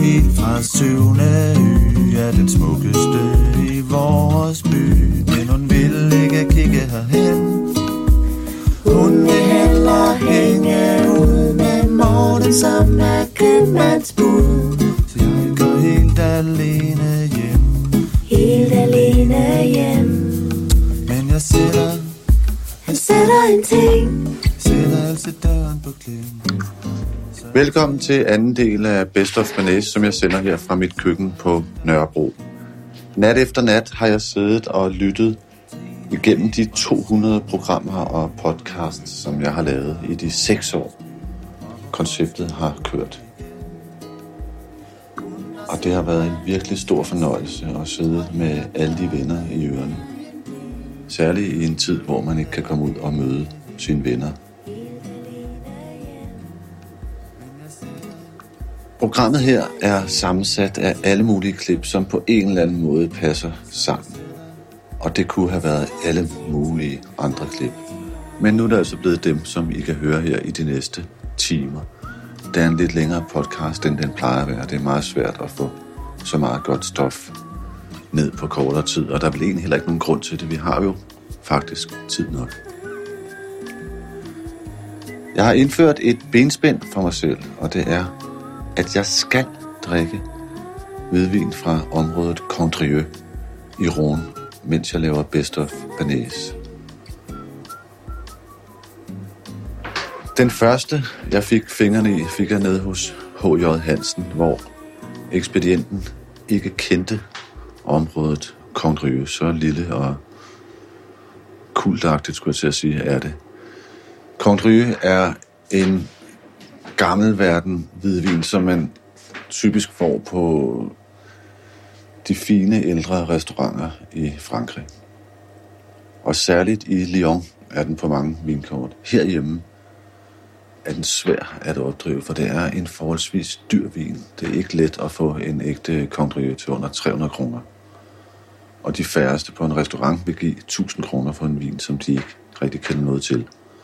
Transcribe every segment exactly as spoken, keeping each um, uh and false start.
helt fra syvende ø er den smukkeste i vores by. Men hun vil ikke kigge herhen. Hun vil hellere hænge ud med Morten, som er købmandsbud. Så jeg går helt alene hjem. Helt alene hjem. Men jeg sætter, Han sætter en ting. sætter altid døren på klem. Velkommen til anden del af Best of Banæs, som jeg sender her fra mit køkken på Nørrebro. Nat efter nat har jeg siddet og lyttet igennem de to hundrede programmer og podcasts, som jeg har lavet i de seks år, konceptet har kørt. Og det har været en virkelig stor fornøjelse at sidde med alle de venner i ørerne. Særligt i en tid, hvor man ikke kan komme ud og møde sine venner. Programmet her er sammensat af alle mulige klip, som på en eller anden måde passer sammen. Og det kunne have været alle mulige andre klip. Men nu er det altså blevet dem, som I kan høre her i de næste timer. Det er en lidt længere podcast, end den plejer at være. Det er meget svært at få så meget godt stof ned på kortere tid. Og der er vel egentlig heller ikke nogen grund til det. Vi har jo faktisk tid nok. Jeg har indført et benspænd for mig selv, og det er, at jeg skal drikke hvidvin fra området Condrieu i Rhône, mens jeg laver Best of Banæs. Den første, jeg fik fingrene i, fik jeg nede hos H J Hansen, hvor ekspedienten ikke kendte området Condrieu. Så lille og kultagtigt, skulle jeg til at sige, er det. Condrieu er en gammelverden hvidvin, som man typisk får på de fine ældre restauranter i Frankrig. Og særligt i Lyon er den på mange vinkort. Herhjemme er den svær at opdrive, for det er en forholdsvis dyr vin. Det er ikke let at få en ægte Condrieu til under tre hundrede kroner. Og de færreste på en restaurant vil give tusind kroner for en vin, som de ikke rigtig kender noget til.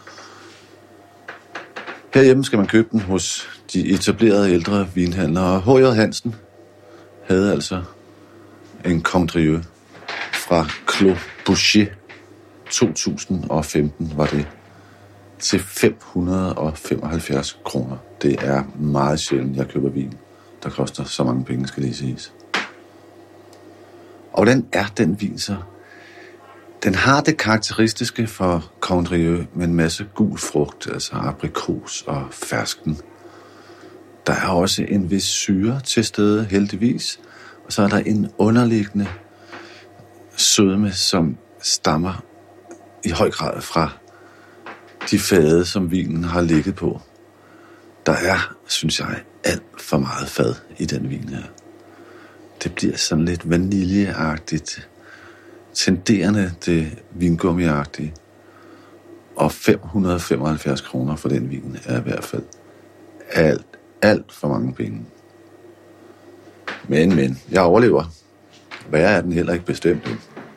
Herhjemme skal man købe den hos de etablerede ældre vinhandlere. H J Hansen havde altså en Condrieu fra Clos Boucher. to tusind og femten var det til fem hundrede og femoghalvfjerds kroner. Det er meget sjældent, jeg køber vin, der koster så mange penge, skal lige siges. Og hvordan er den vin så? Den har det karakteristiske for Condrieu med en masse gul frugt, altså aprikos og fersken. Der er også en vis syre til stede, heldigvis. Og så er der en underliggende sødme, som stammer i høj grad fra de fade, som vinen har ligget på. Der er, synes jeg, alt for meget fad i den vin her. Det bliver sådan lidt vaniljeagtigt, tenderende det vingummiagtige. Og fem hundrede og femoghalvfjerds kroner for den vin er i hvert fald alt, alt for mange penge. Men, men, jeg overlever. Værre er den heller ikke bestemt.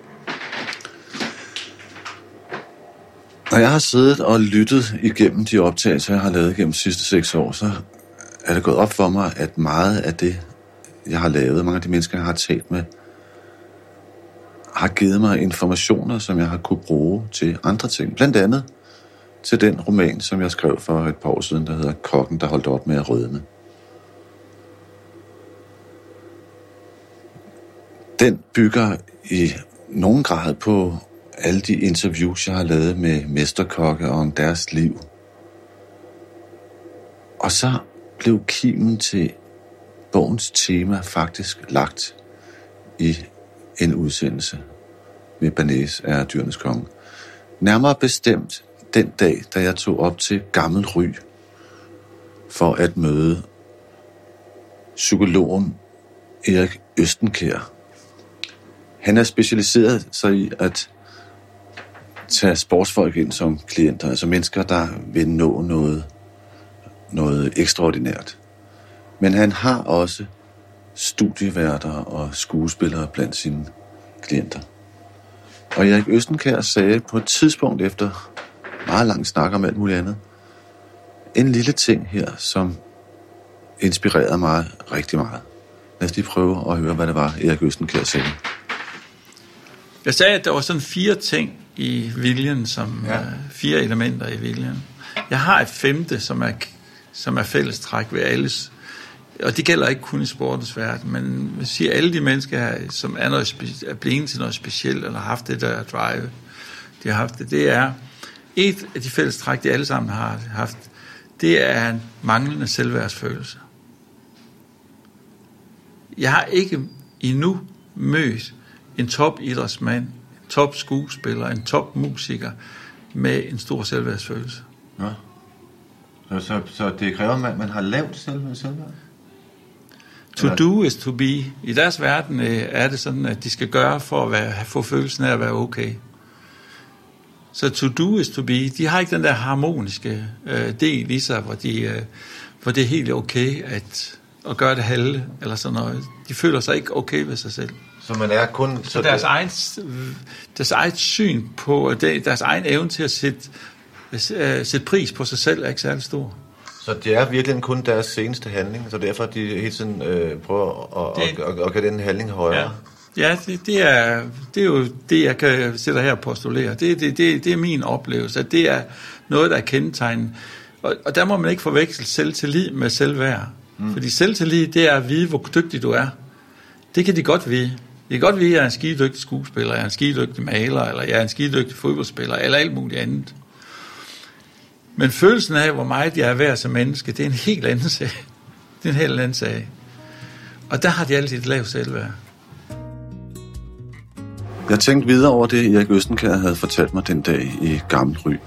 Når jeg har siddet og lyttet igennem de optagelser, jeg har lavet gennem de sidste seks år, så er det gået op for mig, at meget af det, jeg har lavet, mange af de mennesker, jeg har talt med, har givet mig informationer, som jeg har kunne bruge til andre ting. Blandt andet til den roman, som jeg skrev for et par år siden, der hedder Kokken, der holdt op med at rødme. Den bygger i nogen grad på alle de interviews, jeg har lavet med mesterkokke om deres liv. Og så blev kimen til bogens tema faktisk lagt i en udsendelse med Banæs er Dyrenes Konge. Nærmere bestemt den dag, da jeg tog op til Gammel Ry for at møde psykologen Erik Østenkjær. Han er specialiseret sig i at tage sportsfolk ind som klienter, altså mennesker, der vil nå noget, noget ekstraordinært. Men han har også studieværter og skuespillere blandt sine klienter. Og Erik Østenkjær sagde på et tidspunkt efter meget lang snak om alt muligt andet, en lille ting her, som inspirerede mig rigtig meget. Lad os lige prøve at høre, hvad det var, Erik Østenkjær sagde. Jeg sagde, at der var sådan fire ting i viljen, som ja. uh, fire elementer i viljen. Jeg har et femte, som er, som er fællestræk ved alles. Og det gælder ikke kun i sportens verden, men jeg siger, alle de mennesker her, som er, noget spe- er blevet til noget specielt, eller har haft det der drive, de har haft det, det er et af de fællestræk, de alle sammen har haft, det er en manglende selvværdsfølelse. Jeg har ikke endnu mødt en topidrætsmand, en top skuespiller, en top musiker med en stor selvværdsfølelse. Ja. Så, så, så det kræver, at man har lavt selvværd? To do is to be. I deres verden er det sådan, at de skal gøre for at være, få følelsen af at være okay. Så to do is to be. De har ikke den der harmoniske øh, del i sig, hvor, de, øh, hvor det er helt okay at, at gøre det halve, eller sådan noget. De føler sig ikke okay ved sig selv. Så man er kun... Så, så deres, det... egen, deres eget syn på, deres egen evne til at sætte, øh, sætte pris på sig selv er ikke særlig stor. Så det er virkelig kun deres seneste handling, så derfor de hele tiden øh, prøver at, det, at, at, at gøre den handling højere. Ja, ja det, det, er, det er jo det, jeg kan sætte her og postulere. Det, det, det, det er min oplevelse, at det er noget, der er kendetegnet. Og, og der må man ikke forveksle selvtillid med selvværd. Mm. Fordi selvtillid, det er at vide, hvor dygtig du er. Det kan de godt vide. De kan godt vide, at jeg er en skidedygtig skuespiller, jeg er en skidedygtig maler, eller jeg er en skidedygtig fodboldspiller, eller alt muligt andet. Men følelsen af, hvor meget jeg er værd som menneske, det er en helt anden sag. Det er en helt anden sag. Og der har de altid et lavt selvværd. Jeg tænkte videre over det, Erik Østenkjær havde fortalt mig den dag i Gammel Ry.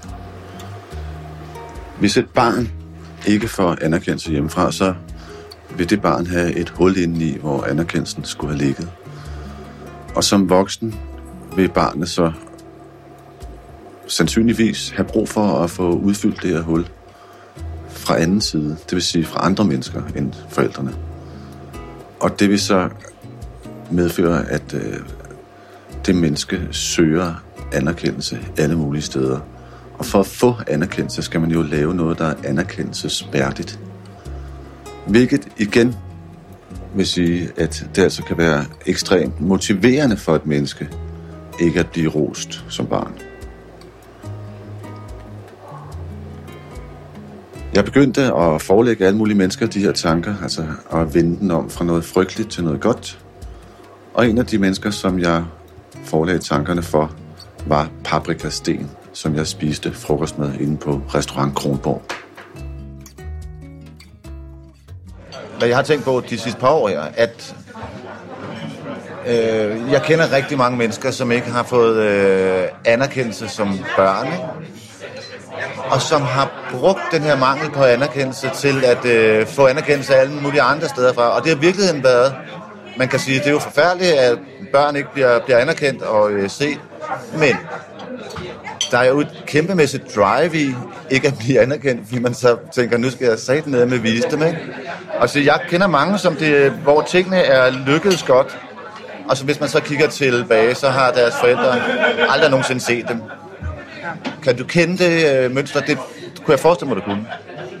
Hvis et barn ikke får anerkendelse hjemmefra, så vil det barn have et hul indeni, hvor anerkendelsen skulle have ligget. Og som voksen vil barnet så sandsynligvis have brug for at få udfyldt det her hul fra anden side, det vil sige fra andre mennesker end forældrene. Og det vil så medføre, at øh, det menneske søger anerkendelse alle mulige steder. Og for at få anerkendelse, skal man jo lave noget, der er anerkendelsesværdigt. Hvilket igen vil sige, at det altså kan være ekstremt motiverende for et menneske ikke at blive rost som barn. Jeg begyndte at forelægge alle mulige mennesker de her tanker, altså at vende den om fra noget frygteligt til noget godt. Og en af de mennesker, som jeg forelagde tankerne for, var Paprika Sten, som jeg spiste frokost med inde på restaurant Kronborg. Hvad jeg har tænkt på de sidste par år her, at øh, jeg kender rigtig mange mennesker, som ikke har fået øh, anerkendelse som børn, og som har brugt den her mangel på anerkendelse til at øh, få anerkendelse af alle mulige andre steder fra. Og det har i virkeligheden været, man kan sige, det er jo forfærdeligt, at børn ikke bliver, bliver anerkendt og øh, set, men der er jo et kæmpemæssigt drive i ikke at blive anerkendt, fordi man så tænker, nu skal jeg sætte ned med vise dem, ikke? Og så jeg kender mange, som det, hvor tingene er lykkedes godt, og så hvis man så kigger tilbage, så har deres forældre aldrig nogensinde set dem. Kan du kende det øh, mønster? Det kunne jeg forestille mig, du kunne.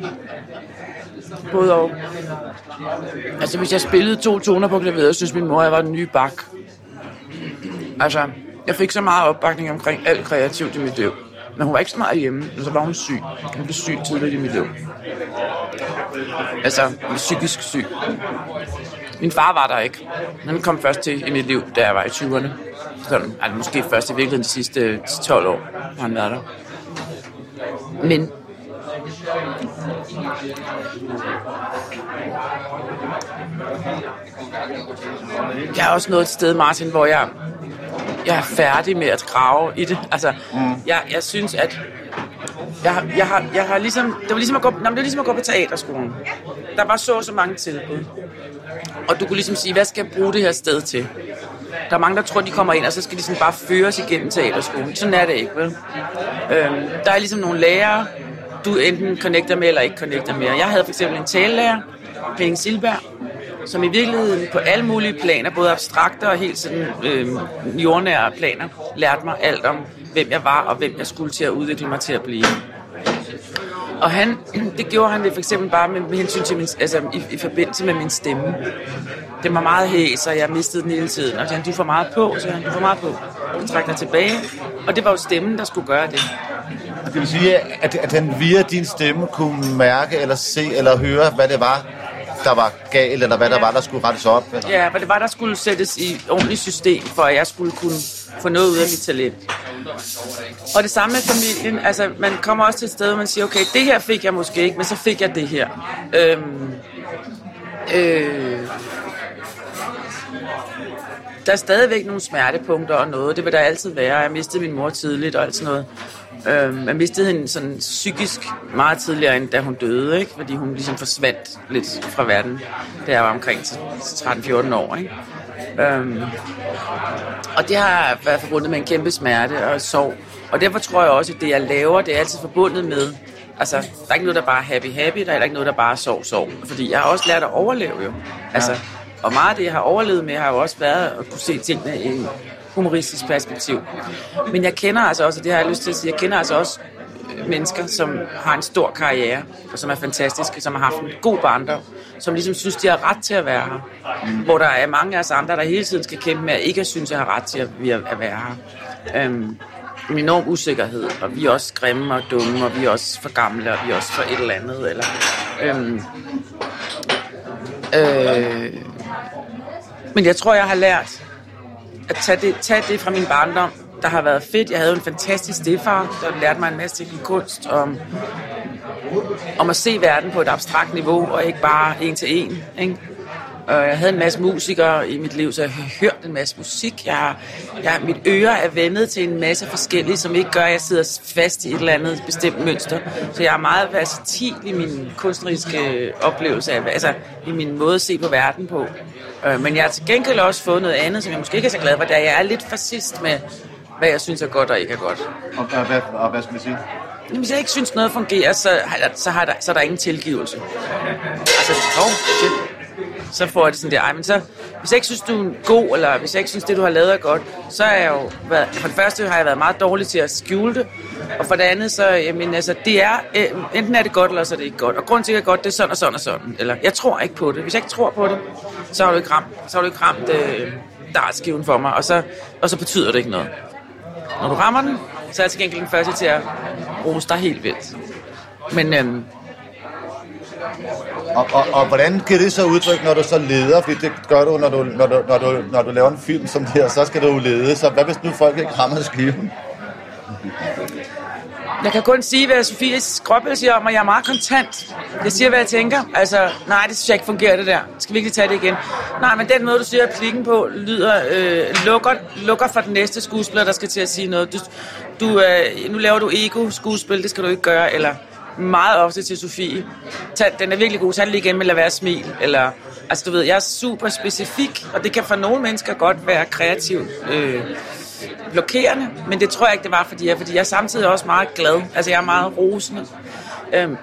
Både og. Altså, hvis jeg spillede to toner på klaveret, synes min mor, jeg var den nye Bach. Altså, jeg fik så meget opbakning omkring alt kreativt i mit liv. Men hun var ikke så meget hjemme, og så var hun syg. Hun blev syg tidligt i mit liv. Altså, psykisk syg. Min far var der ikke. Han kom først til i mit liv, da jeg var i tyverne. Sådan, altså måske først i virkeligheden de sidste tolv år, har han været der. Men jeg er også nået et sted, Martin, hvor jeg, jeg er færdig med at grave i det. Altså, mm. jeg, jeg synes, at jeg, har, jeg, har, jeg har ligesom, det var ligesom at gå, nej, det var ligesom at gå på teaterskolen. Der var så så mange tilbud. Og du kunne ligesom sige, hvad skal jeg bruge det her sted til? Der er mange, der tror, de kommer ind, og så skal de sådan bare føres igennem teaterskolen. Sådan er det ikke, vel? Øhm, der er ligesom nogle lærere, du enten connecter med eller ikke connecter med. Jeg havde for eksempel en talelærer, Henning Silberg, som i virkeligheden på alle mulige planer, både abstrakte og helt sådan øh, jordnære planer, lærte mig alt om, hvem jeg var og hvem jeg skulle til at udvikle mig til at blive. Og han, det gjorde han det for eksempel bare med, med hensyn til min, altså i, i forbindelse med min stemme. det var meget hæs, og jeg mistede den hele tiden. Og så han, du får meget på, så han, du får meget på. Du trækker dig tilbage. Og det var jo stemmen, der skulle gøre det. Det vil sige, at, at han via din stemme kunne mærke, eller se, eller høre, hvad det var, der var galt, eller hvad der var, der skulle rettes op? Eller? Ja, hvad det var, der skulle sættes i ordentligt system, for at jeg skulle kunne få noget ud af mit talent. Og det samme med familien. Altså, man kommer også til et sted, hvor man siger, okay, det her fik jeg måske ikke, men så fik jeg det her. Øhm, øh, der er stadigvæk nogle smertepunkter og noget. Det vil der altid være. Jeg mistede min mor tidligt og alt sådan noget. Øhm, jeg mistede hende sådan psykisk meget tidligere, end da hun døde, ikke? Fordi hun ligesom forsvandt lidt fra verden, da jeg var omkring tretten fjorten år. Ikke? Øhm, og det har været forbundet med en kæmpe smerte og sorg. Og derfor tror jeg også, at det jeg laver, det er altid forbundet med, altså, der er ikke noget, der bare er happy happy, der er ikke noget, der bare er sorg sorg. Fordi jeg har også lært at overleve jo. Altså, og meget af det, jeg har overlevet med, har jo også været at kunne se tingene i en humoristisk perspektiv. Men jeg kender altså også, og det har jeg lyst til at sige, jeg kender altså også mennesker, som har en stor karriere, og som er fantastiske, som har haft en god barndom, som ligesom synes, de har ret til at være her. Mm. Hvor der er mange af os andre, der hele tiden skal kæmpe med, at ikke synes, jeg har ret til at være her. Øhm, en enorm usikkerhed, og vi er også grimme og dumme, og vi er også for gamle, og vi er også for et eller andet. Eller, øhm, øh, men jeg tror, jeg har lært at tage det, tage det fra min barndom, der har været fedt. Jeg havde en fantastisk stedfar, der lærte mig en masse kunst om, om at se verden på et abstrakt niveau, og ikke bare en til en. Ikke? Jeg havde en masse musikere i mit liv, så jeg har hørt en masse musik. Jeg, jeg, mit øre er vendet til en masse forskellige, som ikke gør, at jeg sidder fast i et eller andet bestemt mønster. Så jeg er meget versatil i min kunstneriske oplevelse, altså i min måde at se på verden på. Men jeg har til gengæld også fået noget andet, som jeg måske ikke er så glad for, da jeg er lidt fascist med, hvad jeg synes er godt og ikke er godt. Og, og, hvad, og hvad skal vi sige? Jamen, hvis jeg ikke synes noget fungerer, så, så, har der, så er der ingen tilgivelse. Altså, oh, shit. Så får jeg det sådan der, ej, men så, hvis jeg ikke synes, du er god, eller hvis jeg ikke synes, det, du har lavet er godt, så er jeg jo været, for det første har jeg været meget dårlig til at skjule det, og for det andet, så, jamen, altså, det er, enten er det godt, eller så er det ikke godt, og grunden til, at det er godt, det er sådan og sådan og sådan, eller jeg tror ikke på det. Hvis jeg ikke tror på det, så har du ikke ramt, så har du ikke ramt øh, dartskiven for mig, og så, og så betyder det ikke noget. Når du rammer den, så er jeg til gengæld den første til at rose dig helt vildt. Men, øhm, Og, og, og hvordan kan det så udtrykke, når du så leder? Fordi det gør du, når du, når du, når du, når du laver en film som det her, så skal du jo lede. Så hvad hvis nu folk ikke rammer skiven? Jeg kan kun sige, hvad Sofie Skråbøl siger om, og jeg er meget kontant. Jeg siger, hvad jeg tænker. Altså, nej, det synes jeg ikke fungerer, det der. Skal vi ikke tage det igen? Nej, men den måde, du siger plikken på, lyder, øh, lukker, lukker for den næste skuespiller, der skal til at sige noget. Du, du, øh, nu laver du ego-skuespil, det skal du ikke gøre, eller meget ofte til Sofie. Tag, den er virkelig god, tag det lige igen med lad være smil. Eller, altså, du ved, jeg er super specifik, og det kan for nogle mennesker godt være kreativt øh, blokerende, men det tror jeg ikke, det var, fordi jeg, fordi jeg er samtidig også meget glad. Altså, jeg er meget rosende. Øhm,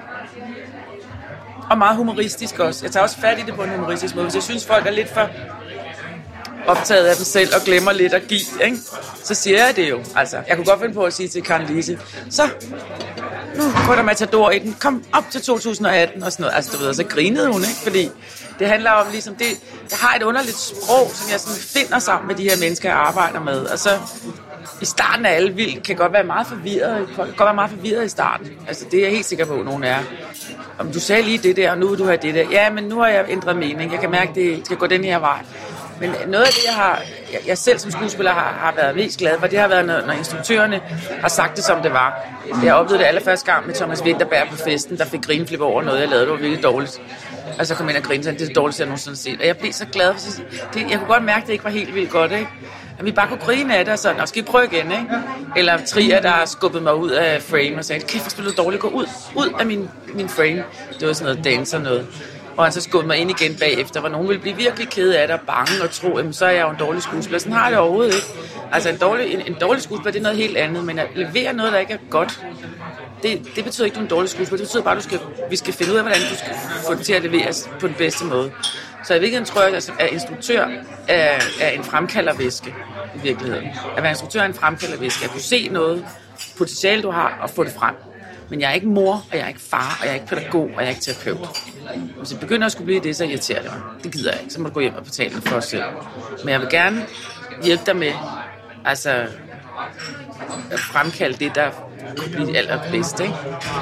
og meget humoristisk også. Jeg tager også fat i det på en humoristisk måde. Hvis jeg synes, folk er lidt for optaget af dem selv og glemmer lidt at give, ikke? Så siger jeg det jo. Altså, jeg kunne godt finde på at sige til Karen Lise, så nu går der Matador i den, kom op til to tusind og atten og sådan noget. Altså, du ved, så grinede hun, ikke? Fordi det handler om ligesom, det, jeg har et underligt sprog, som jeg sådan finder sammen med de her mennesker, jeg arbejder med. Og så i starten af alle vildt, kan godt være meget forvirret. Folk kan godt være meget forvirret i starten. Altså, det er jeg helt sikker på, at nogen er. Om du sagde lige det der, og nu vil du have det der. Ja, men nu har jeg ændret mening. Jeg kan mærke, at det skal gå den her vej. Men noget af det, jeg har, jeg, jeg selv som skuespiller har, har været mest glad for, det har været, når, når instruktørerne har sagt det, som det var. Jeg oplevede det allerførste gang med Thomas Vinterberg på festen, der fik grineflip over noget, jeg lavede. Det var virkelig dårligt. Og så kom jeg ind og grinte, det er det dårligste, jeg nogensinde har set. Og jeg blev så glad, for det, jeg kunne godt mærke, at det ikke var helt vildt godt, ikke? At vi bare kunne grine af det og sådan, og skal vi prøve igen, ikke? Eller Trier, der skubbede mig ud af frame og sagde, kæft, hvor spiller du dårligt, gå ud, ud af min, min frame. Det var sådan noget danser noget. Og han så skubbede mig ind igen bagefter, hvor nogen ville blive virkelig kede af det og bange og tro, jamen, så er jeg jo en dårlig skuespiller. Sådan har jeg det overhovedet ikke. Altså en dårlig, en, en dårlig skuespiller, det er noget helt andet, men at levere noget, der ikke er godt, det, det betyder ikke, at du er en dårlig skuespiller. Det betyder bare, at du skal, vi skal finde ud af, hvordan du skal få det til at leveres på den bedste måde. Så i virkeligheden tror jeg, at instruktør er, er en fremkaldervæske i virkeligheden. At være instruktør er en fremkaldervæske. At kunne se noget potentiale, du har, og få det frem. Men jeg er ikke mor, og jeg er ikke far, og jeg er ikke pædagog, og jeg er ikke terapeut. Hvis jeg begynder at skulle blive det, så irriterer det mig. Det gider jeg ikke. Så må du gå hjem og betale for os selv. Men jeg vil gerne hjælpe dig med altså, at fremkalde det, der kunne blive det allerbedste, ikke?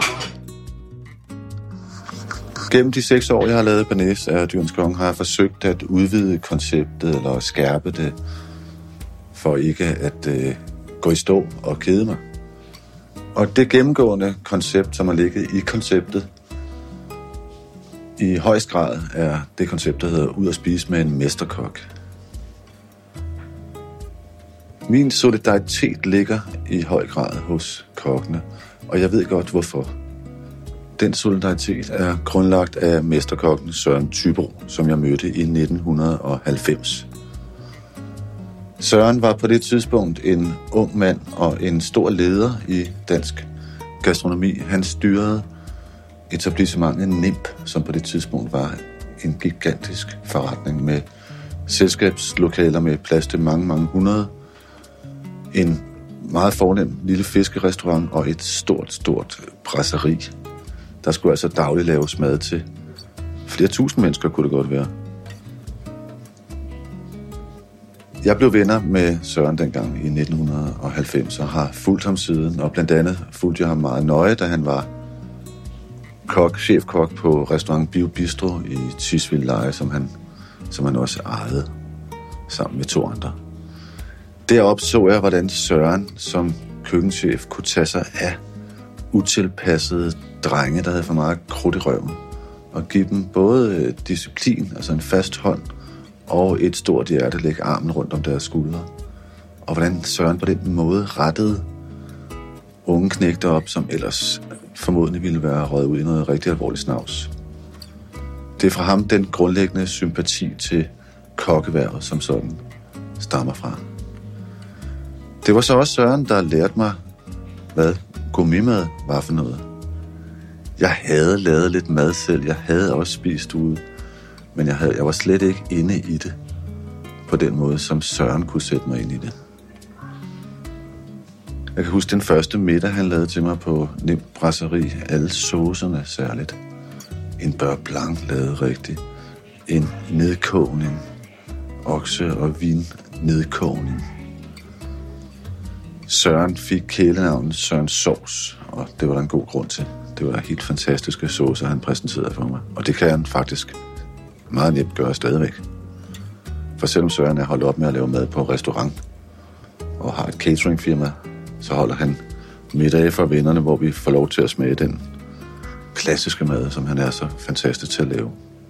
Gennem de seks år, jeg har lavet Bearnaise af Dyrenes Konge, har jeg forsøgt at udvide konceptet eller at skærpe det, for ikke at øh, gå i stå og kede mig. Og det gennemgående koncept, som har ligget i konceptet, i højst grad er det koncept, der hedder ud at spise med en mesterkok. Min solidaritet ligger i høj grad hos kokkene, og jeg ved godt hvorfor. Den solidaritet er grundlagt af mesterkokken Søren Thybo, som jeg mødte i nitten halvfems. Søren var på det tidspunkt en ung mand og en stor leder i dansk gastronomi. Han styrede etablissementet Nimb, som på det tidspunkt var en gigantisk forretning med selskabslokaler med plads til mange, mange hundrede. En meget fornem lille fiskerestaurant og et stort, stort brasserie. Der skulle altså dagligt laves mad til flere tusind mennesker, kunne det godt være. Jeg blev venner med Søren dengang i nitten halvfems og har fulgt ham siden, og blandt andet fulgte jeg ham meget nøje, da han var kok, chefkok på restaurant Bio Bistro i Tisvildeleje, som han, som han også ejede sammen med to andre. Deroppe så jeg, hvordan Søren som køkkenchef kunne tage sig af utilpassede drenge, der havde for meget krudt i røven, og give dem både disciplin, altså en fast hånd, og et stort hjerte, lægge armen rundt om deres skuldre. Og hvordan Søren på den måde rettede unge knægter op, som ellers formodentlig ville være røget ud i noget rigtig alvorligt snavs. Det er fra ham den grundlæggende sympati til kokkeværvet som sådan stammer fra. Det var så også Søren, der lærte mig, hvad gourmetmad var for noget. Jeg havde lavet lidt mad selv, jeg havde også spist ude, men jeg, havde, jeg var slet ikke inde i det på den måde, som Søren kunne sætte mig ind i det. Jeg kan huske den første middag, han lavede til mig på Nimb Brasserie. Alle saucerne særligt. En beurre blanc lavet rigtigt. En nedkogning. Okse- og vin nedkogning. Søren fik kælenavnet Søren Sovs, og det var der en god grund til. Det var helt fantastiske saucer, han præsenterede for mig. Og det kan han faktisk meget nemt gøre stadigvæk. For selvom Søren er holdt op med at lave mad på restaurant og har et cateringfirma, så holder han middage for vennerne, hvor vi får lov til at smage den klassiske mad, som han er så fantastisk til at lave.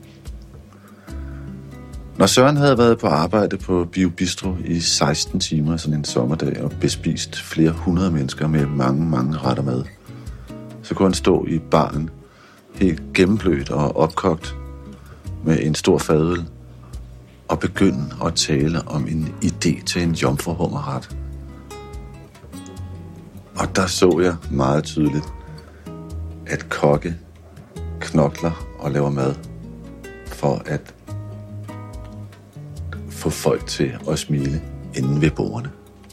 Når Søren havde været på arbejde på Bio Bistro i seksten timer sådan en sommerdag og bespist flere hundrede mennesker med mange, mange retter mad, så kunne han stå i baren helt gennemblødt og opkogt med en stor fadøl og begynde at tale om en idé til en jomfruhummerret. Og der så jeg meget tydeligt, at kokke knokler og laver mad for at få folk til at smile inde ved bordene.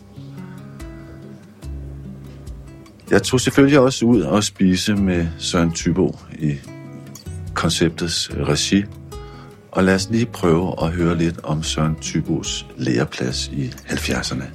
Jeg tog selvfølgelig også ud og spise med Søren Thybo i konceptets regi. Og lad os lige prøve at høre lidt om Søren Thybos læreplads i halvfjerdserne.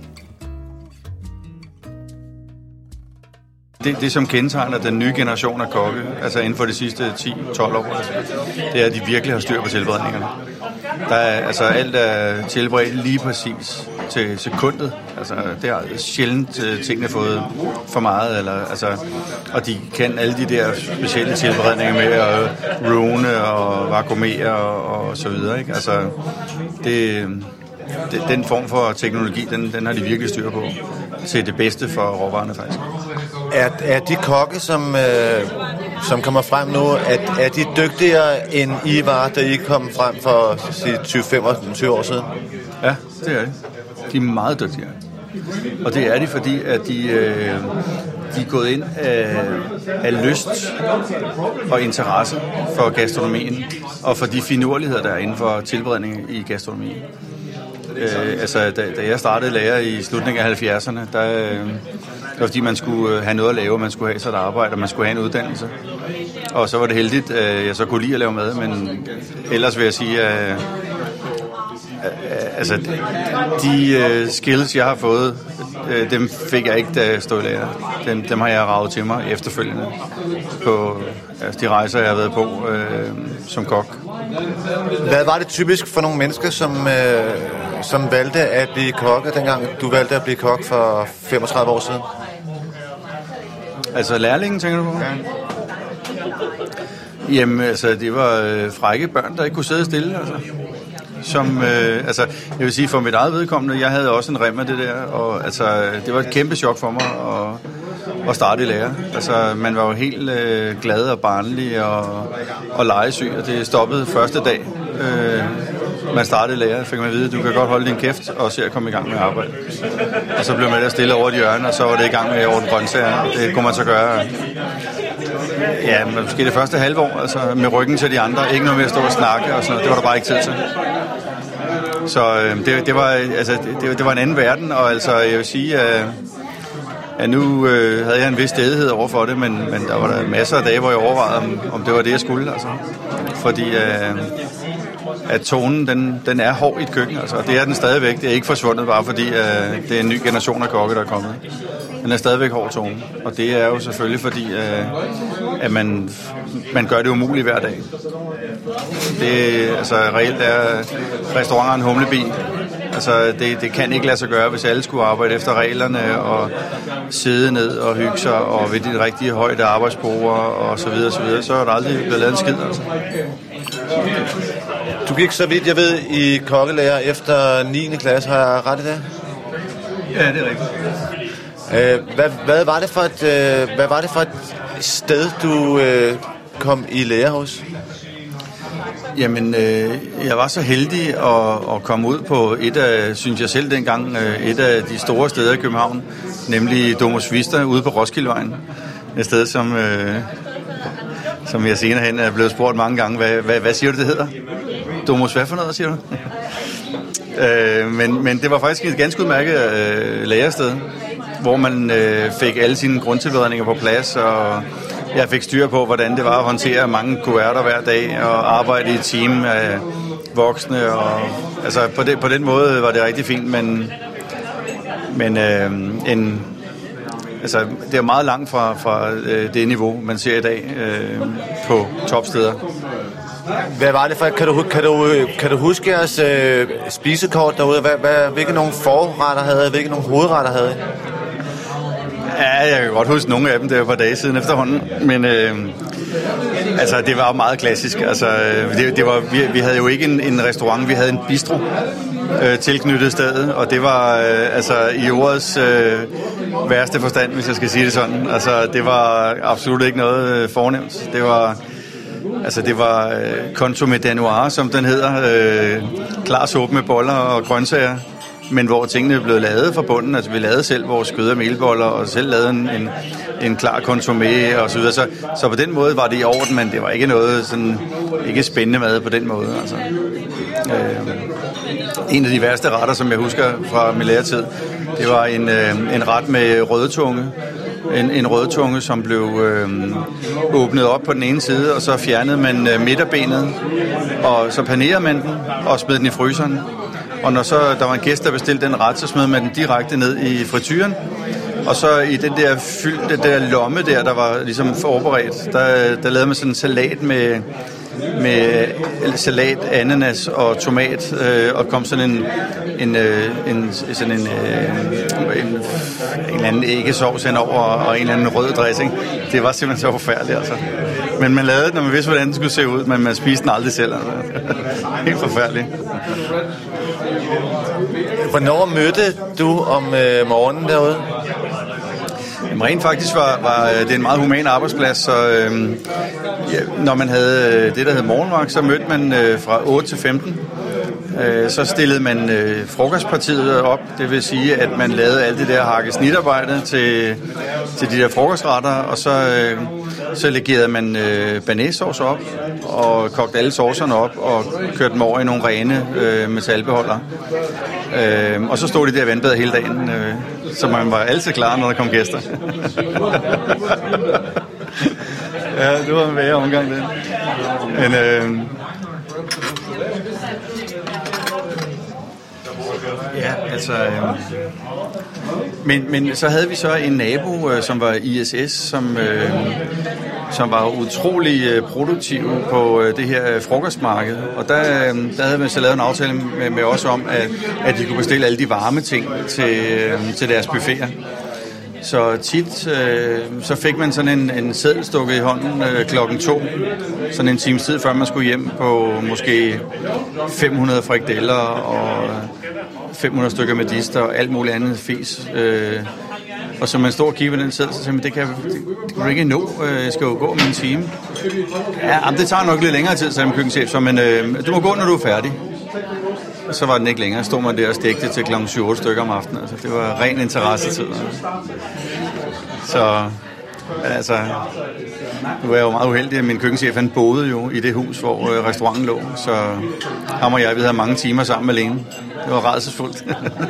Det, det, som kendetegner den nye generation af kokke, altså inden for de sidste ti til tolv år, altså, det er, at de virkelig har styr på tilberedningerne. Der er, altså, alt er tilberedt lige præcis til sekundet. Altså, det har sjældent uh, tingene fået for meget. Eller, altså, og de kan alle de der specielle tilberedninger med at rune og vakuumere og, og så videre. Ikke? Altså, det, det, den form for teknologi, den, den har de virkelig styr på til det bedste for råvarerne faktisk. Er, er de kokke, som, øh, som kommer frem nu, at, er de dygtigere end I var, da I kom frem for sige, tyve til femogtyve år siden? Ja, det er de. De er meget dygtigere. Og det er de, fordi at de, øh, de er gået ind af, af lyst og interesse for gastronomien, og for de finurligheder, der er inden for tilberedning i gastronomien. Øh, altså, da, da jeg startede lærer i slutningen af halvfjerdserne, der, øh, Det var fordi, man skulle have noget at lave, man skulle have sig et arbejde, og man skulle have en uddannelse. Og så var det heldigt, at jeg så kunne lide at lave mad, men ellers vil jeg sige, at altså, de uh, skills, jeg har fået, uh, dem fik jeg ikke, da jeg stod i lærer. Dem, dem har jeg raget til mig efterfølgende på altså, de rejser, jeg har været på uh, som kok. Hvad var det typisk for nogle mennesker, som, uh, som valgte at blive kokke, dengang du valgte at blive kok for femogtredive år siden? Altså lærlingen, tænker du på? Ja. Jamen, altså, det var øh, frække børn, der ikke kunne sidde stille, altså. Som, øh, altså, jeg vil sige, for mit eget vedkommende, jeg havde også en rem af det der, og altså, det var et kæmpe chok for mig at, at starte i lære. Altså, man var jo helt øh, glad og barnlig og, og legesyg, og det stoppede første dag. Øh, man startede i lære, fik man at vide, at du kan godt holde din kæft og se at komme i gang med at arbejde. Og så blev man der stille over de hjørner, og så var det i gang med at ordne grøntsager. Det kunne man så gøre. Ja, måske det første halve år, altså med ryggen til de andre. Ikke noget med at stå og snakke og sådan noget. Det var der bare ikke tid til. Så øh, det, det, var, altså, det, det var en anden verden, og altså, jeg vil sige, at, at nu øh, havde jeg en vis stædighed over for det, men, men der var der masser af dage, hvor jeg overvejede, om, om det var det, jeg skulle. Altså. Fordi øh, at tonen, den, den er hård i et køkken, altså. Det er den stadigvæk. Det er ikke forsvundet, bare fordi øh, det er en ny generation af kokke, der er kommet. Den er stadigvæk hård tone, og det er jo selvfølgelig fordi, øh, at man, man gør det umuligt hver dag. Det altså reelt er restauranter en humlebi. Altså det, det kan ikke lade sig gøre, hvis alle skulle arbejde efter reglerne og sidde ned og hygge sig og ved de rigtige højde arbejdsbord og så videre, så videre. Så er der aldrig blevet lavet en skid, altså. Du gik så vidt, jeg ved, i kokkelærer efter niende klasse, har jeg ret i det? Ja, det er rigtigt. Øh, hvad, hvad, var det for et, øh, hvad var det for et sted, du øh, kom i lære hos? Jamen, øh, jeg var så heldig at, at komme ud på et af, synes jeg selv dengang, øh, et af de store steder i København, nemlig Domus Vista ude på Roskildevejen. Et sted, som, øh, som jeg senere hen er blevet spurgt mange gange, hvad, hvad, hvad siger du, det hedder? Domus hvad for noget, siger du? øh, men, men det var faktisk et ganske udmærket øh, lærersted, hvor man øh, fik alle sine grundtilberedninger på plads, og jeg fik styr på, hvordan det var at håndtere mange kuverter hver dag, og arbejde i et team af voksne, og altså på, det, på den måde var det rigtig fint, men, men øh, en, altså, det er meget langt fra, fra øh, det niveau, man ser i dag øh, på topsteder. Hvad var det for? Kan du, kan du, kan du huske jeres øh, spisekort derude? Hvad, hvad, hvilke nogle forretter havde, hvilke nogle hovedretter havde? Ja, jeg kan godt huske nogle af dem, det var et par dage siden efterhånden, men øh, altså, det var meget klassisk. Altså, det, det var, vi, vi havde jo ikke en, en restaurant, vi havde en bistro øh, tilknyttet stedet, og det var øh, altså, i ordets øh, værste forstand, hvis jeg skal sige det sådan. Altså, det var absolut ikke noget øh, fornemt. Det var, altså, det var øh, consommé danois, som den hedder, øh, klar suppe med boller og grøntsager, men hvor tingene blev lavet fra bunden. Altså, vi lavede selv vores kød- og melboller, og selv lavede en, en, en klar consommé, og så videre. Så, så på den måde var det i orden, men det var ikke noget sådan, ikke spændende mad på den måde. Altså. Øh, en af de værste retter, som jeg husker fra min læretid, det var en, øh, en ret med rødtunge. En, en rødtunge, som blev øh, åbnet op på den ene side, og så fjernede man øh, midterbenet, og så panerede man den, og smed den i fryseren. Og når så der var en gæst, der bestilte den ret, så smed man den direkte ned i frityren. Og så i den der fyldte der lomme der, der var ligesom forberedt, der, der lavede man sådan en salat med, med salat, ananas og tomat, øh, og kom sådan en, en, en, sådan en, en, en, en eller anden æggesovs henover, og en eller anden rød dressing. Det var simpelthen så forfærdeligt, altså. Men man lavede det, når man vidste, hvordan det skulle se ud, men man spiste den aldrig selv. Altså. Helt forfærdeligt. Hvornår mødte du om øh, morgenen derude? Jamen, rent faktisk var, var det en meget human arbejdsplads, så øh, ja, når man havde det, der hed morgenvagt, så mødte man øh, fra otte til femten. Øh, så stillede man øh, frokostpartiet op, det vil sige, at man lavede alt det der hakke snitarbejde til, til de der frokostretter, og så, øh, så legerede man øh, banæssauce op, og kogte alle saucerne op, og kørte dem over i nogle rene øh, metalbeholdere. Øh, og så stod de der vandbad hele dagen, øh, Så man var altid klar, når der kom gæster. Ja, det var en værre omgang, den. Men, øh, ja, altså... Øh, men, men så havde vi så en nabo, øh, som var I S S, som, øh, som var utrolig øh, produktiv på øh, det her øh, frokostmarked. Og der, øh, der havde man så lavet en aftale med, med os om, at, at de kunne bestille alle de varme ting til, øh, til deres buffeter. Så tit, øh, så fik man sådan en, en seddel stukket i hånden øh, klokken to, sådan en times tid, før man skulle hjem på måske fem hundrede frikadeller og fem hundrede stykker medister og alt muligt andet fis. Øh, og så man stod og kiggede på den seddel, så sagde man, det kan, det, det kan du ikke nå, øh, jeg skal jo gå om en time. Ja, det tager nok lidt længere tid, sagde min køkkenchef, så, men øh, du må gå, når du er færdig. Så var den ikke længere. Stod man der og stegte til klokken syv otte stykker om aftenen. Altså, det var ren interesse-tid. Så, altså, nu er jeg jo meget uheldig, at min køkkenchef, han boede jo i det hus, hvor restauranten lå. Så ham og jeg, vi havde mange timer sammen alene. Det var rædselsfuldt.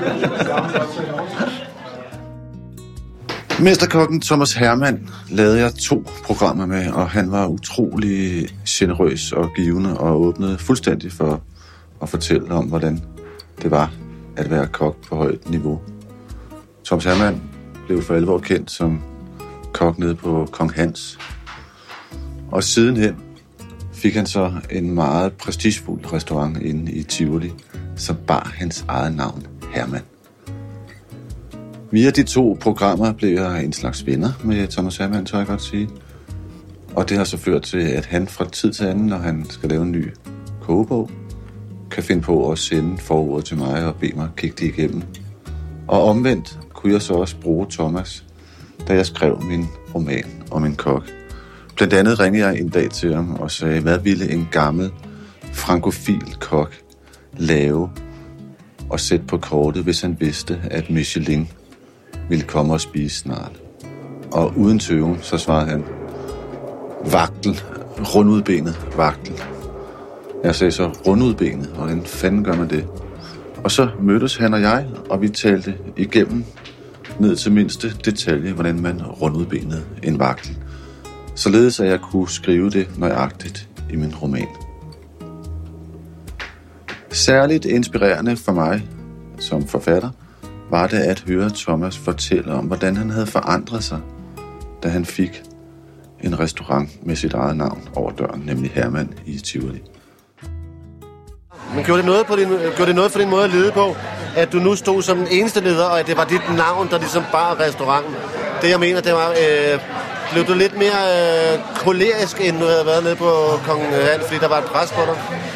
Mesterkokken Thomas Hermann lavede jeg to programmer med, og han var utrolig generøs og givende og åbnede fuldstændig for at fortælle om, hvordan det var at være kok på højt niveau. Thomas Hermann blev for alvor kendt som kok nede på Kong Hans. Og sidenhen fik han så en meget prestigefuld restaurant inde i Tivoli, som bar hans eget navn, Hermann. Via de to programmer blev jeg en slags venner med Thomas Hermann, tør jeg godt sige. Og det har så ført til, at han fra tid til anden, når han skal lave en ny kogebog, kan finde på at sende forordet til mig og bede mig kigge det igennem. Og omvendt kunne jeg så også bruge Thomas, da jeg skrev min roman om en kok. Blandt andet ringede jeg en dag til ham og sagde, hvad ville en gammel frankofil kok lave og sætte på kortet, hvis han vidste, at Michelin ville komme og spise snart. Og uden tøven, så svarede han, vagtel, rundudbenet vagtel. Jeg sagde så, rundudbenet, hvordan fanden gør man det? Og så mødtes han og jeg, og vi talte igennem ned til mindste detalje, hvordan man rundudbenede en vagtel. Således at jeg kunne skrive det nøjagtigt i min roman. Særligt inspirerende for mig som forfatter, var det at høre Thomas fortælle om, hvordan han havde forandret sig, da han fik en restaurant med sit eget navn over døren, nemlig Hermann i Tivoli. Men gjorde det, noget på din, gjorde det noget for din måde at lede på, at du nu stod som den eneste leder, og at det var dit navn, der ligesom bar restauranten? Det jeg mener, det var, øh, blev du lidt mere øh, kolerisk, end du havde været nede på Kong Hans, fordi der var et pres på dig?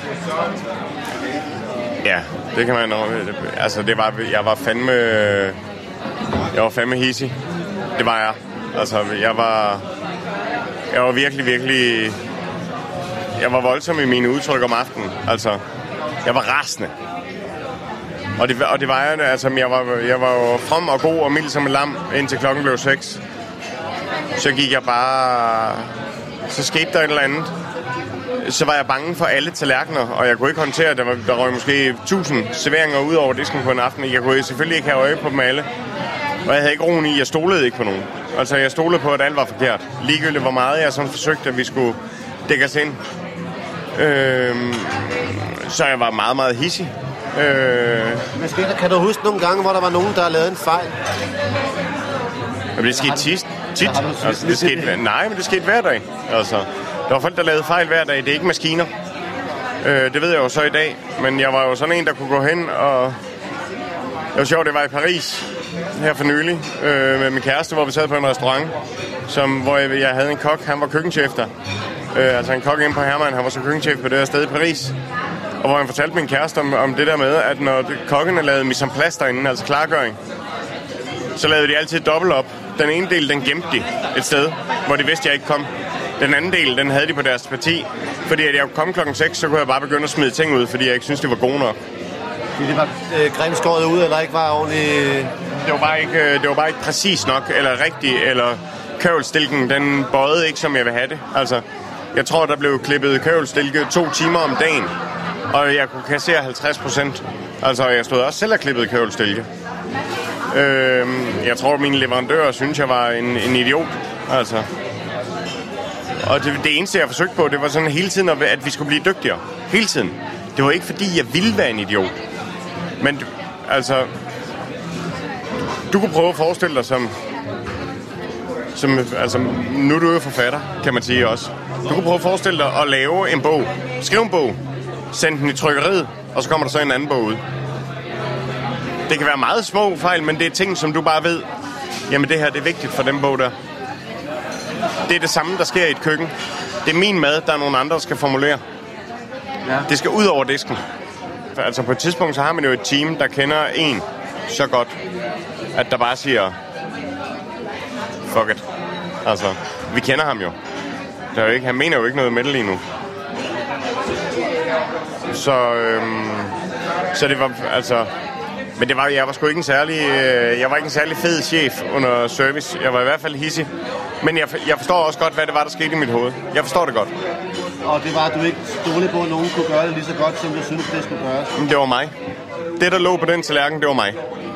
Ja, det kan man nok. Altså, det var, jeg var fandme, jeg var fandme hissig. Det var jeg. Altså, jeg var, jeg var virkelig, virkelig, jeg var voldsom i mine udtryk om aftenen. Altså, jeg var rasende. Og det, og det var jeg, altså, jeg var, jeg var jo from og god og mild som en lam, indtil klokken blev seks. Så gik jeg bare, så skete der et eller andet. Så var jeg bange for alle tallerkener, og jeg kunne ikke håndtere, der var, der røg måske tusind serveringer ud over disken på en aften. Jeg kunne selvfølgelig ikke have øje på dem alle. Og jeg havde ikke roen i, jeg stolede ikke på nogen. Altså, jeg stolede på, at alt var forkert. Ligegyldigt hvor meget jeg sådan forsøgte, at vi skulle dække os ind. Øhm, så jeg var meget, meget hissig. Øh, Men skete der, kan du huske nogle gange, hvor der var nogen, der lavede en fejl? Men det skete tit. tit. Altså, det skete, nej, men det skete hver dag. Altså, der var folk, der lavede fejl hver dag. Det er ikke maskiner. Øh, det ved jeg jo så i dag. Men jeg var jo sådan en, der kunne gå hen og... Det var sjovt, det var i Paris her for nylig øh, med min kæreste, hvor vi sad på en restaurant, som, hvor jeg, jeg havde en kok. Han var køkkenchef der. Øh, altså en kok inde på Hermann. Han var så køkkenchef på det her sted i Paris. Og hvor han fortalte min kæreste om, om det der med, at når kokkene lavede mise en place derinde, altså klargøring, så lavede de altid dobbelt op. Den ene del, den gemte de et sted, hvor de vidste, jeg ikke kom. Den anden del, den havde de på deres parti. Fordi at jeg kom klokken seks, så kunne jeg bare begynde at smide ting ud, fordi jeg ikke synes det var gode nok. Fordi det var øh, grimt skåret ud, eller ikke var ordentligt... Det var bare ikke, det var bare ikke præcis nok, eller rigtigt, eller køvelstilken, den bøjede ikke, som jeg vil have det. Altså, jeg tror, der blev klippet køvelstilke to timer om dagen, og jeg kunne kassere halvtreds procent. Altså, jeg stod også selv og klippede køvelstilke. Øh, jeg tror, at mine leverandører synes, jeg var en, en idiot. Altså. Og det, det eneste, jeg forsøgte på, det var sådan hele tiden, at vi skulle blive dygtigere. Hele tiden. Det var ikke, fordi jeg ville være en idiot. Men altså... Du kunne prøve at forestille dig som... som altså, nu er du jo forfatter, kan man sige også. Du kunne prøve at forestille dig at lave en bog. Skriv en bog. Send den i trykkeriet, og så kommer der så en anden bog ud. Det kan være meget små fejl, men det er ting, som du bare ved. Jamen, det her det er vigtigt for den bog der. Det er det samme, der sker i et køkken. Det er min mad, der er nogen andre, der skal formulere. Ja. Det skal ud over disken. Altså på et tidspunkt, så har man jo et team, der kender en så godt, at der bare siger, fuck it. Altså, vi kender ham jo. Der er jo ikke, han mener jo ikke noget med det lige nu. Så, øhm, så det var, altså... Men det var, jeg var sgu ikke en særlig, øh, jeg var ikke en særlig fed chef under service. Jeg var i hvert fald hissig. Men jeg, jeg forstår også godt, hvad det var, der skete i mit hoved. Jeg forstår det godt. Og det var, at du ikke stolede på, at nogen kunne gøre det lige så godt, som du synes, det skulle gøres? Men det var mig. Det, der lå på den tallerken, det var mig.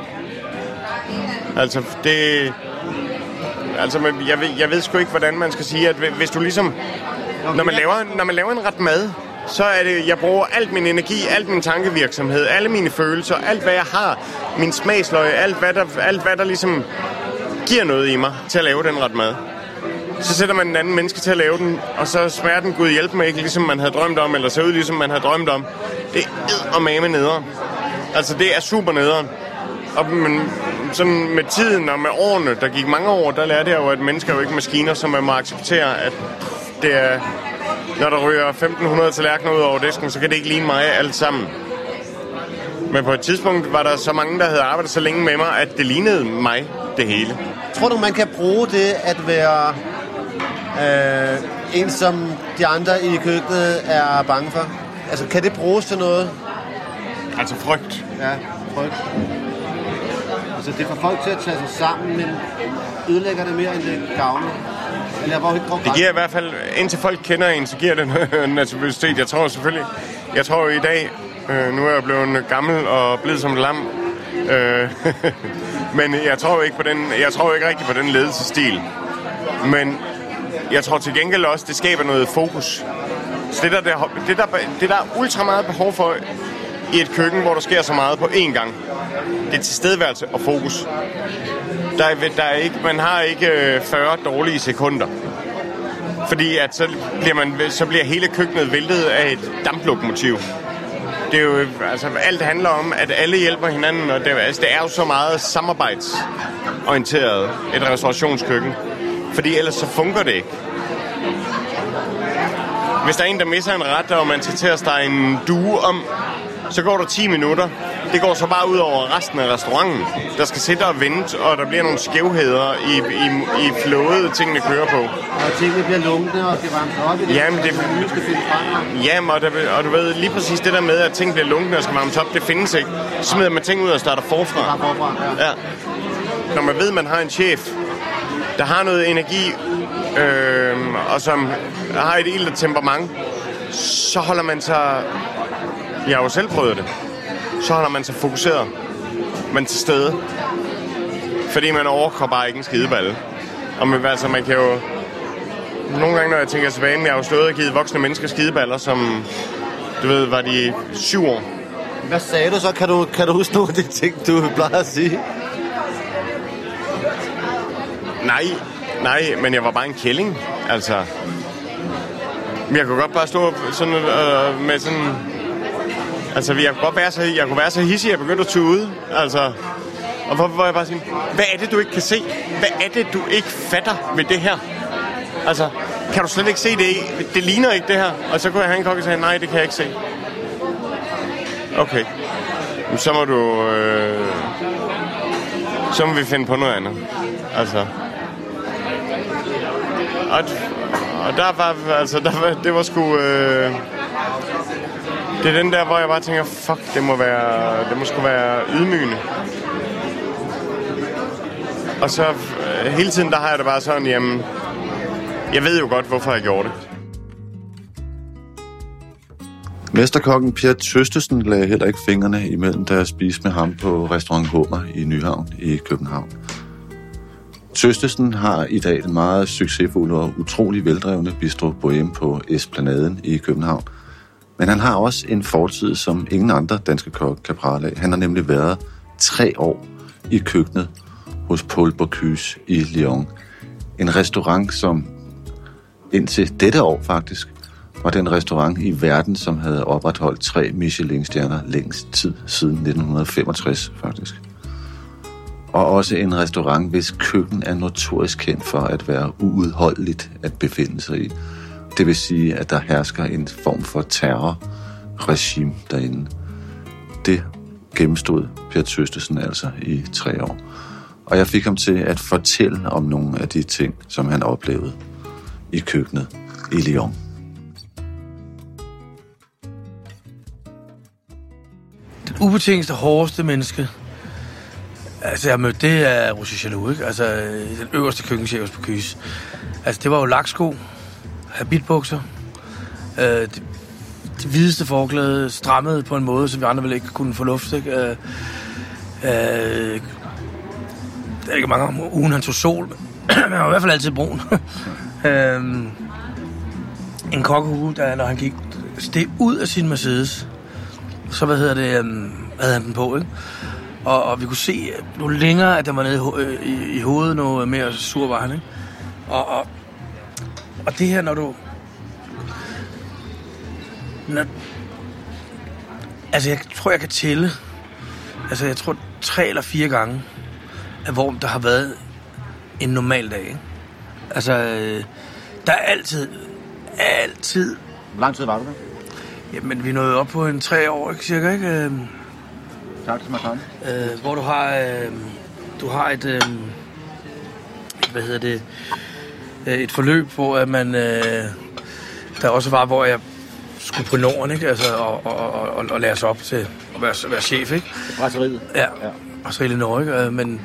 Altså, det... Altså, jeg ved, jeg ved sgu ikke, hvordan man skal sige, at hvis du ligesom... Når man laver, når man laver en ret mad, så er det, jeg bruger alt min energi, alt min tankevirksomhed, alle mine følelser, alt hvad jeg har, min smagsløg, alt hvad der, alt hvad der ligesom giver noget i mig til at lave den ret mad. Så sætter man en anden menneske til at lave den, og så smager den Gud hjælp mig ikke, ligesom man havde drømt om, eller ser ud ligesom man havde drømt om. Det er eddermame nederen. Altså, det er super nederen. Og men, sådan med tiden og med årene, der gik mange år, der lærte jeg jo, at mennesker er jo ikke maskiner, som man må acceptere, at det er... Når der ryger femten hundrede tallerkener ud over disken, så kan det ikke ligne mig alt sammen. Men på et tidspunkt var der så mange, der havde arbejdet så længe med mig, at det lignede mig, det hele. Tror du, man kan bruge det at være øh, en, som de andre i køkkenet er bange for? Altså, kan det bruges til noget? Altså frygt. Ja, frygt. Altså, det får folk til at tage sig sammen, men ødelægger det mere, end det gavner. Det giver i hvert fald, indtil folk kender en, så giver det en nervøsitet. Jeg tror selvfølgelig, jeg tror i dag, øh, nu er jeg blevet gammel og blevet som et lam, øh, men jeg tror ikke på den, jeg tror ikke rigtig på den ledelsesstil. Men jeg tror til gengæld også, det skaber noget fokus. Så det der, det, det der, det der er ultra meget behov for i et køkken, hvor der sker så meget på én gang, det er tilstedeværelse og fokus. Der er, der er ikke, man har ikke fyrre dårlige sekunder. Fordi at så bliver, man, så bliver hele køkkenet væltet af et damplokomotiv. Det er jo, altså, alt handler om, at alle hjælper hinanden, og det, altså, det er jo så meget samarbejdsorienteret, et restaurationskøkken. Fordi ellers så fungerer det ikke. Hvis der er en, der misser en ret, og man skal til at stege en due om, så går der ti minutter. Det går så bare ud over resten af restauranten, der skal sidde og vente, og der bliver nogle skævheder i, i, i flåde, tingene kører på. Og tingene bliver lunkne og skal varmes op i det, jamen, det nye skal finde frem. Jamen, og, der, og du ved, lige præcis det der med, at ting bliver lunkne og skal varmes op, det findes ikke. Så smider man ting ud og starter forfra. forfra ja. Ja. Når man ved, at man har en chef, der har noget energi, øh, og som har et ildt temperament, så holder man sig... Jeg har jo selv prøvet det. Så holder man sig fokuseret. Man til stede. Fordi man overgår bare ikke en skideballe. Og man, altså, man kan jo... Nogle gange, når jeg tænker tilbage, jeg har jo stået og givet voksne mennesker skideballer, som, du ved, var de syv år. Hvad sagde du så? Kan du, kan du huske nogle af de ting, du plejer at sige? Nej, nej, men jeg var bare en kælling. Altså... Men jeg kunne godt bare stå sådan, øh, med sådan... Altså, jeg kunne godt være så, jeg kunne være så hissig, jeg begyndte at tue ud. Altså, og hvor, hvor jeg bare siger, hvad er det, du ikke kan se? Hvad er det, du ikke fatter ved det her? Altså, kan du slet ikke se det? Det ligner ikke det her. Og så kunne jeg have en kok og sige, nej, det kan jeg ikke se. Okay. Så må du... Øh, så må vi finde på noget andet. Altså... Og, og der var... Altså, der var, det var sgu... Øh, det er den der, hvor jeg bare tænker, fuck, det må være, det må sgu være ydmygende. Og så øh, hele tiden, der har jeg det bare sådan, jamen, jeg ved jo godt, hvorfor jeg gjorde det. Mesterkokken Per Tøstesen lagde heller ikke fingrene imellem, da jeg spiste med ham på restaurant Hummer i Nyhavn i København. Tøstesen har i dag en meget succesfuld og utrolig veldrevne bistro Bohème på Esplanaden i København. Men han har også en fortid, som ingen andre danske kokke kan prale af. Han har nemlig været tre år i køkkenet hos Paul Bocuse i Lyon. En restaurant, som indtil dette år faktisk var den restaurant i verden, som havde opretholdt tre Michelin-stjerner længst tid, siden nitten femogtres faktisk. Og også en restaurant, hvis køkken er notorisk kendt for at være uudholdeligt at befinde sig i. Det vil sige, at der hersker en form for terrorregime derinde. Det gennemstod Per Tøstesen altså i tre år. Og jeg fik ham til at fortælle om nogle af de ting, som han oplevede i køkkenet i Lyon. Det ubetingste hårdeste menneske, altså jeg mødte, det er Roger Jaloux, ikke? Altså den øverste køkkenchef på Bocuse. Altså det var jo laksko, habitbukser, øh, det, det hvideste forklæde, strammet på en måde, så vi andre ville ikke kunne få luft, ikke? Øh, øh, der er ikke mange om ugen, han tog sol, men han var i hvert fald altid brun. øh, en kokkehue, der når han gik steg ud af sin Mercedes, så hvad hedder det, øh, havde han den på, ikke? Og, og vi kunne se nu længere, at der var nede i, i, i hovedet, noget mere sur var han, ikke? Og, og, og det her, når du... Når, altså, jeg tror, jeg kan tælle. Altså, jeg tror tre eller fire gange, at hvor der har været en normal dag, ikke? Altså, der er altid, altid... Hvor lang tid var du der? Jamen, vi nåede op på en tre år, ikke? Cirka, ikke? Tak til Martin. Øh, hvor du har, øh, du har et, øh, hvad hedder det, et forløb, hvor at man, øh, der også var, hvor jeg skulle på Norden, ikke? Altså, og, og, og, og lære sig op til at være, være chef, ikke? Braseriet. Ja, ja. Braseriet i Norge, ikke? Men,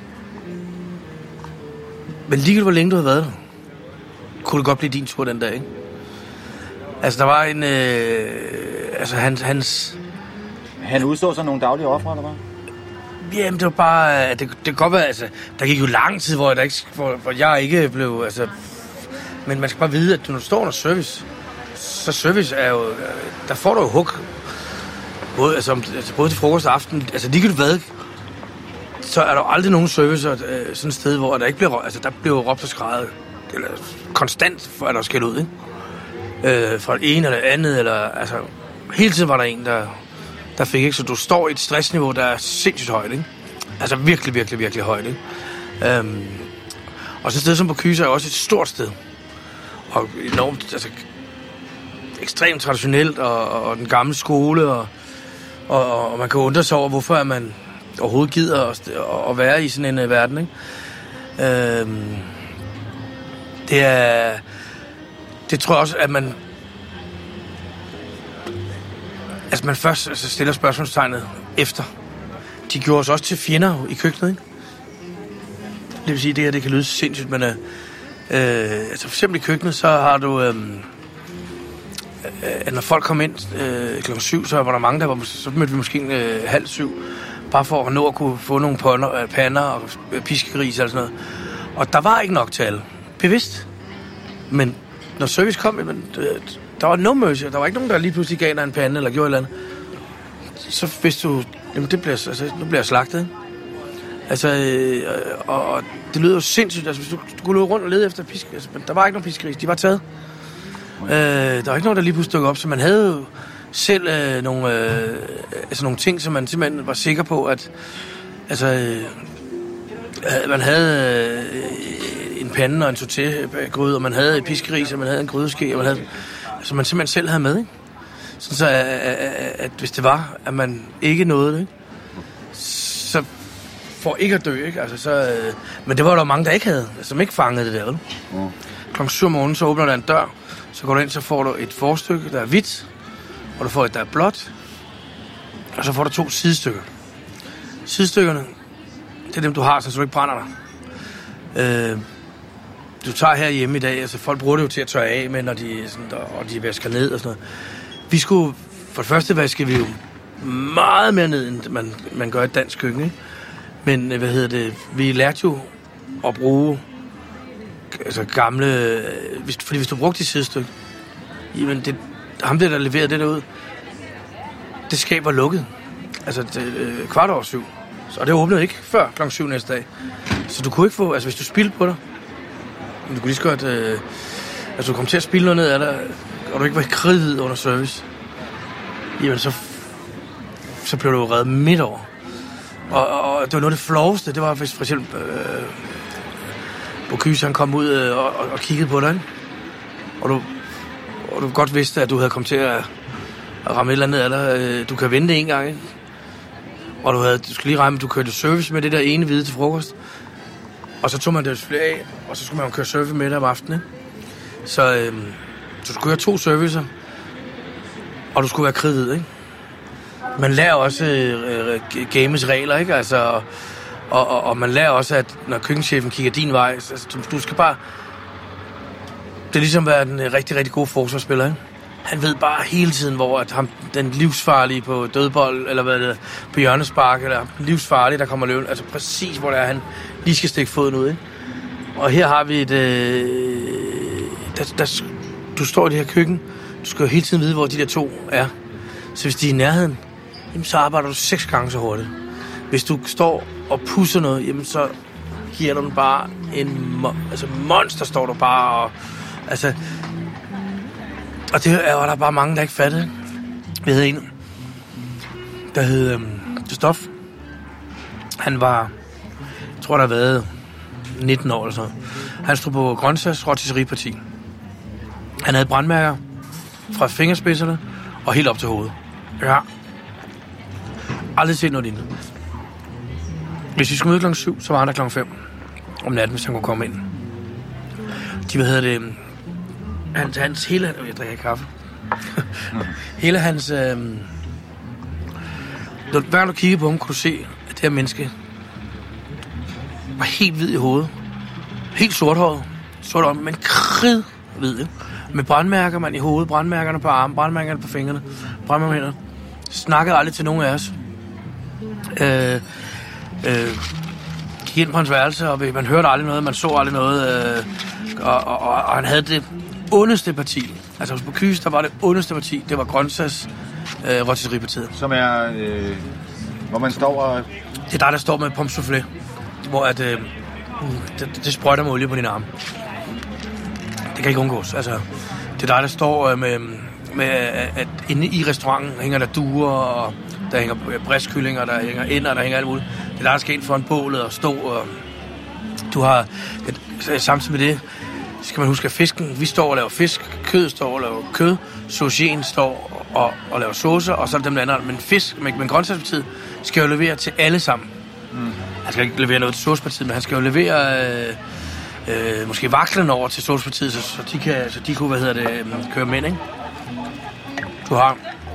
men ligegyldigt hvor længe du havde været der, kunne det godt blive din tur den dag, ikke? Altså, der var en, øh, altså hans, hans Han udså sig nogle daglige ofre, eller hvad? Jamen, det var bare... Det, det kan godt være, altså... Der gik jo lang tid, hvor, der ikke, hvor, hvor jeg ikke blev... Altså, men man skal bare vide, at når du står under service, så service er jo... Der får du jo hug. Både, altså, altså, både til frokost og aften. Altså, ligegyldigt hvad, så er der aldrig nogen service øh, sådan et sted, hvor der ikke bliver... Altså, der bliver råbt og skreget. Eller konstant, for at der skal ud, ikke? Øh, fra det ene eller det andet, eller... Altså, hele tiden var der en, der... der fik, ikke? Så du står i et stressniveau, der er sindssygt højt, ikke? Altså virkelig, virkelig, virkelig højt, ikke? Øhm, og så et sted som Bocuse er også et stort sted. Og enormt, altså ekstremt traditionelt, og, og den gamle skole, og, og, og man kan undre sig over, hvorfor man overhovedet gider at, at være i sådan en uh, verden, ikke? Øhm, det er... Det tror jeg også, at man... Altså, man først altså, stiller spørgsmålstegnet efter. De gjorde os også til fjender i køkkenet, ikke? Det vil sige, at det her det kan lyde sindssygt, men... Øh, altså, for eksempel i køkkenet, så har du... Øh, øh, når folk kom ind øh, klokken syv, så var der mange, der var... Så mødte vi måske en øh, halv syv, bare for at nå at kunne få nogle pander, øh, pander og piskegris og sådan noget. Og der var ikke nok til alle. Bevidst. Men når service kom, men, øh, der var no mercy. Der var ikke nogen, der lige pludselig gav dig en pande eller gjorde et eller andet. Så vidste du, jamen det bliver, altså, nu bliver jeg slagtet, ikke? Altså, øh, og, og det lyder jo sindssygt. Altså, hvis du, du kunne løbe rundt og lede efter pisk, altså, men der var ikke nogen piskegris, de var taget. Øh, der var ikke nogen, der lige pludselig dukkede op, så man havde jo selv øh, nogle, øh, altså, nogle ting, som man simpelthen var sikker på, at altså, øh, man havde øh, en pande og en sauté-gryde, og man havde et piskegris, og man havde en grydeske, og man havde, altså, man simpelthen selv havde med, ikke? Sådan så, at, at, at hvis det var, at man ikke nåede det, ikke? Så for ikke at dø, ikke? Altså, så, øh, men det var der mange, der ikke havde, som ikke fangede det der, vel? Mm. Klokken syv om morgenen, så åbner der en dør, så går du ind, så får du et forstykke, der er hvidt, og du får et, der er blåt, og så får du to sidestykker. Sidestykkerne, det er dem, du har, så du ikke brænder dig. Øh, du tager her hjemme i dag, altså folk bruger det jo til at tørre af med, når de, sådan, og de vasker ned og sådan noget. Vi skulle for det første vasker vi jo meget mere ned, end man, man gør i dansk køkken, ikke? Men, hvad hedder det, vi lærte jo at bruge altså gamle, hvis, fordi hvis du brugte det sidestykke, jamen det, ham der, der leverede det derud, det skab var lukket. Altså det, øh, kvart over syv. Og det åbnede ikke før klokken syv næste dag. Så du kunne ikke få, altså hvis du spildte på dig, du kunne lige så godt, øh, altså du kom til at spilde noget ned af dig, og du ikke var kridhvid under service, jamen så, så blev du jo reddet midt over. Og, og, og det var noget af det floveste, det var hvis for eksempel, øh, Bocuse, han kom ud øh, og, og, og kiggede på dig, ikke? Og du, og du godt vidste, at du havde kommet til at, at ramme et eller andet af dig. Øh, du kan vente en gang, ikke? Og du, havde, du skulle lige regne, du kørte service med det der ene hvide til frokost. Og så tog man det flere af, og så skulle man køre service med det om aftenen, ikke? Så, øh, så du skulle køre to servicer, og du skulle være kridhvid, ikke? Man lærer også øh, games regler, ikke? Altså, og, og, og man lærer også, at når køkkenchefen kigger din vej, altså, du, du skal bare... Det er ligesom at være en rigtig, rigtig god forsvarsspiller, ikke? Han ved bare hele tiden, hvor at ham, den livsfarlige på dødbold, eller hvad det er, på hjørnespark, eller livsfarlige, der kommer løven, altså præcis, hvor det er, han lige skal stikke foden ud, ikke? Og her har vi et... Øh, der, der, du står i det her køkken, du skal jo hele tiden vide, hvor de der to er. Så hvis de er i nærheden, jamen, så arbejder du seks gange så hurtigt. Hvis du står og pusser noget, jamen, så giver du den bare en mo- altså, monster, står du bare og... Altså... Og det er der bare mange, der ikke fattede. Vi havde en, der hed øhm, Stof. Han var, jeg tror, der har været nitten år eller så. Han stod på Grøntsags rotisserieparti. Han havde brandmærker fra fingerspidserne og helt op til hovedet. Ja. Aldrig set noget lignende. Hvis vi skulle møde klokken syv, så var han der klokken fem om natten, hvis han kunne komme ind. De, hvad hedder det... Hans, hans hele... Jeg drikker ikke kaffe. hele hans... Øh, hver gang du kiggede på ham, kunne du se, at det her menneske var helt hvid i hovedet. Helt sorthåret. Sorthåret, men kridhvid, ikke? Med brandmærker, man i hovedet, brandmærkerne på armen, brandmærkerne på fingrene, brandmærkerne. Snakkede aldrig til nogen af os. Øh, øh, gik ind på hans værelse, og man hørte aldrig noget, man så aldrig noget. Øh, og, og, og, og han havde det ondeste parti. Altså hos Bocuse, der var det ondeste parti. Det var Grøntsags øh, rotisseriepartiet. Som er, øh, hvor man står og... Det er dig, der står med pommes soufflé, hvor at, øh, det, det sprøjter med olie på dine arme. Det kan ikke undgås. Altså, det er dig, der står øh, med, med, at inde i restauranten hænger der duer, og der hænger bristkyllinger, der hænger ender, der hænger alt muligt. Det er dig, der skal ind foran bålet og stå. Og du har, et, samtidig med det, skal man huske, at fisken, vi står og laver fisk, kød står og laver kød, saucien står og, og laver saucer, og så er det dem, der andre. Men fisk, men, men Grøntsagspartiet skal jo levere til alle sammen. Mm. Han skal ikke levere noget til saucepartiet, men han skal jo levere øh, øh, måske vakslerne over til saucepartiet, så, så, de kan, så de kunne, hvad hedder det, øh, køre mænd, ikke? Du har...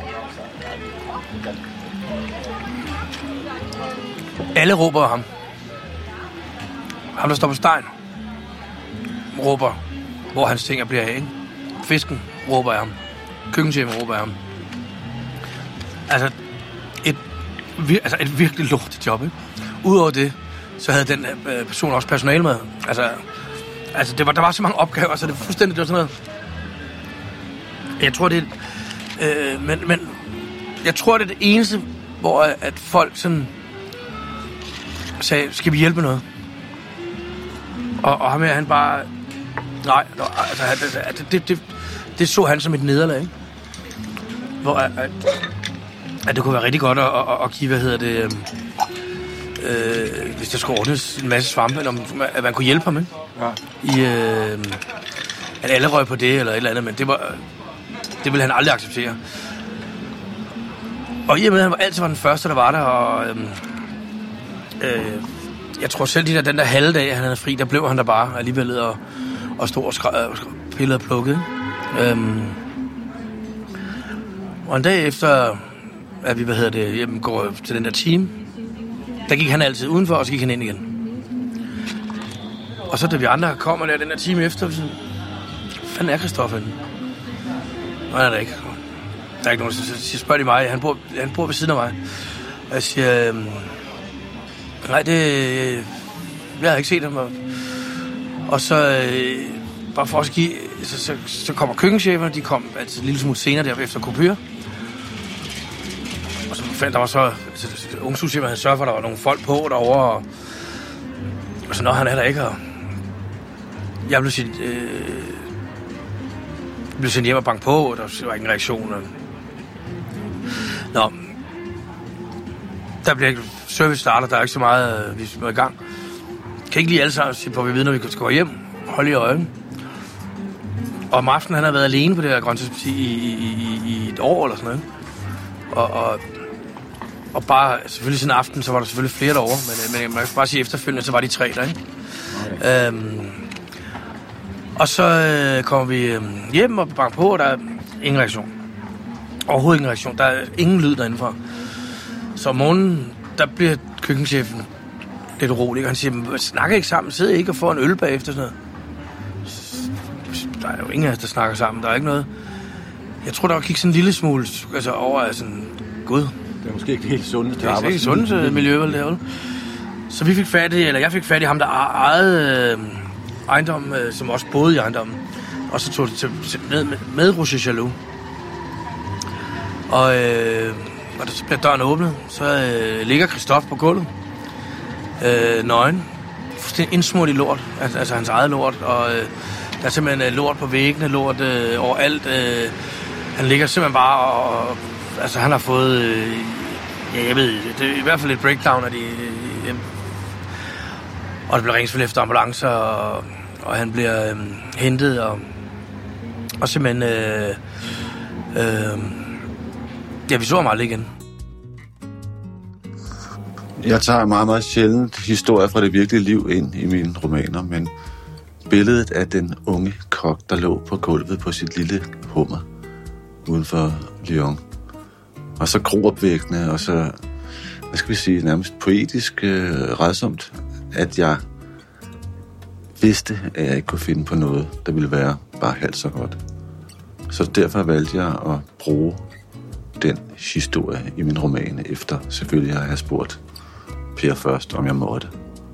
Alle råber ham. Ham, der står på stegen, råber, hvor hans ting bliver af, ikke? Fisken råber af ham. Køkkenchefen råber af ham. Altså, et, altså et virkelig lortet job, ikke? Udover det, så havde den øh, person også personale med. Altså, altså det var, der var så mange opgaver, så det var fuldstændig, det var sådan noget... Jeg tror, det er... Øh, men, men jeg tror, det er det eneste, hvor at folk sådan sagde, skal vi hjælpe noget? Og, og ham her, han bare... Nej, altså, det, det, det, det så han som et nederlag, ikke? Hvor at, at det kunne være rigtig godt at, at, at give, hvad hedder det... Øh, hvis der skulle ordnes en masse svampe, eller at man kunne hjælpe ham, ikke? Ja. I, øh, at alle røg på det, eller et eller andet, men det var... Det ville han aldrig acceptere. Og i og med, at han altid var den første, der var der, og... Øh, øh, jeg tror selv, de der, den der halve dag, han havde fri, der blev han der bare alligevel og, og stod og pillede og plukkede. Øhm, og en dag efter, at vi, hvad hedder det, hjem, går til den der team, der gik han altid udenfor, og så gik han ind igen. Og så da vi andre kommer der den der time efter, så fanden er Christoffer henne? Og han er der ikke. der er ikke nogen, så, så spørger de mig, han bor, han bor ved siden af mig. Og jeg siger, øh, nej, det, jeg har ikke set ham. Og, og så, øh, bare for at give, så, så, så kommer køkkencheferne, de kom altså, en lille smule senere der efter kopyr. Og så fandt der var så, så, så unge souschefen havde sørget for, at der var nogle folk på derovre. Og, og så når han er der ikke, og jeg blev sendt, øh, blev sendt hjem og banke på, og der var ikke en reaktion. Og, nå, der bliver ikke service starter, der er ikke så meget, øh, vi er i gang. Kan ikke lige alle sammen sige på, at vi ved, når vi skal gå hjem. Hold i øje. Og om aftenen, han har været alene på det her grøntsagsbutik i, i, i, i et år eller sådan noget. Og, og, og bare, selvfølgelig sådan en aften, så var der selvfølgelig flere derovre, men, men man kan bare sige efterfølgende, så var de tre der, ikke? Okay. Øhm, og så øh, kommer vi øh, hjem og banker på, og der er ingen reaktion. Overhovedet ingen reaktion. Der er ingen lyd derindefra. Så om morgenen, der bliver køkkenchefen lidt urolig, og han siger, snakker ikke sammen, sidder ikke og får en øl bagefter sådan noget. Der er jo ingen af os, der snakker sammen, der er ikke noget. Jeg tror, der gik sådan en lille smule altså over af sådan, gud. Det er måske ikke det helt sundeste. Det er ikke det sundeste miljø, vel, det Så vi fik fat i, eller jeg fik fat i ham, der ejede øh, ejendommen, øh, som også boede i ejendommen. Og så tog det til, til, med, med, med Roger Jaloux. Og, øh, og så bliver døren åbnet, så øh, ligger Christophe på gulvet. Øh, nøgen. Fuldstændig indsmurt i lort, altså, altså hans eget lort, og øh, der er simpelthen øh, lort på væggene, lort øh, overalt. Øh, han ligger simpelthen bare, og, og altså han har fået, øh, ja jeg ved, det er i hvert fald et breakdown af de, øh, og det bliver ringet selvfølgelig efter ambulancer, og, og han bliver øh, hentet, og, og simpelthen, øh, øh, ja vi så ham aldrig igen. Jeg tager meget, meget sjældent historier fra det virkelige liv ind i mine romaner, men billedet af den unge kok, der lå på gulvet på sit lille hummer uden for Lyon, og så gruopvækkende, og så, hvad skal vi sige, nærmest poetisk øh, rædsomt, at jeg vidste, at jeg ikke kunne finde på noget, der ville være bare halvt så godt. Så derfor valgte jeg at bruge den historie i min roman, efter selvfølgelig har jeg spurgt Per først, om jeg måtte.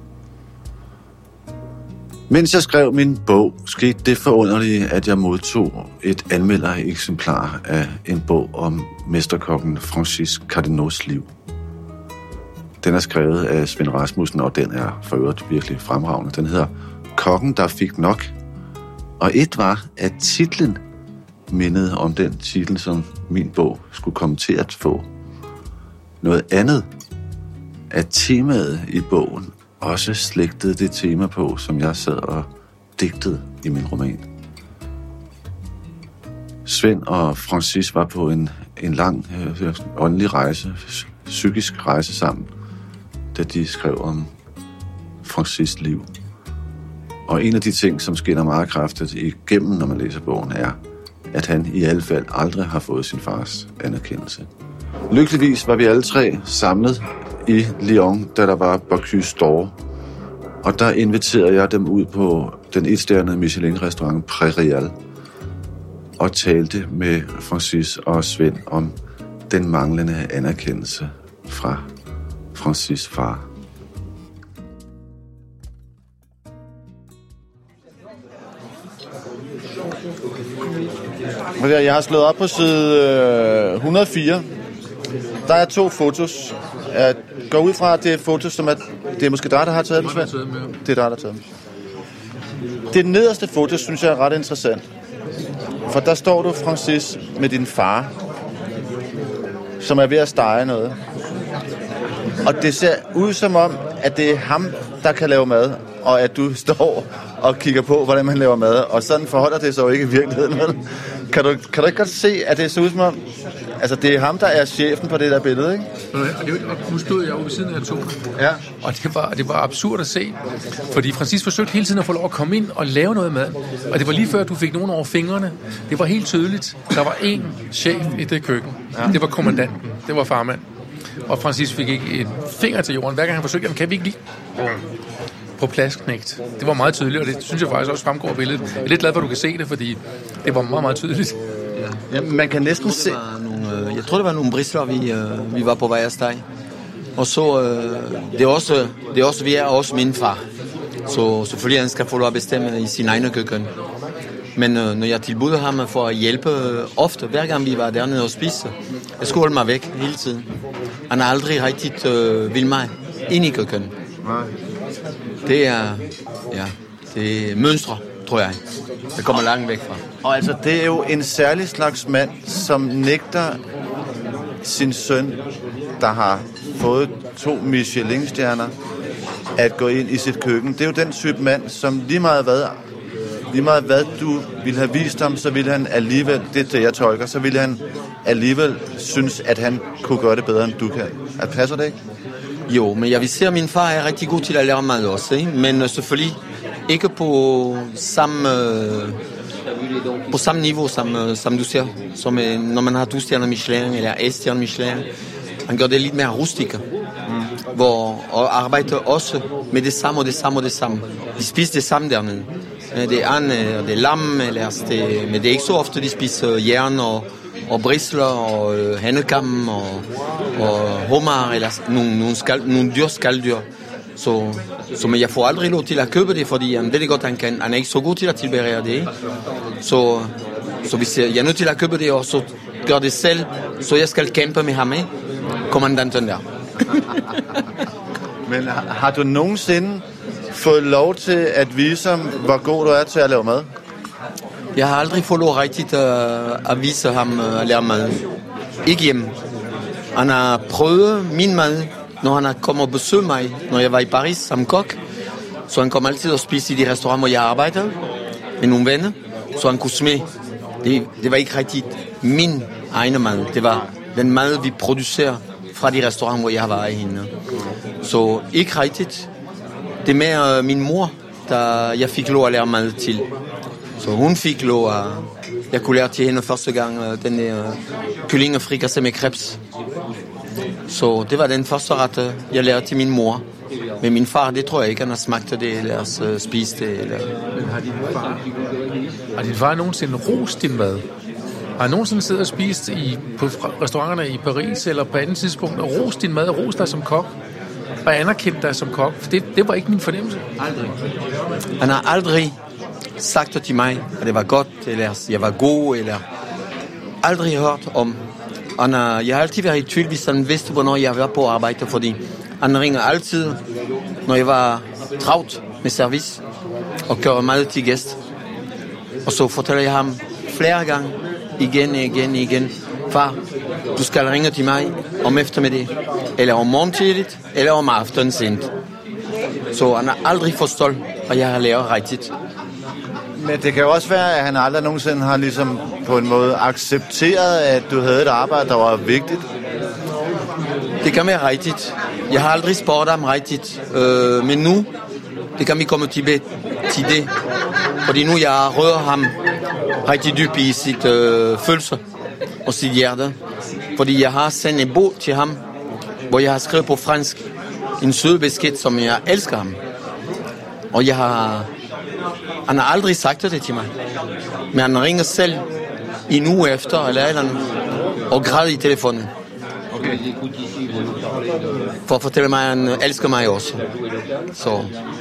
Mens jeg skrev min bog, skete det forunderlige, at jeg modtog et anmeldereksemplar af en bog om mesterkokken Francis Cardinaux liv. Den er skrevet af Svend Rasmussen, og den er for øvrigt virkelig fremragende. Den hedder Kokken, der fik nok. Og et var, at titlen mindede om den titel, som min bog skulle komme til at få. Noget andet, at temaet i bogen også slægtede det tema på, som jeg sad og digtede i min roman. Svend og Francis var på en, en lang øh, åndelig rejse, psykisk rejse sammen, da de skrev om Francis' liv. Og en af de ting, som skinner meget kraftigt igennem, når man læser bogen, er, at han i alle fald aldrig har fået sin fars anerkendelse. Lykkeligvis var vi alle tre samlet i Lyon, da der var Bocuse d'Or. Og der inviterede jeg dem ud på den etstjernede Michelin-restaurant Prairial og talte med Francis og Svend om den manglende anerkendelse fra Francis' far. Jeg har slået op på side et hundrede og fire. Der er to fotos. Jeg går ud fra, at det er fotos, som er... Det er måske dig, der har taget dem, Svend? Det er dig, der har taget dem. Det nederste foto, synes jeg er ret interessant. For der står du, Francis, med din far, som er ved at stege noget. Og det ser ud som om, at det er ham, der kan lave mad, og at du står og kigger på, hvordan man laver mad. Og sådan forholder det sig jo ikke i virkeligheden. Kan du, kan du ikke godt se, at det ser ud som om... Altså, det er ham, der er chefen på det der billede, ikke? Og, det, og nu stod jeg jo ved siden af to. Ja. Og det var, det var absurd at se. Fordi Francis forsøgte hele tiden at få lov at komme ind og lave noget mad. Og det var lige før, du fik nogen over fingrene. Det var helt tydeligt. Der var én chef i det køkken. Ja. Det var kommandanten. Det var farmand. Og Francis fik ikke en finger til jorden. Hver gang han forsøgte, jamen, kan vi ikke lige... på plads knægt. Det var meget tydeligt, og det synes jeg faktisk også fremgår af billedet. Jeg er lidt glad for, at du kan se det, fordi det var meget, meget tydeligt. Ja, man kan næsten se... Nogle, jeg tror, det var nogle brisler, vi, øh, vi var på vej at stege. Og så, øh, det er også, det er også, vi er også min far. Så selvfølgelig han skal få lov at bestemme i sin egen køkken. Men øh, når jeg tilbyder ham for at hjælpe øh, ofte, hver gang vi var dernede og spise, jeg skulle holde mig væk hele tiden. Han har aldrig rigtig øh, vil mig ind i køkken. Det er, ja, det er mønstre, tror jeg. Det kommer langt væk fra. Og altså, det er jo en særlig slags mand, som nægter sin søn, der har fået to Michelin-stjerner, at gå ind i sit køkken. Det er jo den type mand, som lige meget hvad, lige meget hvad du ville have vist ham, så ville han alligevel, det er det jeg tolker, så ville han alligevel synes, at han kunne gøre det bedre, end du kan. At passer det ikke? Jo, men jeg vil sige, at min far er rigtig god til at lære mad også, ikke? Men selvfølgelig ikke på samme, på samme niveau, som, som du siger. Som når man har to stjerner Michelin eller et stjerner Michelin. Han gør det lidt mere rustik. Mm. Hvor, og arbejder også med det samme og det samme og det samme. De spiser det samme dernede. Det er ande og det er lam, eller det, men det er ikke så ofte, de spiser jern og, og brisler og øh, hannekam og, og hummer, eller nogle, nogle, skal, nogle dyr skalddyr. Så, så men jeg får aldrig lov til at købe det, fordi han ved det godt, han kan. Han er ikke så god til at tilberede det. Så, så hvis jeg, jeg er nødt til at købe det, og så gør det selv, så jeg skal kæmpe med ham, ikke? Kommandanten der. Men har du nogensinde fået lov til at vise ham, hvor god du er til at lave mad? Jeg har aldrig fået lov rigtigt uh, at vise ham uh, at lave mad. Ikke hjemme. Han har prøvet min mad, når han har kommet og besøgt mig, når jeg var i Paris som kok. Så han kom altid og spiste i de restauranter, hvor jeg arbejdede med nogle venner. Så han kunne smage. Det, det var ikke rigtigt min egen mad. Det var den mad, vi producerer fra de restauranter, hvor jeg var i hende. Så ikke rigtigt. Det er mere uh, min mor, der jeg fik lov at lære mad til. Så hun fik lov at... Jeg kunne lære til hende første gang uh, den uh, kylling og frikassé med crepes. Så det var den første ret, jeg lærte til min mor. Men min far, det tror jeg ikke, han har smagt det, eller uh, spist det. Eller... Men har din far, har din far nogensinde rost din mad? Har han nogensinde siddet og spist i, på restauranterne i Paris, eller på andet tidspunkt, og rost din mad, og rost dig som kok? Og anerkendt dig som kok? For det, det var ikke min fornemmelse. Aldrig. Han har aldrig sagt til mig, at det var godt, eller jeg var god, eller aldrig hørt om. Han har, jeg har altid været i tvivl, hvis han vidste, hvornår jeg var på arbejde, fordi han ringer altid, når jeg var travlt med service, og gør mad til gæst. Og så fortæller jeg ham flere gange, igen, igen, igen, far, du skal ringe til mig om eftermiddag, eller om morgen tidligt, eller om aftenen sent. Så han har aldrig forstået, at jeg har lært rigtigt. Men det kan jo også være, at han aldrig nogensinde har ligesom på en måde accepteret, at du havde et arbejde, der var vigtigt. Det kan være rigtigt. Jeg har aldrig spurgt ham rigtigt. Øh, men nu, det kan vi komme til, til det. Fordi nu jeg rører ham rigtig dybt i sit øh, følelse og sit hjerte. Fordi jeg har sendt en bog til ham, hvor jeg har skrevet på fransk en sød besked, som jeg elsker ham. Og jeg har... Han har aldrig sagt det til mig. Men han ringer selv en uge efter, eller eller andet, og græder i telefonen. Okay. For at fortælle mig, at han elsker mig også. Så,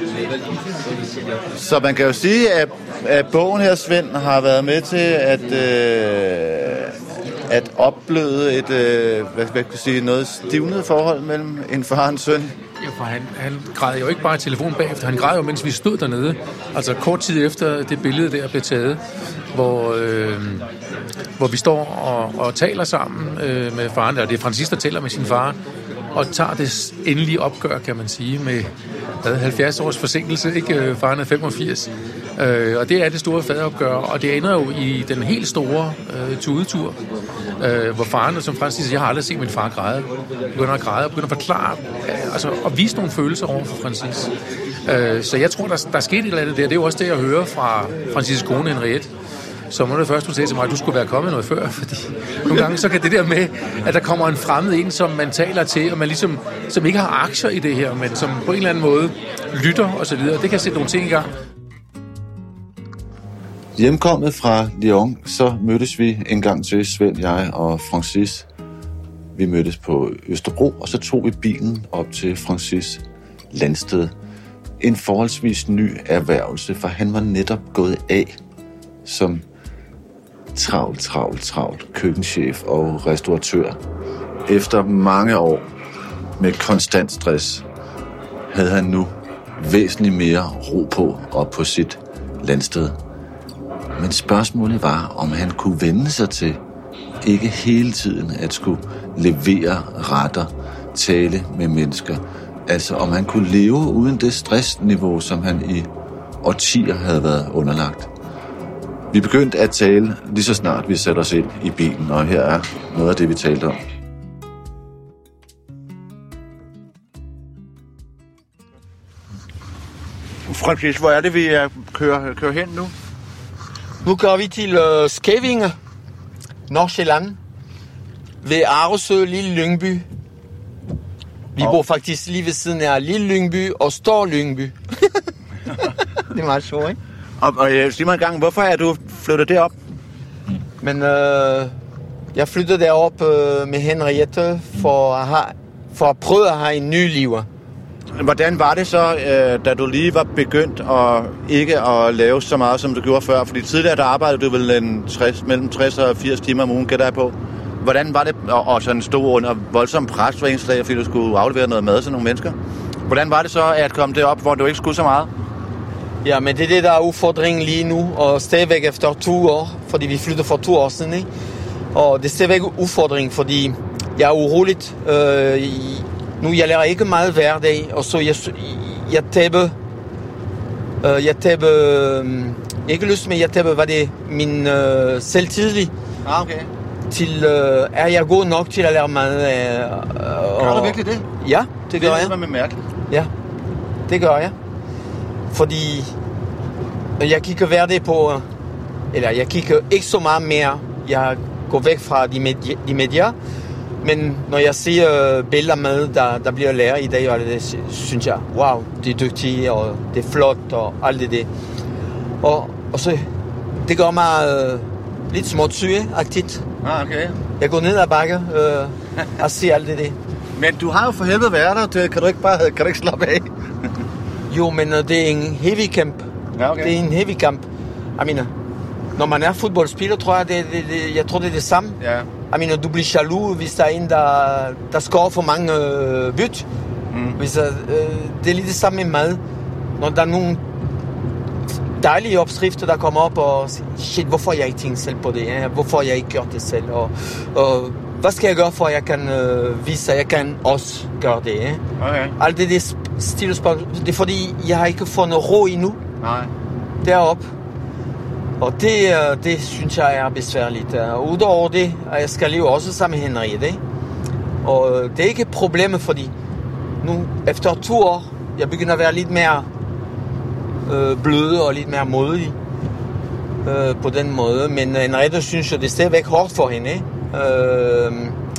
Så man kan jo sige, at, at bogen her, Svend, har været med til at, øh, at opbløde et, øh, hvad skal jeg sige, noget stivnet forhold mellem en far og en søn. Ja, for han, han græd jo ikke bare i telefonen bagefter, han græd jo, mens vi stod dernede. Altså kort tid efter det billede der blev taget, hvor, øh, hvor vi står og, og taler sammen øh, med faren, og det er Francis, der taler med sin far, og tager det endelige opgør, kan man sige, med hvad, halvfjerds års forsinkelse, ikke? Faren er femogfirs. Øh, og det er det store faderopgør, og det ender jo i den helt store øh, tudetur, øh, hvor faren, som Francis siger, jeg har aldrig set min far græde, begynder at græde og begynder at forklare, øh, altså at vise nogle følelser over for Francis. Øh, så jeg tror, der, der skete et eller andet der. Det er jo også det, jeg hører fra Francis' kone Henriette. Så må det først, du sagde til mig, at du skulle være kommet noget før, fordi nogle gange så kan det der med, at der kommer en fremmed ind, som man taler til, og man ligesom, som ikke har aktier i det her, men som på en eller anden måde lytter og så videre. Det kan sætte nogle ting i gang. Hjemkommet fra Lyon, så mødtes vi en gang til, Svend, jeg og Francis. Vi mødtes på Østerbro, og så tog vi bilen op til Francis landsted. En forholdsvis ny erhvervelse, for han var netop gået af som travlt, travlt, travlt køkkenchef og restauratør. Efter mange år med konstant stress, havde han nu væsentligt mere ro på og på sit landsted. Men spørgsmålet var, om han kunne vende sig til ikke hele tiden at skulle levere retter, tale med mennesker. Altså om han kunne leve uden det stressniveau, som han i årtier havde været underlagt. Vi begyndte at tale lige så snart vi satte os ind i bilen, og her er noget af det, vi talte om. Francis, hvor er det, vi kører, kører hen nu? Nu kører vi til uh, Skævinge, Nordsjælland, ved Arresø, Lille Lyngby. Vi bor faktisk lige ved siden af Lille Lyngby og Stor Lyngby. Det er meget sjovt, ikke? Og, og sig mig en gang, hvorfor er du flyttet derop? Men øh, jeg flyttede derop øh, med Henriette for at, have, for at prøve at have en ny liv. Hvordan var det så, øh, da du lige var begyndt at ikke at lave så meget, som du gjorde før? Fordi tidligere der arbejdede du vel en tres, mellem tres og firs timer om ugen, gætter jeg på. Hvordan var det at sådan stå under voldsom pres hver eneste dag, fordi du skulle aflevere noget mad til nogle mennesker? Hvordan var det så at komme derop, hvor du ikke skulle så meget? Ja, men det er det, der er udfordringen lige nu, og stadigvæk efter to år, fordi vi flyttede for to år siden, ikke? Og det er stadigvæk udfordring, fordi jeg er uroligt. Øh, nu jeg lærer ikke meget hver dag, og så jeg, jeg taber, øh, jeg taber, øh, ikke lyst, men jeg taber, hvad det min øh, selvtidlig. Ah, okay. Til, øh, er jeg god nok til at lære mad? Øh, gør du virkelig det? Ja, det gør jeg. Det er med mærkeligt. Ja, det gør jeg. Fordi jeg kigger hver dag på, eller jeg kigger ikke så meget mere. Jeg går væk fra de, medie, de medier. Men når jeg ser billeder med, der, der bliver lærer i dag, og det, synes jeg, wow, det er dygtigt, og det er flot, og alt det der. Og, og så, det gør mig øh, lidt småsyge-agtigt. Ah, okay. Jeg går ned ad bakke øh, og ser alt det der. Men du har jo for helvede været der, kan du ikke bare kan du ikke slappe af? Jo, men uh, det er en heavy camp. Ja, okay. Det er en heavy camp. Jeg mener, når man er fodboldspiller, tror jeg, det, det, det, jeg tror, det er det samme. Ja. Jeg mener, du bliver jaloux, hvis der er en, der, der scorer for mange øh, byt. Mm. Hvis, øh, det er lige det samme med mad. Når der er nogle dejlige opskrifter, der kommer op og siger, shit, hvorfor har jeg ikke tænkt selv på det? Ja? Hvorfor har jeg ikke gjort det selv? Og, og hvad skal jeg gøre, for at jeg kan øh, vise, at jeg kan også gøre det? Ja? Okay. Alt det, det stille spørgsmål. Det er fordi, jeg har ikke fundet ro endnu. Nej. Deroppe. Og det, det synes jeg er besværligt. Og udover det, jeg skal leve også sammen med Henriette. Og det er ikke et problem, fordi nu, efter to år, jeg begynder at være lidt mere øh, bløde og lidt mere modig øh, på den måde. Men Henriette synes jo, det er stadigvæk hårdt for hende. Øh,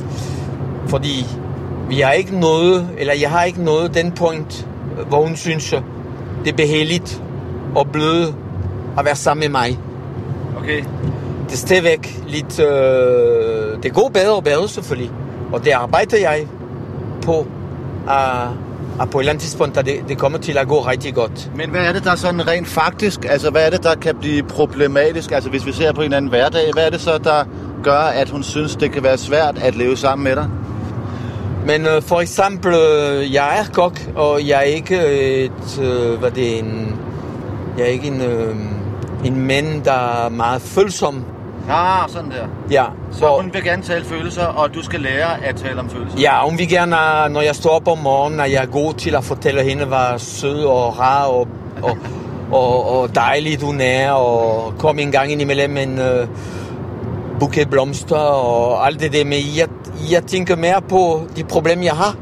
fordi vi har ikke noget, eller jeg har ikke noget den punkt, hvor hun synes, det er behageligt og bløde at være sammen med mig. Okay. Det er stadigvæk lidt... Øh, det går bedre og bedre selvfølgelig. Og det arbejder jeg på, at, at på et eller andet tidspunkt, at det, det kommer til at gå rigtig godt. Men hvad er det, der sådan rent faktisk... Altså, hvad er det, der kan blive problematisk? Altså, hvis vi ser på en anden hverdag, hvad er det så, der gør, at hun synes, det kan være svært at leve sammen med dig? Men øh, for eksempel, øh, jeg er kok, og jeg er ikke et... Øh, hvad det er en... Jeg er ikke en... Øh, en mand, der er meget følsom. Ah, sådan der. Ja. Så hun vil gerne tale følelser, og du skal lære at tale om følelser? Ja, hun vil gerne, når jeg står op om morgenen, at jeg er god til at fortælle hende, hvor sød og rar og, og, og, og dejligt hun er, og komme en gang ind imellem en uh, buket blomster og alt det der. Men jeg, jeg tænker mere på de problemer, jeg har.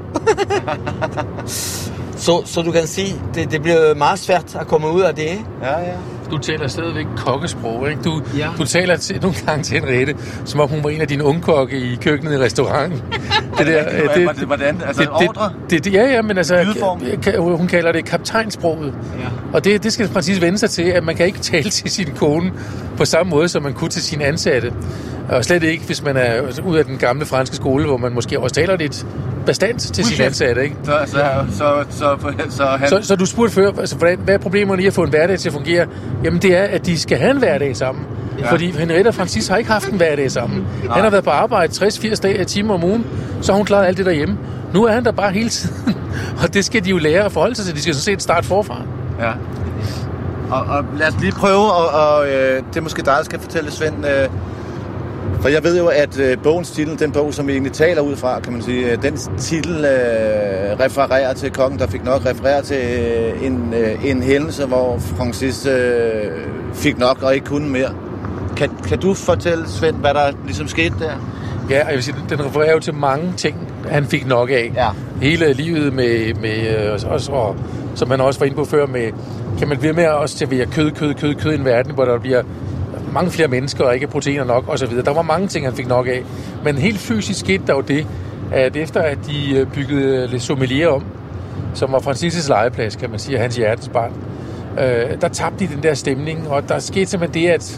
så, så du kan sige, det, det bliver meget svært at komme ud af det. Ja, ja. du taler stadigvæk kokkesprog, ikke? Du, ja. du taler til, nogle gange til Henriette, som om hun var en af dine ungkokke i køkkenet i restauranten. Det der, det, det, hvordan? Altså det, ordre? Det, det, ja, ja, men altså, hun kalder det kaptajnsproget. Ja. Og det, det skal præcis vende sig til, at man kan ikke tale til sin kone på samme måde, som man kunne til sine ansatte. Og slet ikke, hvis man er ud af den gamle franske skole, hvor man måske også taler lidt bastant til sine ansatte, ikke? Så, så, så, så, så, han... så, så du spurgte før, altså, hvordan, hvad er problemerne i at få en hverdag til at fungere? Jamen det er, at de skal have en hverdag sammen. Ja. Fordi Henriette og Francis har ikke haft en hverdag sammen. Nej. Han har været på arbejde tres til firs dage, timer om ugen, så har hun klaret alt det derhjemme. Nu er han der bare hele tiden, og det skal de jo lære at forholde sig til. De skal sådan set starte forfra. Ja. Og, og lad os lige prøve, og, og øh, det er måske dig, der skal fortælle, Svend. Øh, for jeg ved jo, at øh, bogens titel, den bog, som vi egentlig taler ud fra, kan man sige, øh, den titel øh, refererer til kongen, der fik nok, refererer til øh, en, øh, en hændelse, hvor Francis øh, fik nok og ikke kunne mere. Kan, kan du fortælle, Svend, hvad der ligesom skete der? Ja, jeg vil sige, den refererer jo til mange ting, han fik nok af. Ja. Hele livet med, med os, og som man også var inde på før, med, kan man blive med også til at være kød, kød, kød, kød i en verden, hvor der bliver mange flere mennesker og ikke proteiner nok osv. Der var mange ting, han fik nok af. Men helt fysisk skete der jo det, at efter at de byggede Le Sommelier om, som var Francis' legeplads, kan man sige, hans hjertesbarn, øh, der tabte de den der stemning, og der skete simpelthen det, at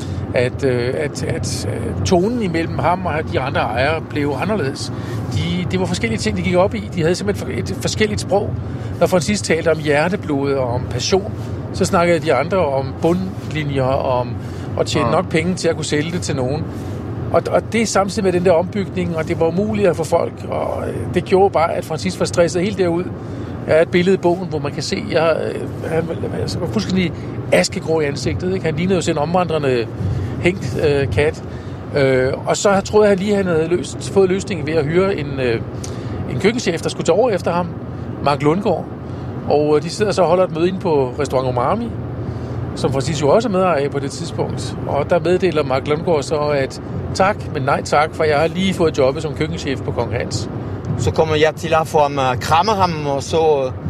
At, øh, at, at tonen imellem ham og de andre ejere blev anderledes. De, det var forskellige ting, de gik op i. De havde simpelthen et forskelligt sprog. Når Francis talte om hjerteblod og om passion, så snakkede de andre om bundlinjer og om at tjene nok penge til at kunne sælge det til nogen. Og, og det samtidig med den der ombygning, og det var umuligt for folk, og det gjorde bare, at Francis var stresset helt derud. Jeg har et billede i bogen, hvor man kan se, at jeg, han var fuldstændig askegrå i ansigtet. Ikke? Han lignede jo sådan en omvandrende hængt øh, kat. Øh, og så troede jeg lige, at han havde løst, fået løsningen ved at hyre en, øh, en køkkenchef, der skulle tage over efter ham, Mark Lundgaard. Og øh, de sidder så og holder et møde inde på restaurant Umami, som Francis jo også er medejer af på det tidspunkt. Og der meddeler Mark Lundgaard så, at tak, men nej tak, for jeg har lige fået jobbet som køkkenchef på Kong Hans. Så kommer jeg til at få ham og kramme ham, og så,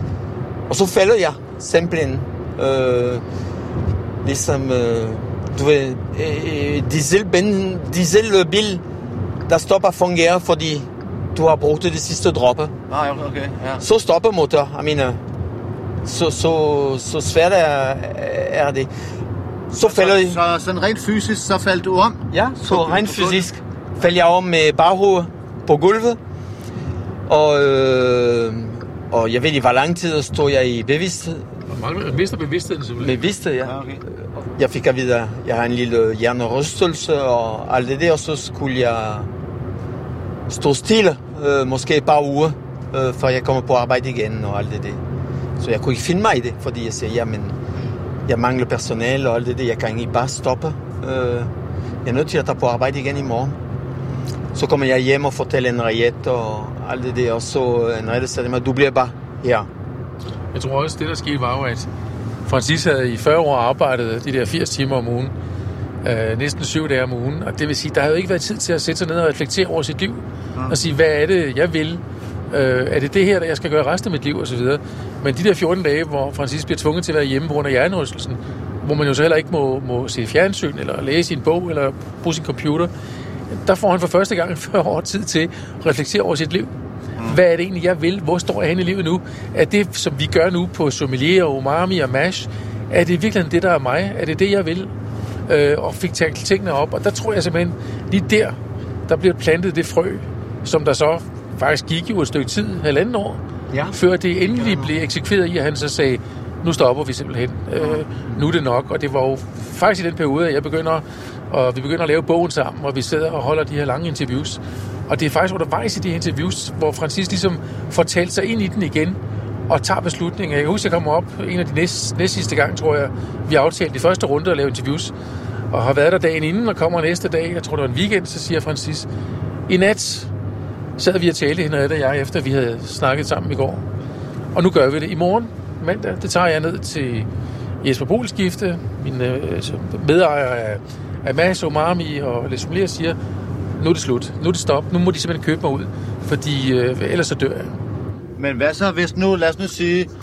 og så falder jeg simpelthen. Øh, ligesom, øh, du ved, øh, dieselbil, dieselbil, der stopper fungerer, fordi du har brugt det sidste droppe. Ah, okay, okay, ja. Så stopper motor, jeg mener. Så, så, så svært er, er det. Så, så falder så, så sådan rent fysisk, så faldt du om? Ja, så rent fysisk faldt jeg om med baghovedet på gulvet. Og, øh, og jeg ved ikke, hvor lang tid stod jeg i bevidsthed. Mangler mister bevidstheden selvfølgelig. Bevidsthed, ja. Okay. Jeg fik at vide, at jeg har en lille hjernerystelse og alt det der, og så skulle jeg stå stille, øh, måske et par uger, øh, før jeg kommer på arbejde igen og alt det der. Så jeg kunne ikke finde mig i det, fordi jeg siger, jamen, jeg mangler personale og alt det der, jeg kan ikke bare stoppe. Øh, jeg er nødt til at tage på arbejde igen i morgen. Så kommer jeg hjem og fortæller Henriette og alt det der, og så Henriette sagde mig, du bliver bare her. Jeg tror også, det der skete var jo, at Francis havde i fyrre år arbejdet de der firs timer om ugen, øh, næsten syv dage om ugen, og det vil sige, der havde jo ikke været tid til at sætte sig ned og reflektere over sit liv, og sige, hvad er det, jeg vil? Øh, er det det her, der jeg skal gøre resten af mit liv, og så videre. Men de der fjorten dage, hvor Francis bliver tvunget til at være hjemme på grund af hjernerystelsen, hvor man jo så heller ikke må, må se fjernsyn, eller læse en bog, eller bruge sin computer, der får han for første gang fyrre år tid til at reflektere over sit liv. Hvad er det egentlig, jeg vil? Hvor står jeg henne i livet nu? Er det, som vi gør nu på Sommelier og Umami og Mash, er det virkelig det, der er mig? Er det det, jeg vil? Øh, og fik taget tingene op. Og der tror jeg simpelthen, lige der, der bliver plantet det frø, som der så faktisk gik jo et stykke tid, halvanden år, ja. Før det endelig blev eksekveret i, at han så sagde, nu stopper vi simpelthen. Øh, nu er det nok. Og det var jo faktisk i den periode, at jeg begynder, og vi begynder at lave bogen sammen, og vi sidder og holder de her lange interviews. Og det er faktisk undervejs i de interviews, hvor Francis ligesom får talt sig ind i den igen, og tager beslutninger. Jeg husker, jeg kommer op en af de næst, næst sidste gang, tror jeg, vi aftalte de første runde at lave interviews, og har været der dagen inden, og kommer næste dag, jeg tror det var en weekend, så siger Francis, i nat sad vi og talte, Henriette og jeg, efter vi havde snakket sammen i går. Og nu gør vi det i morgen, mandag. Det tager jeg ned til Jesper Boelskifte, min øh, medejer af, af Mads Umami og Le Sommelier, siger, nu er det slut, nu er det stop, nu må de simpelthen købe mig ud, fordi øh, ellers så dør jeg. Men hvad så, hvis nu, lad os nu sige,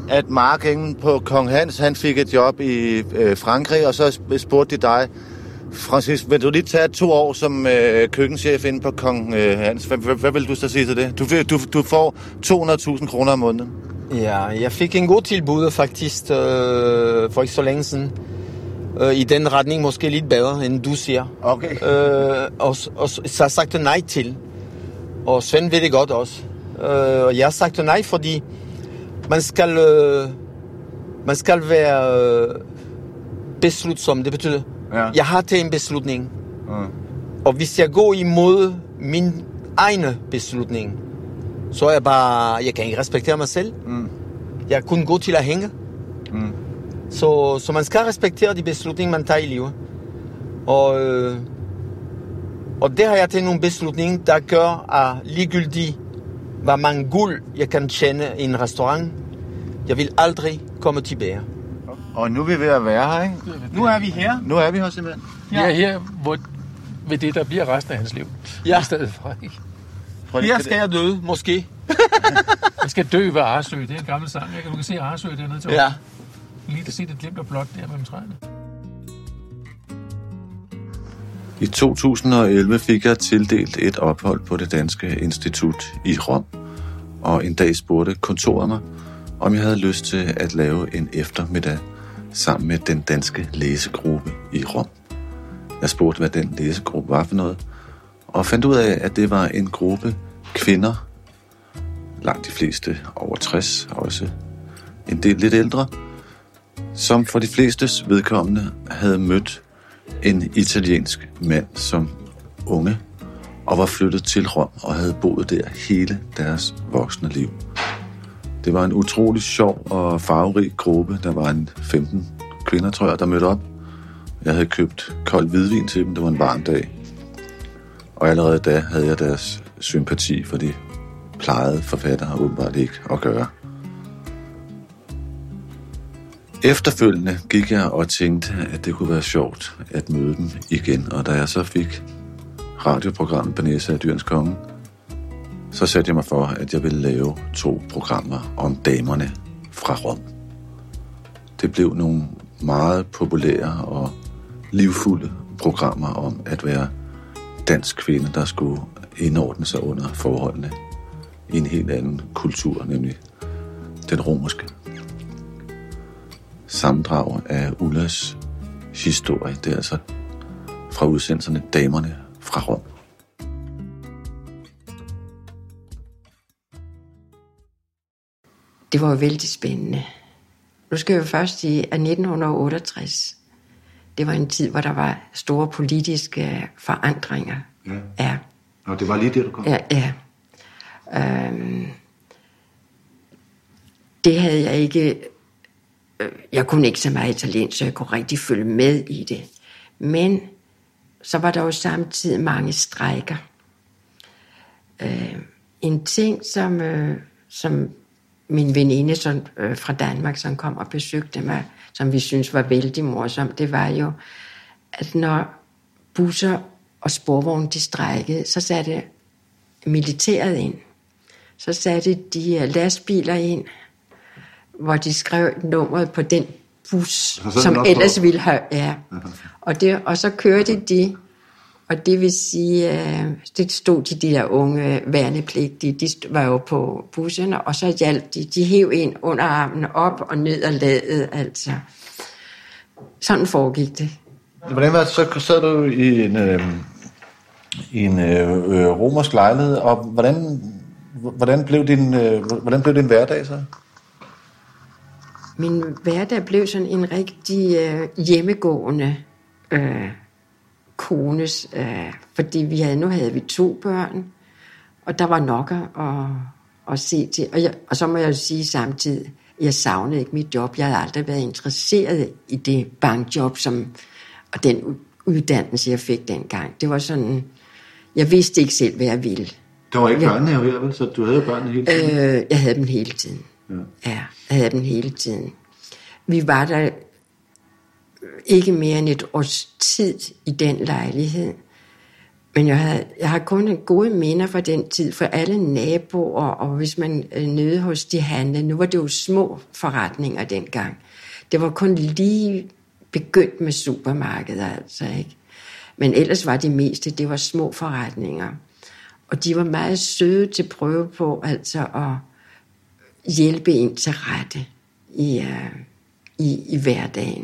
at Mark ingen på Kong Hans, han fik et job i øh, Frankrig, og så spurgte de dig, Francis, vil du lige tage to år som øh, køkkenchef inde på Kong øh, Hans? Hvad, hvad, hvad vil du så sige til det? Du, du, du får to hundrede tusind kroner om måneden. Ja, jeg fik en god tilbud faktisk øh, for ikke så længe siden. Øh, I den retning måske lidt bedre, end du siger. Okay. Øh, og, og så har jeg sagt nej til. Og Svend ved det godt også. Øh, og jeg har sagt nej, fordi man skal, øh, man skal være øh, beslutsom. Det betyder, ja. Jeg har taget en beslutning. Mm. Og hvis jeg går imod min egen beslutning, så er jeg bare, jeg kan ikke respektere mig selv. Mm. Jeg er kun god til at hænge. Mm. Så, så man skal respektere de beslutninger, man tager i livet. Og, øh, og der har jeg taget nogle beslutninger, der gør, at ligegyldigt, hvor mange guld jeg kan tjene i en restaurant, jeg vil aldrig komme tilbage. Og nu er vi ved at være her, ikke? Nu er vi her. Nu er vi her simpelthen. Vi er her, hvor, ved det, der bliver resten af hans liv. Ja. I stedet for, ikke? Her skal jeg døde, måske. Jeg skal dø ved Arsø. Det er en gammel sang, ikke? Du kan se Arsø dernede til. Ja. Lige at se det glimt af blåt der mellem træerne. I to tusind og elleve fik jeg tildelt et ophold på det danske institut i Rom, og en dag spurgte kontoret mig, om jeg havde lyst til at lave en eftermiddag sammen med den danske læsegruppe i Rom. Jeg spurgte, hvad den læsegruppe var for noget, og fandt ud af, at det var en gruppe kvinder, langt de fleste over tres, også en del lidt ældre, som for de flestes vedkommende havde mødt en italiensk mand som unge, og var flyttet til Rom og havde boet der hele deres voksne liv. Det var en utrolig sjov og farverig gruppe. Der var en femten kvinder, tror jeg, der mødte op. Jeg havde købt kold hvidvin til dem. Det var en varm dag. Og allerede da havde jeg deres sympati, for de plejede forfattere åbenbart ikke at gøre. Efterfølgende gik jeg og tænkte, at det kunne være sjovt at møde dem igen. Og da jeg så fik radioprogrammet Banessa af Dyrens Konge, så satte jeg mig for, at jeg ville lave to programmer om damerne fra Rom. Det blev nogle meget populære og livfulde programmer om at være dansk kvinde, der skulle indordne sig under forholdene i en helt anden kultur, nemlig den romerske. Sammendrag af Ullas historie, det er altså fra udsendelserne Damerne fra Rom. Det var jo vældig spændende. Nu skal jeg jo først sige, at nitten otteogtres, det var en tid, hvor der var store politiske forandringer. Ja. Ja. Og det var lige det, du kom? Ja, ja. Øhm, det havde jeg ikke... Jeg kunne ikke så meget italiensk, så jeg kunne rigtig følge med i det. Men så var der jo samtidig mange strejker. Øh, en ting, som, øh, som min veninde som, øh, fra Danmark, som kom og besøgte mig, som vi synes var vældig morsomt, det var jo, at når busser og sporvogne de strejkede, så satte militæret ind. Så satte de lastbiler ind, hvor de skrev nummeret på den bus, som ellers på. ville have. Ja. Og, det, og så kørte de, og det vil sige, øh, det stod de, de der unge værnepligtige, de var jo på busserne, og så hjalp de, de hev ind under armen op og ned og ladede, altså. Sådan foregik det. Hvordan var det, så sad du i en, øh, i en øh, romersk lejlighed, og hvordan, hvordan, blev din, øh, hvordan blev din hverdag så? Min hverdag blev sådan en rigtig øh, hjemmegående øh, kones, øh, fordi vi havde, nu havde vi to børn, og der var nok at, at se til. Og, jeg, og så må jeg jo sige samtidig, jeg savnede ikke mit job. Jeg havde aldrig været interesseret i det bankjob, som, og den uddannelse, jeg fik dengang. Det var sådan, jeg vidste ikke selv, hvad jeg ville. Der var ikke børnene her, vel? Så du havde børnene hele tiden? Øh, jeg havde dem hele tiden. Ja. ja, jeg havde dem hele tiden. Vi var der ikke mere end et års tid i den lejlighed. Men jeg, havde, jeg har kun gode minder fra den tid, for alle naboer, og hvis man øh, nede hos de handlede, nu var det jo små forretninger dengang. Det var kun lige begyndt med supermarkeder, altså, ikke? Men ellers var det meste, det var små forretninger. Og de var meget søde til at prøve på, altså at hjælpe en til rette i, uh, i, i hverdagen.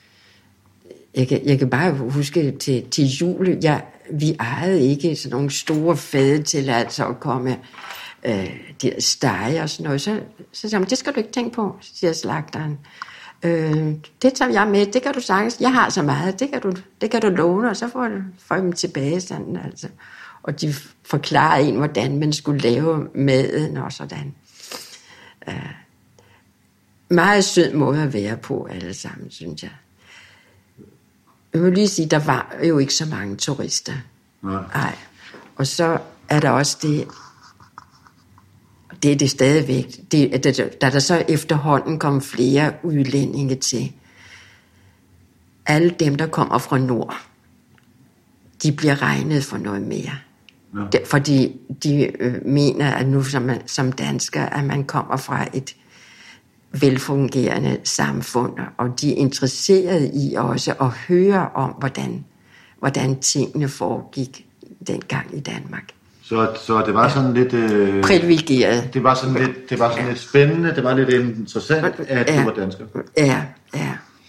Jeg kan, jeg kan bare huske til, til jul, jeg, vi ejede ikke sådan nogle store fade til altså at komme øh, de stege og sådan noget. Så, så sagde man, det skal du ikke tænke på, siger slagteren. Øh, det tager jeg med, det kan du sagtens. Jeg har så meget, det kan du, det kan du låne, og så får du får dem tilbage sådan altså. Og de forklarede en, hvordan man skulle lave maden og sådan. Øh, meget sød måde at være på alle sammen, synes jeg. Jeg vil lige sige, der var jo ikke så mange turister. Nej. Nej. Og så er der også det, det er det stadigvæk, det, da, da der så efterhånden kom flere udlændinge til, alle dem, der kommer fra nord, de bliver regnet for noget mere. Ja. Det, fordi de øh, mener, at nu som, som dansker, at man kommer fra et velfungerende samfund, og de er interesserede i også at høre om, hvordan, hvordan tingene foregik dengang i Danmark. Så, så det var sådan lidt... Øh, privilegeret. Det var sådan lidt, det var sådan lidt spændende, det var lidt interessant, at ja, du var dansker. Ja, ja.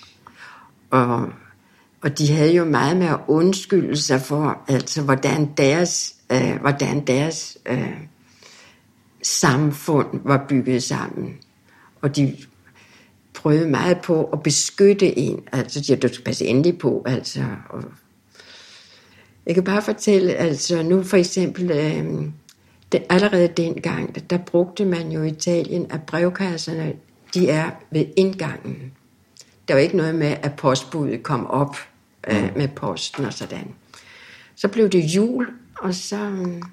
Og, og de havde jo meget med at undskylde sig for, altså hvordan deres, øh, hvordan deres øh, samfund var bygget sammen. Og de prøvede meget på at beskytte en. Altså, de du skal passe endelig på, altså. Og jeg kan bare fortælle, altså nu for eksempel, øh, det, allerede dengang, der brugte man jo i Italien, at brevkasserne, de er ved indgangen. Der var ikke noget med, at postbuddet kom op øh, med posten og sådan. Så blev det jul, og så,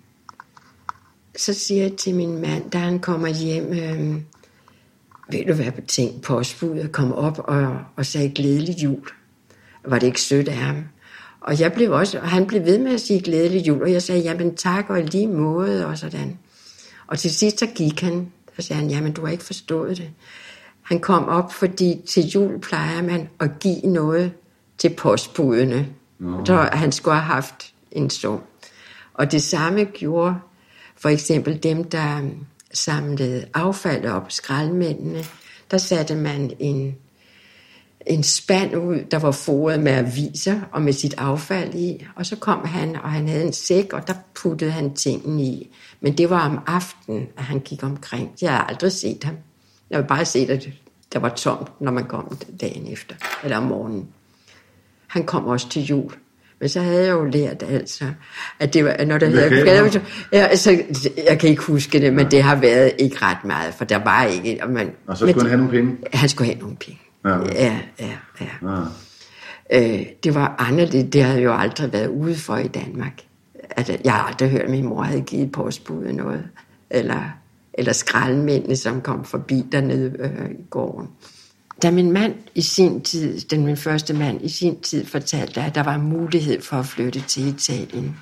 så siger jeg til min mand, da han kommer hjem, øh, ved du hvad, tænkte postbuddet kom op og, og sagde glædelig jul. Var det ikke sødt af ham? Og jeg blev også, og han blev ved med at sige glædelig jul, og jeg sagde, jamen tak, og lige måde, og sådan. Og til sidst så gik han, og sagde han, jamen du har ikke forstået det. Han kom op, fordi til jul plejer man at give noget til postbudene. No. Så han skulle have haft en sum. Og det samme gjorde for eksempel dem, der samlede affald op, skraldmændene. Der satte man en, en spand ud, der var foret med aviser og med sit affald i. Og så kom han, og han havde en sæk, og der puttede han tingene i. Men det var om aftenen, at han gik omkring. Jeg har aldrig set ham. Jeg har bare set, at der var tomt, når man kom dagen efter, eller om morgenen. Han kom også til jul. Men så havde jeg jo lært altså, at det var, når der havde... Ja, altså, jeg kan ikke huske det, men det har været ikke ret meget, for der var ikke... Og, man, og så skulle han have nogle penge? Han skulle have nogle penge. Ja, ja, ja. ja. ja. Øh, det var anderledes. Det havde jo aldrig været ude for i Danmark. Altså, jeg har aldrig hørt, at min mor havde givet postbuddet noget. Eller, eller skraldemændene, som kom forbi dernede øh, i gården. Da min mand i sin tid, den min første mand i sin tid fortalte, at der var mulighed for at flytte til Italien,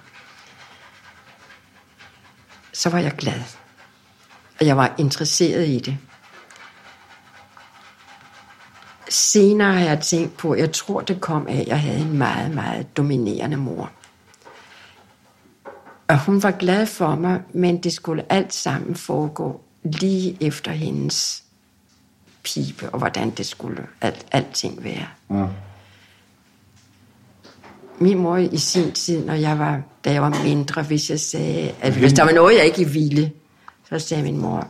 så var jeg glad. Og jeg var interesseret i det. Senere har jeg tænkt på, jeg tror det kom af, at jeg havde en meget, meget dominerende mor. Og hun var glad for mig, men det skulle alt sammen foregå lige efter hendes pibe, og hvordan det skulle alt, alting være. Mm. Min mor i sin tid, når jeg var, da jeg var mindre, hvis jeg sagde, at hvis der var noget, jeg ikke ville, så sagde min mor,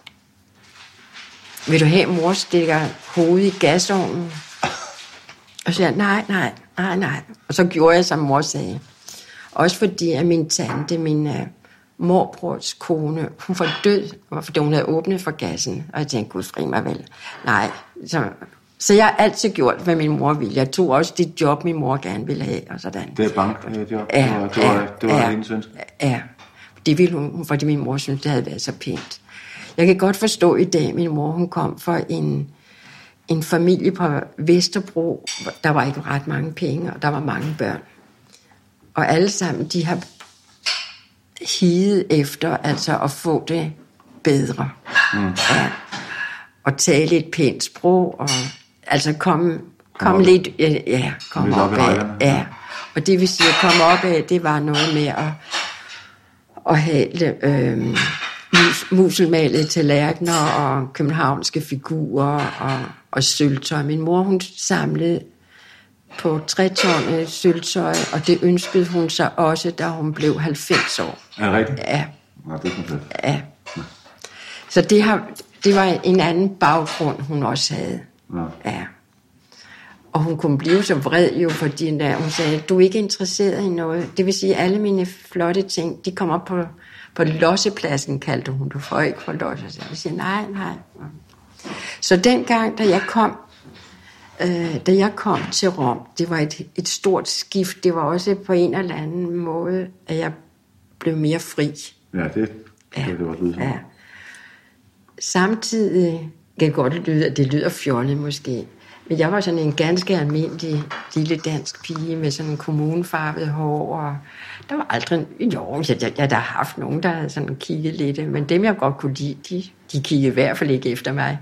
vil du have, mor stikker hovedet i gasovnen? Og så sagde jeg, nej, nej, nej, nej. Og så gjorde jeg, som mor sagde. Også fordi, at min tante, min uh, morbrors kone, hun var død, fordi hun havde åbnet for gassen. Og jeg tænkte, gud fri mig vel. Nej. Så, så jeg har altid gjort, hvad min mor ville. Jeg tog også det job, min mor gerne ville have, og sådan. Det er bankjob? Ja, ja, det var, det var ja, hendes ønske? Ja, det ville hun, fordi min mor syntes, det havde været så pænt. Jeg kan godt forstå i dag, min mor, hun kom fra en, en familie på Vesterbro. Der var ikke ret mange penge, og der var mange børn. Og alle sammen, de har hide efter, altså at få det bedre. Mm. Ja. Og tale et pænt sprog, og altså komme, komme lidt, ja, komme op af. Ja. Og det vil sige, at komme op af, det var noget med at, at have øh, mus, muselmalede tallerkener og københavnske figurer og, og sølvtøj. Min mor, hun samlede på tre tonne sølvtøj, og det ønskede hun sig også, da hun blev halvfems år. Er det rigtigt? Ja. Ja, det er komplet. Ja. Så det, har, det var en anden baggrund, hun også havde. Ja. Ja. Og hun kunne blive så vred jo, fordi der, hun sagde, du er ikke interesseret i noget. Det vil sige, at alle mine flotte ting, de kom op på, på lossepladsen, kaldte hun det for, ikke for losse. Så jeg siger, nej, nej. Så dengang, da jeg kom, øh, da jeg kom til Rom, det var et, et stort skift. Det var også på en eller anden måde, at jeg blev mere fri. Ja, det, ja. det, det var lyde. Ja. Samtidig kan det godt lyde, at det lyder fjollet måske, men jeg var sådan en ganske almindelig lille dansk pige med sådan en kommunefarvet hår, og der var aldrig, jo, jeg, jeg, jeg der har haft nogen, der havde sådan kigget lidt, men dem jeg godt kunne lide, de, de kiggede i hvert fald ikke efter mig.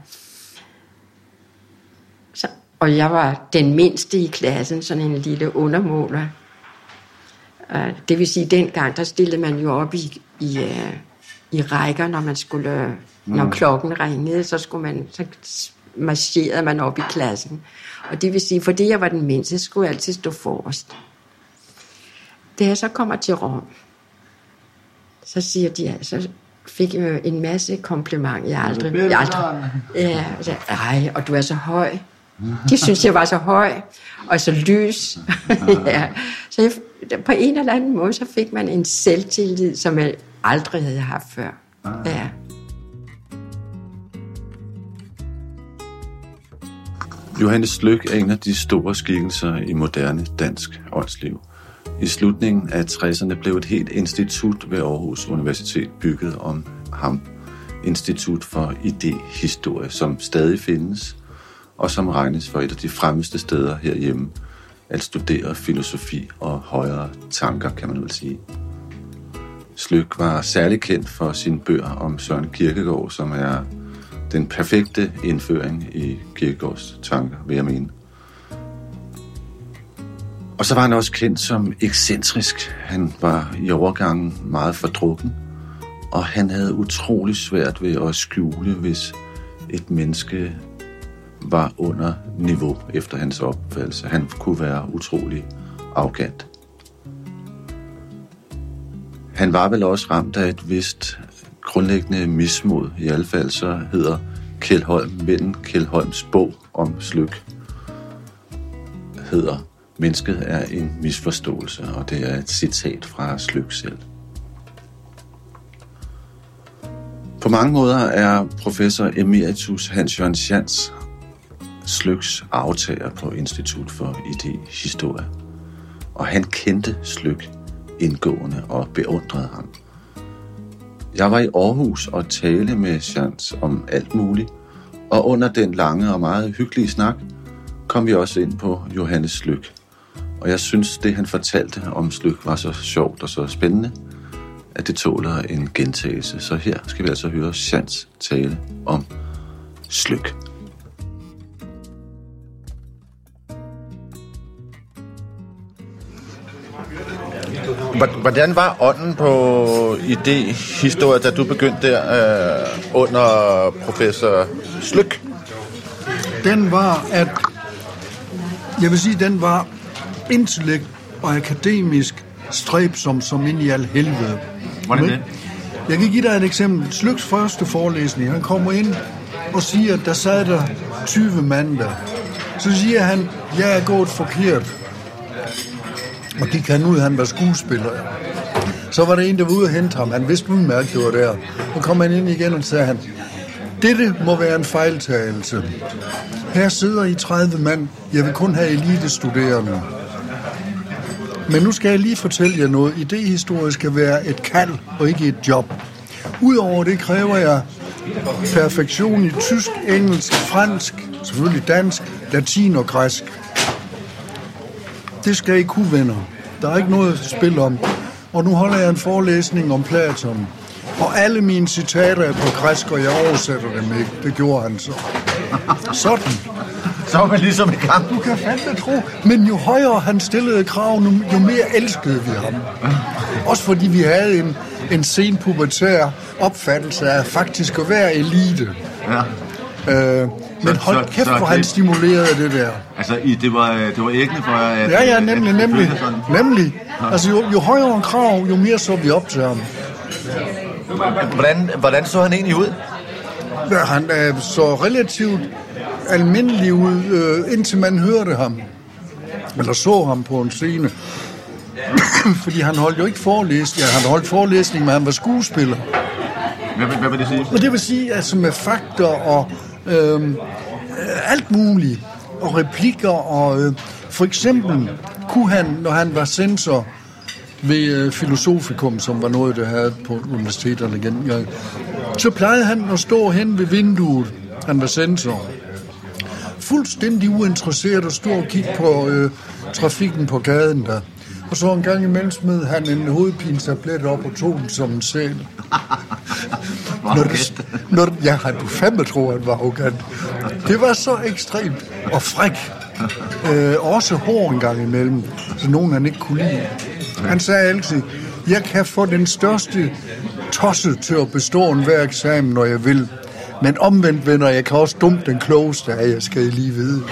Så, og jeg var den mindste i klassen, sådan en lille undermåler. Det vil sige, dengang, der stillede man jo op i, i, i rækker, når man skulle, når mm. klokken ringede, så skulle man, så marcherede man op i klassen. Og det vil sige, fordi jeg var den mindste, skulle jeg altid stå forrest. Da jeg så kommer til Rom, så siger de, så fik jeg en masse komplimenter. Jeg aldrig, jeg aldrig, ja, så, ej, og du er så høj. De synes, jeg var så høj, og så lys. Ja. Så jeg, på en eller anden måde, så fik man en selvtillid, som jeg aldrig havde haft før. Ja. Johannes Lyk er en af de store skikkelser i moderne dansk åndsliv. I slutningen af tresserne blev et helt institut ved Aarhus Universitet bygget om ham. Institut for Idéhistorie, som stadig findes, og som regnes for et af de fremmeste steder herhjemme at studere filosofi og højere tanker, kan man vel sige. Sløk var særlig kendt for sine bøger om Søren Kierkegaard, som er den perfekte indføring i Kierkegaards tanker, vil jeg mene. Og så var han også kendt som ekscentrisk. Han var i overgangen meget fordrukken, og han havde utrolig svært ved at skjule, hvis et menneske var under niveau efter hans opfattelse. Han kunne være utrolig arrogant. Han var vel også ramt af et vist grundlæggende mismod. I alle fald så hedder Kjeld Holm, vennen Kjeld Holms bog om Sløk, hedder Mennesket er en misforståelse, og det er et citat fra Sløk selv. På mange måder er professor emeritus Hans-Jørgen Schantz Sløks aftager på Institut for Idéhistorie, og han kendte Sløk indgående og beundrede ham. Jeg var i Aarhus og talte med Schantz om alt muligt, og under den lange og meget hyggelige snak kom vi også ind på Johannes Sløk. Og jeg synes, det han fortalte om Sløk var så sjovt og så spændende, at det tåler en gentagelse. Så her skal vi altså høre Schantz tale om Sløk. Hvordan var ånden på idéhistorie, da du begyndte der øh, under professor Sløk? Den var, at jeg vil sige, den var intellekt og akademisk stræbsom som ind i al helvede. Hvordan det? Jeg kan give dig et eksempel. Sløks første forelæsning, han kommer ind og siger, at der sad der tyve mand der. Så siger han, jeg er gået forkert. Og de kan ud, han var skuespiller. Så var der en, der var ude og hente ham. Han vidste udmærket, det var der. Så kom han ind igen og sagde han, dette må være en fejltagelse. Her sidder I tredive mand. Jeg vil kun have elitestuderende. Men nu skal jeg lige fortælle jer noget. Idéhistorie skal være et kald og ikke et job. Udover det kræver jeg perfektion i tysk, engelsk, fransk, selvfølgelig dansk, latin og græsk. Det skal I kunne, venner. Der er ikke noget at spille om. og nu holder jeg en forelæsning om Platon. Og alle mine citater er på græsk, og jeg oversætter dem ikke. Det gjorde han så. Sådan. Så var man ligesom i gang. Du kan fandme tro. Men jo højere han stillede krav, jo mere elskede vi ham. Også fordi vi havde en, en sen pubertær opfattelse af faktisk at være elite. Ja. Øh, men så, hold så, kæft, så, hvor han stimulerede det der. Altså, I, det var, det var æggende for jer? At, Ja, ja, nemlig, at, at, nemlig. at Nemlig. Altså, jo, jo højere krav, jo mere så vi op til ham. Hvordan, hvordan så han egentlig ud? Ja, han er så relativt almindelig ud, øh, indtil man hørte ham. Eller så ham på en scene. Fordi han holdt jo ikke forelæsning. Ja, han holdt forelæsning, men han var skuespiller. Hvad, hvad vil det sige? Og det vil sige, altså med fakter og øh, alt muligt. Og replikker og... Øh, for eksempel kunne han, når han var censor ved øh, Filosofikum, som var noget, der havde på universiteterne igen, så plejede han at stå hen ved vinduet. Han var censor. Fuldstændig uinteresseret og stå og kigge på øh, trafikken på gaden der. Og så en gang imellem smed han en hovedpinetablet op og tog den som en sæl. Når det, når det, ja, han du fandme tror, han var arrogant. Det var så ekstremt og fræk. Øh, også hård en gang imellem, så nogen han ikke kunne lide. Han sagde altid, jeg kan få den største tosse til at bestå en hver eksamen, når jeg vil. Men omvendt, venner, jeg kan også dumt den klogeste af, jeg skal lige vide.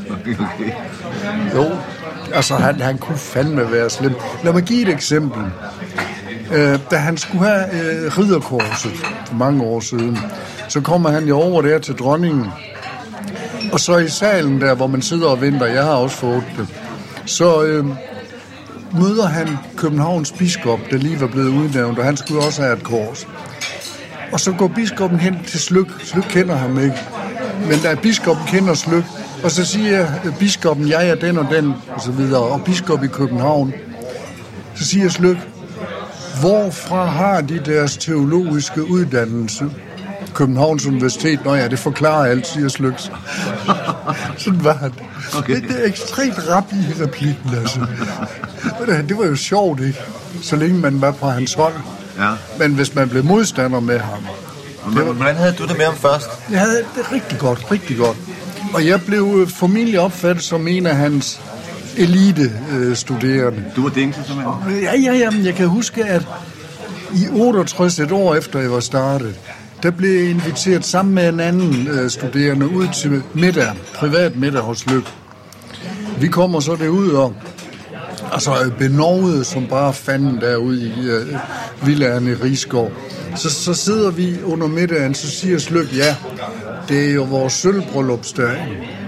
Jo, altså han, han kunne fandme være slem. Lad mig give et eksempel. Øh, da han skulle have øh, ridderkorset for mange år siden, så kommer han jo over der til dronningen. Og så i salen der, hvor man sidder og venter, jeg har også fået det, så øh, møder han Københavns biskop, der lige var blevet udnævnt, og han skulle også have et kors. Og så går biskoppen hen til Slyk. Slyk kender ham ikke. Men da biskoppen kender Slyk, og så siger biskoppen, jeg er den og den, og så videre, og biskop i København. Så siger Slyk, hvorfra har de deres teologiske uddannelse? Københavns Universitet, nå ja, det forklarer alt, siger Slyk. Sådan var han. Okay. Det, det er ekstremt rap i replikken, altså. Det var jo sjovt, ikke? Så længe man var på hans hold. Ja. Men hvis man blev modstander med ham... Men, var... Hvordan havde du det med ham først? Jeg havde det rigtig godt, rigtig godt. Og jeg blev formentlig opfattet som en af hans elite-studerende. Du var dingset simpelthen? Ja, ja, ja, men jeg kan huske, at i otteogtres, et år efter jeg var startet, der blev jeg inviteret sammen med en anden øh, studerende ud til middag, privat middag hos Lyk. Vi kommer så derud og altså benovet som bare fanden derude i øh, villaen i Rigskov. Så, så sidder vi under middagen, så siger Slyk, ja, det er jo vores sølvbryllupsdag.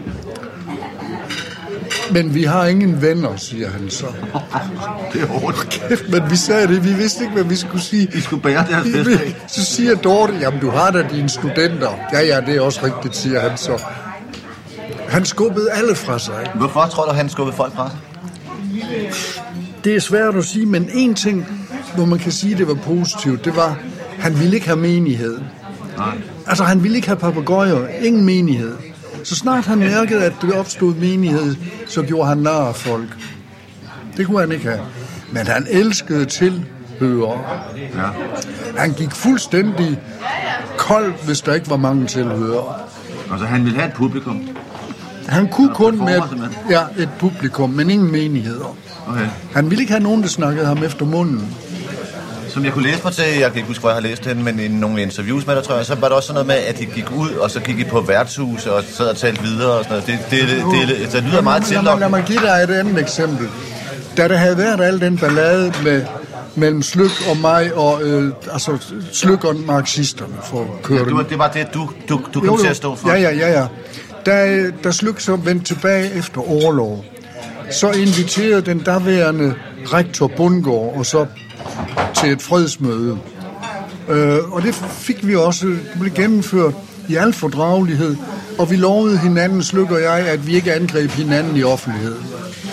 Men vi har ingen venner, siger han så. Det er hårdt. Kæft, men vi sagde det, vi vidste ikke, hvad vi skulle sige. I skulle bære deres festdag. Så siger Dorte, jamen du har da dine studenter. Ja, ja, det er også rigtigt, siger han så. Han skubbede alle fra sig. Hvorfor tror du, han skubbede folk fra sig? Det er svært at sige, men en ting, hvor man kan sige, det var positivt, det var, han ville ikke have menighed. Nej. Altså, han ville ikke have papegøjer. Ingen menighed. Så snart han mærkede, at det opstod menighed, så gjorde han nar af folk. Det kunne han ikke have. Men han elskede tilhørere. Ja. Han gik fuldstændig kold, hvis der ikke var mange tilhørere. Altså, han ville have et publikum? Han kunne ja, kun med et, ja, et publikum, men ingen menigheder. Okay. Han ville ikke have nogen, der snakkede ham efter munden. Som jeg kunne læse mig til, jeg kan ikke huske, hvor jeg har læst den, men i nogle interviews med dig, tror jeg, så var der også sådan noget med, at de gik ud, og så gik de på værtshus og sad og talte videre og sådan noget. Det, det, det, det, det lyder meget tillokkende. Lad mig give dig et andet eksempel. Da der havde været al den ballade med, mellem Slyk og mig, og øh, altså Slyk og marxisterne for at køre ja, du, det var det, du, du, du kom jo, jo. til at stå for? Ja, ja, ja, ja. Da, da Slyk så vendte tilbage efter orlov, så inviterede den daværende rektor Bundgaard og så til et fredsmøde. Øh, og det fik vi også, det blev gennemført i al fordragelighed, og vi lovede hinanden, Slyk og jeg, at vi ikke angreb hinanden i offentligheden.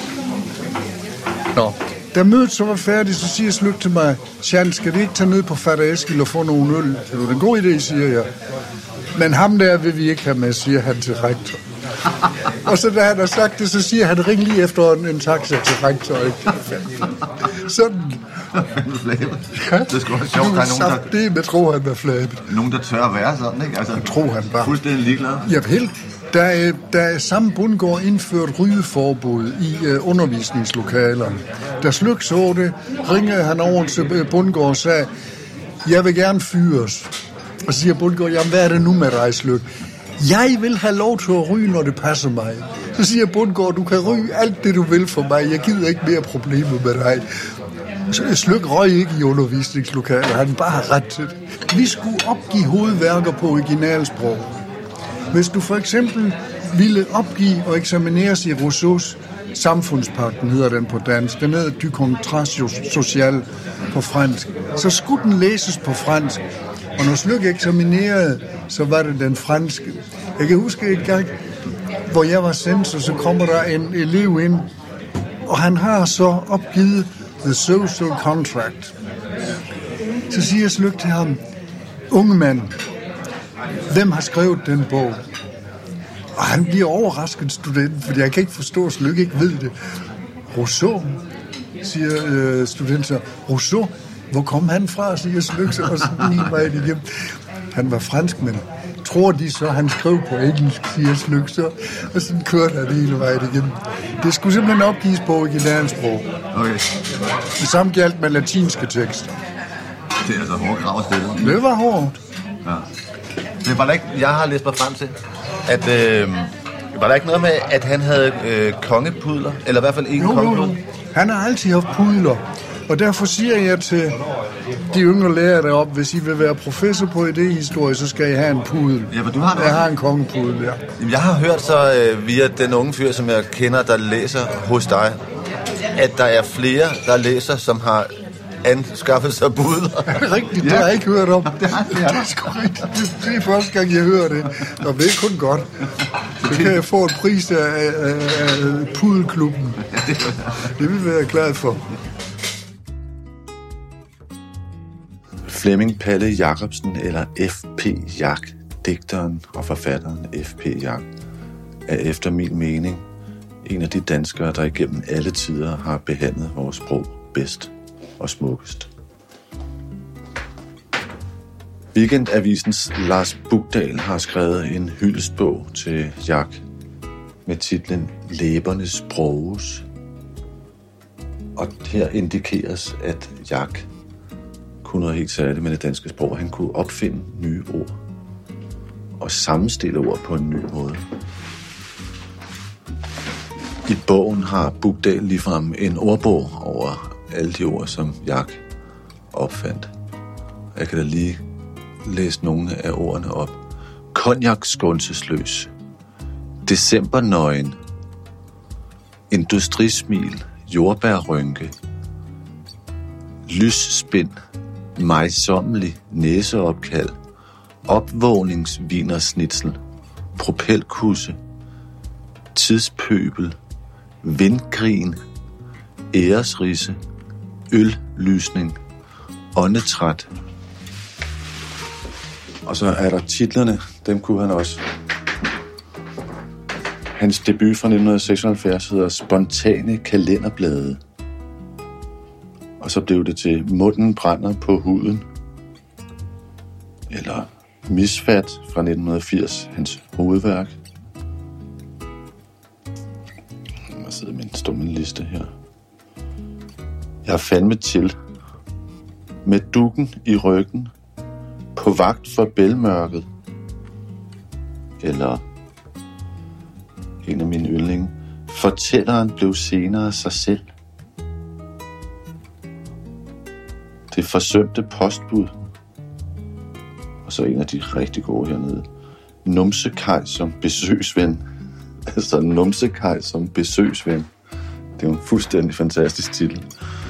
Nå. Da mødet så var færdigt, så siger Slyk til mig, Jan, skal vi ikke tage ned på Fader Eskil og få nogle øl? Det er en god idé, siger jeg. Men ham der vil vi ikke have med, siger han til rektor. Og så da han har sagt det, så siger han, ring lige efter en, en taxa til rektor. Sådan. flabet. Det skulle være sjovt, der er nogen, der... Det, jeg tror, han var flabet. Nogen, der tør at være sådan, ikke? Altså, jeg tror, han var. Fuldstændig ligeglad. Ja, helt. Der er, der er samme bundgård indført rygeforbud i uh, undervisningslokalerne. Da Sløk så det, ringede han over til bundgård og sagde, jeg vil gerne fyres. Og så siger bundgård, jamen hvad er det nu med dig, Sløk? Jeg vil have lov til at ryge, når det passer mig. Så siger bundgård, du kan ryge alt det, du vil for mig. Jeg gider ikke mere problemer med dig. Sløk røg ikke i undervisningslokaler. Han bare har ret til det. Vi skulle opgive hovedværker på originalsprog. Hvis du for eksempel ville opgive og eksamineres i Rousseaus Samfundspagten, hedder den på dansk, den hedder Du contrat social på fransk, så skulle den læses på fransk. Og når Sløk eksaminerede, så var det den franske. Jeg kan huske en gang, hvor jeg var censor, så kommer der en elev ind, og han har så opgivet The Social Contract. Så siger Sløk til ham, unge mand, hvem har skrevet den bog? Og han bliver overrasket student, fordi jeg kan ikke forstå, at Sløk ikke ved det. Rousseau, siger øh, studenten så. Rousseau, hvor kom han fra, siger Sløk så, og sådan hele vejen igennem. Han var franskmand. Tror de så, han skrev på engelsk, siger Sløk så, og sådan kørte han hele vejen igennem. Det skulle simpelthen opgives på originalsprog. Okay. Det samme galt med latinske tekster. Det er altså hårdt krav at stille. Det var hårdt. Ja. Det var der ikke, jeg har læst mig frem til, at øh, var der ikke noget med, at han havde øh, kongepudler, eller i hvert fald en kongepudler? Han har altid haft pudler, og derfor siger jeg til de yngre lærere deroppe, hvis I vil være professor på idéhistorie, så skal I have en pudel. Ja, men du har det. Jeg har en kongepudel, ja. Jamen, jeg har hørt så øh, via den unge fyr, som jeg kender, der læser hos dig, at der er flere, der læser, som har anskaffet sig budler. Rigtigt, det har jeg ikke hørt om. Det er, det er sgu rigtigt. Det er første gang, jeg hører det. Og det er kun godt. Så kan jeg få en pris af, af, af Pudelklubben. Det vil jeg glad for. Flemming Palle Jacobsen, eller F P Jak, digteren og forfatteren F P Jak, er efter min mening en af de danskere, der igennem alle tider har behandlet vores sprog bedst og smukkest. Weekendavisens Lars Bugdal har skrevet en hyldestbog til Jak med titlen Læbernes sproges. Og her indikeres, at Jak kunne noget helt særligt med det danske sprog. Han kunne opfinde nye ord og sammenstille ord på en ny måde. I bogen har Bugdal ligefrem en ordbog over alle de ord, som Jak opfandt. Jeg kan da lige læse nogle af ordene op. Konjak skånselsløs. Decembernøgen. Industrismil. Jordbærrynke. Lysspind. Mejsommelig. Næseopkald. Opvågningsvinersnitsel. Propelkusse. Tidspøbel. Vindgrin. Æresrisse. Øllysning. Åndetræt. Og så er der titlerne. Dem kunne han også. Hans debut fra nitten seksoghalvfjerds hedder Spontane kalenderblade. Og så blev det til Munden brænder på huden. Eller Misfat fra nitten firs, hans hovedværk. Jeg sidder med en stumme liste her. Jeg er fandme til. Med dukken i ryggen. På vagt for bælmørket. Eller en af mine yndlinge. Fortælleren blev senere sig selv. Det forsømte postbud. Og så en af de rigtig gode hernede. Numsekaj som besøgsven. Altså Numsekaj som besøgsven. Det er jo en fuldstændig fantastisk titel.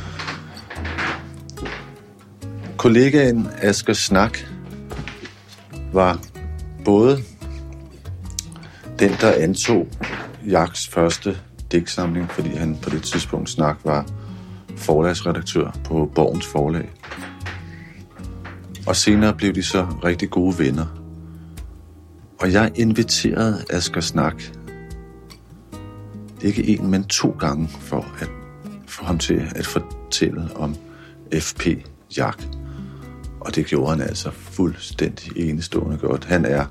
Kollegaen Asger Snak var både den, der antog Jaks første digtsamling, fordi han på det tidspunkt Snak var forlagsredaktør på Borgens Forlag. Og senere blev de så rigtig gode venner. Og jeg inviterede Asger Snak ikke en, men to gange for at få ham til at fortælle om F P Jak. Og det gjorde han altså fuldstændig enestående godt. Han er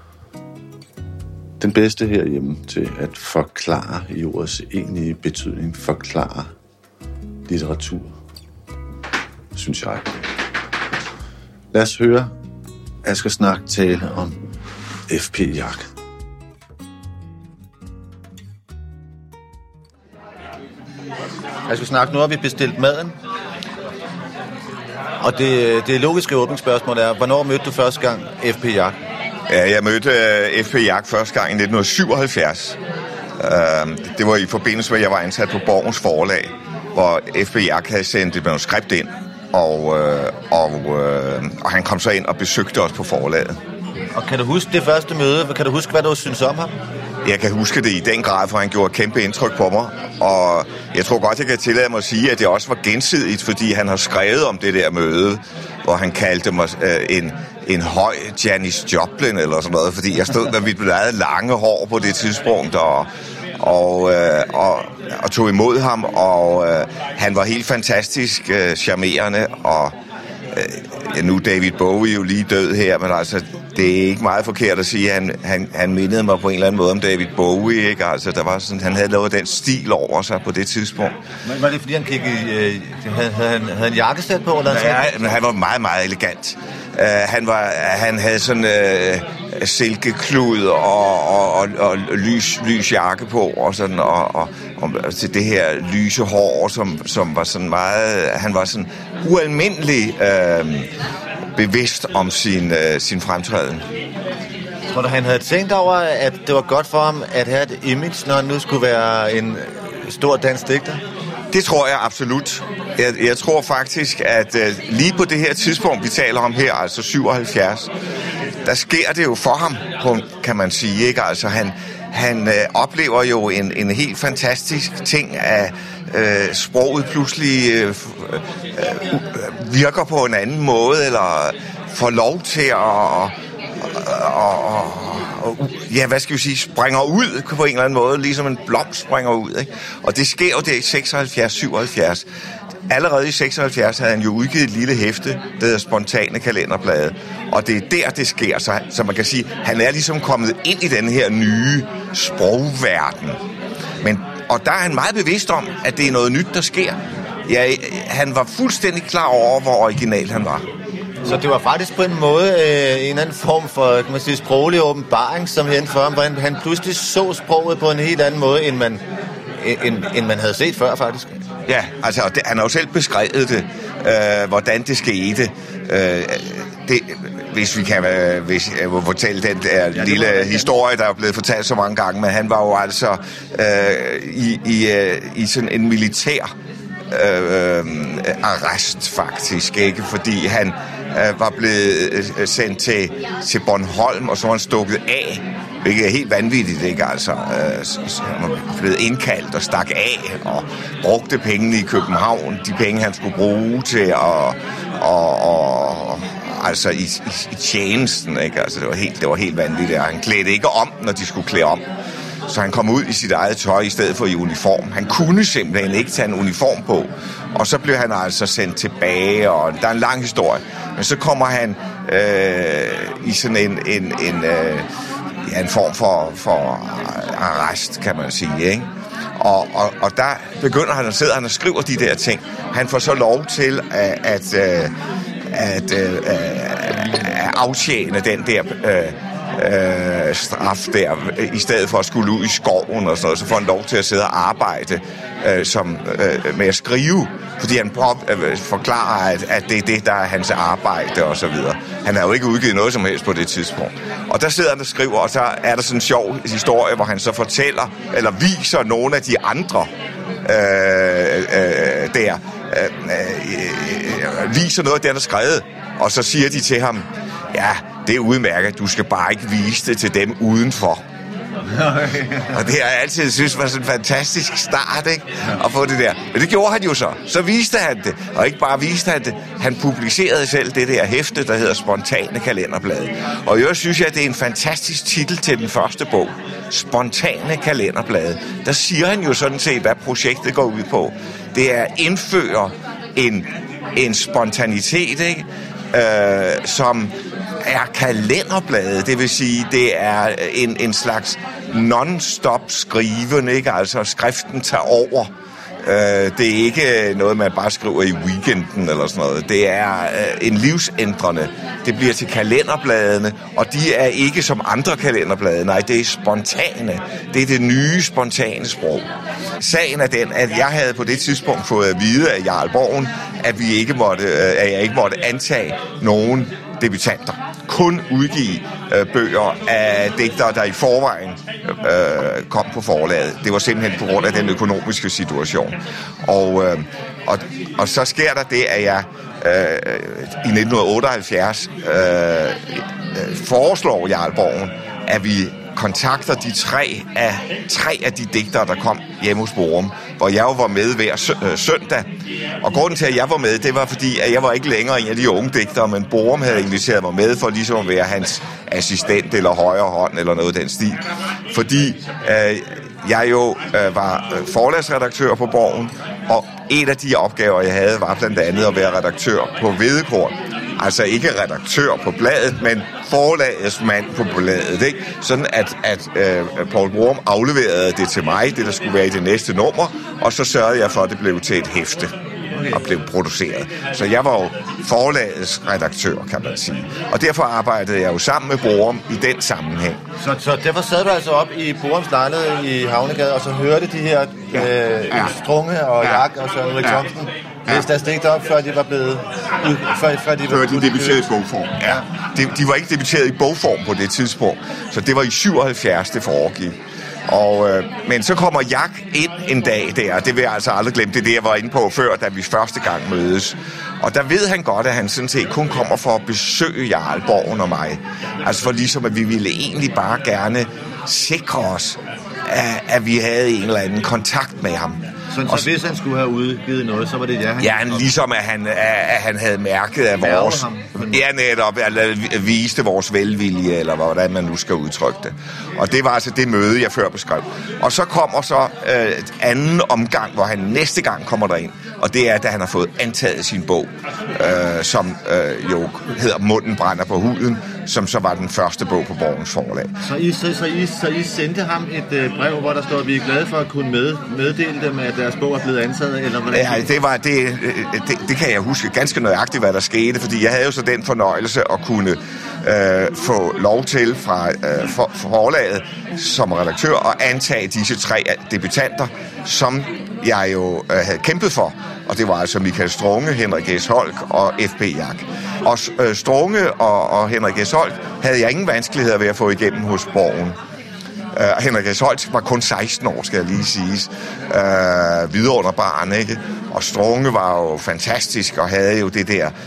den bedste herhjemme til at forklare i ordets egentlige betydning, forklare litteratur, synes jeg. Lad os høre Asger Schnack tale om F P Jak. Asger Schnack, nu har vi bestilt maden. Og det, det logiske åbningsspørgsmål er, hvornår mødte du første gang F P Jak? Ja, jeg mødte uh, F P Jak første gang i nitten syvoghalvfjerds. Uh, det var i forbindelse med, at jeg var ansat på Borgens Forlag, hvor F P Jak havde sendt et manuskript ind, og, uh, og, uh, og han kom så ind og besøgte os på forlaget. Og kan du huske det første møde? Kan du huske, hvad du synes om ham? Jeg kan huske det i den grad, for han gjorde kæmpe indtryk på mig. Og jeg tror godt, jeg kan tillade mig at sige, at det også var gensidigt, fordi han har skrevet om det der møde, hvor han kaldte mig øh, en, en høj Janis Joplin eller sådan noget, fordi jeg stod med mit eget lange hår på det tidspunkt, og, og, øh, og, og tog imod ham, og øh, han var helt fantastisk øh, charmerende, og øh, nu David Bowie jo lige død her, men altså, det er ikke meget forkert at sige, at han, han, han mindede mig på en eller anden måde om David Bowie, ikke? Altså, der var sådan, han havde lavet den stil over sig på det tidspunkt. Men var det fordi, han kiggede, øh, havde, havde, han, havde han jakkesæt på? Eller ja, han, han var meget, meget elegant. Uh, han, var, han havde sådan uh, silkeklud og, og, og, og lys, lys jakke på, og sådan, og, og, og til det her lyse hår, som, som var sådan meget, han var sådan ualmindelig uh, bevidst om sin, uh, sin fremtræden. Tror du, han havde tænkt over, at det var godt for ham at have et image, når han nu skulle være en stor dansk digter? Det tror jeg absolut. Jeg, jeg tror faktisk, at uh, lige på det her tidspunkt, vi taler om her, altså syvoghalvfjerds, der sker det jo for ham, på, kan man sige, ikke? Altså han, han uh, oplever jo en, en helt fantastisk ting af uh, sproget pludselig uh, uh, virker på en anden måde, eller får lov til at og, og, og, ja, hvad skal vi sige, springer ud på en eller anden måde, ligesom en blomst springer ud, ikke? Og det sker jo der i seksoghalvfjerds syvoghalvfjerds. Allerede i seksoghalvfjerds havde han jo udgivet et lille hæfte, der hedder Spontane Kalenderblade. Og det er der, det sker. Så, så man kan sige, han er ligesom kommet ind i den her nye sprogverden. Men, og der er han meget bevidst om, at det er noget nyt, der sker. Ja, han var fuldstændig klar over, hvor original han var. Så det var faktisk på en måde øh, en anden form for, kan man sige, sproglig åbenbaring, som hente for ham, hvor han, han pludselig så sproget på en helt anden måde, end man, end, end man havde set før, faktisk. Ja, altså, det, han har jo selv beskrevet det, øh, hvordan det skete. Øh, det, hvis vi kan øh, hvis, øh, fortælle den der ja, lille historie, der er blevet fortalt så mange gange, men han var jo altså øh, i, i, øh, i sådan en militær øh, arrest, faktisk, ikke? Fordi han øh, var blevet øh, sendt til, til Bornholm, og så var han stukket af, hvilket er helt vanvittigt, ikke? Altså, øh, så, så han var blevet indkaldt og stak af, og brugte pengene i København, de penge, han skulle bruge til at, og, og, altså i, i, i tjenesten, ikke? Altså, det var helt, det var helt vanvittigt, og han klædte ikke om, når de skulle klæde om. Så han kom ud i sit eget tøj i stedet for i uniform. Han kunne simpelthen ikke tage en uniform på. Og så blev han altså sendt tilbage, og der er en lang historie. Men så kommer han øh, i sådan en, en, en, øh, ja, en form for, for arrest, kan man sige, ikke? Og, og, og der begynder han at sidde, han og skriver de der ting. Han får så lov til at, at, at, at, at aftjene den der øh, øh, straf der, i stedet for at skulle ud i skoven og sådan noget, så får han lov til at sidde og arbejde øh, som, øh, med at skrive, fordi han prøver, øh, forklarer, at, at det er det, der er hans arbejde og så videre. Han har jo ikke udgivet noget som helst på det tidspunkt. Og der sidder han og skriver, og så er der sådan en sjov historie, hvor han så fortæller, eller viser nogle af de andre øh, øh, der, øh, øh, viser noget af det, han har skrevet, og så siger de til ham, ja, det er udmærket, du skal bare ikke vise det til dem udenfor. Og det har jeg altid synes var sådan en fantastisk start, ikke? At få det der. Men det gjorde han jo så. Så viste han det. Og ikke bare viste han det. Han publicerede selv det der hæfte, der hedder Spontane Kalenderblade. Og jeg synes, at det er en fantastisk titel til den første bog. Spontane Kalenderblade. Der siger han jo sådan set, hvad projektet går ud på. Det er at indføre en en spontanitet, ikke? Øh, som er kalenderbladet, det vil sige, det er en, en slags non-stop skriven, ikke? Altså skriften tager over. Øh, det er ikke noget, man bare skriver i weekenden eller sådan noget. Det er øh, en livsændrende. Det bliver til kalenderbladene, og de er ikke som andre kalenderblade. Nej, det er spontane. Det er det nye spontane sprog. Sagen er den, at jeg havde på det tidspunkt fået at vide af Jarl Borgen, at, vi ikke måtte, øh, at jeg ikke måtte antage nogen debutanter. Kun udgive øh, bøger af digtere, der i forvejen øh, kom på forlaget. Det var simpelthen på grund af den økonomiske situation. Og, øh, og, og så sker der det, at jeg øh, i nitten otteoghalvfjerds øh, øh, foreslår Jarl Borgen, at vi kontakter de tre af, tre af de digtere, der kom hjemme hos Borum, hvor jeg jo var med hver sø- øh, søndag. Og grunden til, at jeg var med, det var fordi, at jeg var ikke længere en af de unge digtere, men Borum havde inviteret mig med for ligesom at være hans assistent eller højre hånd eller noget af den stil. Fordi øh, jeg jo øh, var forlagsredaktør på Borgen, og en af de opgaver, jeg havde, var blandt andet at være redaktør på Hvedekorn. Altså ikke redaktør på bladet, men forlagets mand på bladet, ikke? Sådan at, at øh, Poul Borum afleverede det til mig, det der skulle være i det næste nummer, og så sørgede jeg for, at det blev til et hæfte og blev produceret. Så jeg var jo forlagets redaktør, kan man sige. Og derfor arbejdede jeg jo sammen med Borum i den sammenhæng. Så, så derfor sad du altså op i Borums lejlighed i Havnegade, og så hørte de her ja. øh, ja. Strunge og ja. Jak og Søren Ulrik Thomsen læste deres digter op, før de var blevet... Ud, før, før de, før de debuterede i bogform. Ja. De, de var ikke debuteret i bogform på det tidspunkt, så det var i syvoghalvfjerds, det foregik. Og, øh, men så kommer Jak ind en dag der, og det vil jeg altså aldrig glemme. Det er det, jeg var inde på før, da vi første gang mødes. Og der ved han godt, at han sådan set kun kommer for at besøge Jarl Borgen og mig. Altså for ligesom, at vi ville egentlig bare gerne sikre os, at, at vi havde en eller anden kontakt med ham. Så, så hvis han skulle have udgivet noget, så var det ja? Han ja, han, ligesom at han, at han havde mærket af vores... Ham. Ja, netop, eller viste vores velvilje, eller hvordan man nu skal udtrykke det. Og det var altså det møde, jeg før beskrev. Og så kommer så øh, anden omgang, hvor han næste gang kommer derind. Og det er, da han har fået antaget sin bog, øh, som øh, jo hedder Munden brænder på huden, som så var den første bog på Borgens forlag. Så I, så, så I, så I sendte ham et øh, brev, hvor der står, at vi er glade for at kunne med, meddele dem, at deres bog er blevet antaget, eller hvordan? Ja, det var det, det, det kan jeg huske ganske nøjagtigt, hvad der skete, fordi jeg havde jo så den fornøjelse at kunne øh, få lov til fra øh, for, forlaget som redaktør at antage disse tre debutanter, som jeg jo øh, havde kæmpet for. Og det var altså Michael Strunge, Henrik S. Holk og F P Jak. Og øh, Strunge og, og Henrik S. Holk havde jeg ingen vanskeligheder ved at få igennem hos Borgen. Uh, Henrik S. Holk var kun seksten år, skal jeg lige sige. Uh, vidunderbarn, ikke? Og Strunge var jo fantastisk og havde jo det der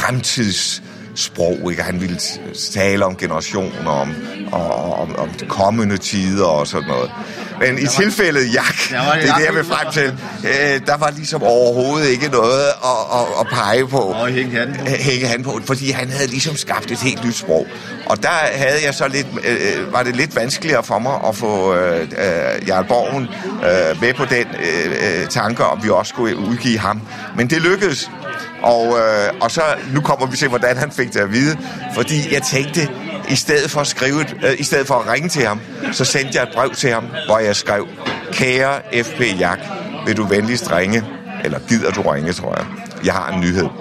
fremtidssprog, ikke? Han ville tale om generationer, om, og, om, om kommende tider og sådan noget. Men i tilfældet Jak, det er det, jeg vil frem til, øh, der var ligesom overhovedet ikke noget at, at, at pege på. Og hænge han på. Hænge han på, fordi han havde ligesom skabt et helt nyt sprog. Og der havde jeg så lidt, øh, var det lidt vanskeligere for mig at få øh, øh, Jarl Borgen øh, med på den øh, tanke, om vi også skulle udgive ham. Men det lykkedes. Og, øh, og så, nu kommer vi til, hvordan han fik det at vide. Fordi jeg tænkte, i stedet for at skrive et, øh, i stedet for at ringe til ham, så sendte jeg et brev til ham, hvor jeg skrev: Kære F P Jak, vil du venligst ringe? Eller gider du ringe, tror jeg. Jeg har en nyhed.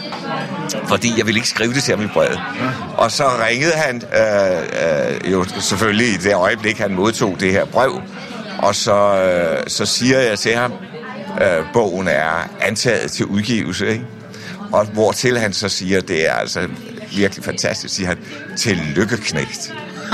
Fordi jeg ville ikke skrive det til ham i brevet. Og så ringede han øh, øh, jo selvfølgelig i det øjeblik, han modtog det her brev. Og så, øh, så siger jeg til ham, øh, bogen er antaget til udgivelse, ikke? Og hvortil han så siger, det er altså virkelig fantastisk, siger han: tillykke, knægt.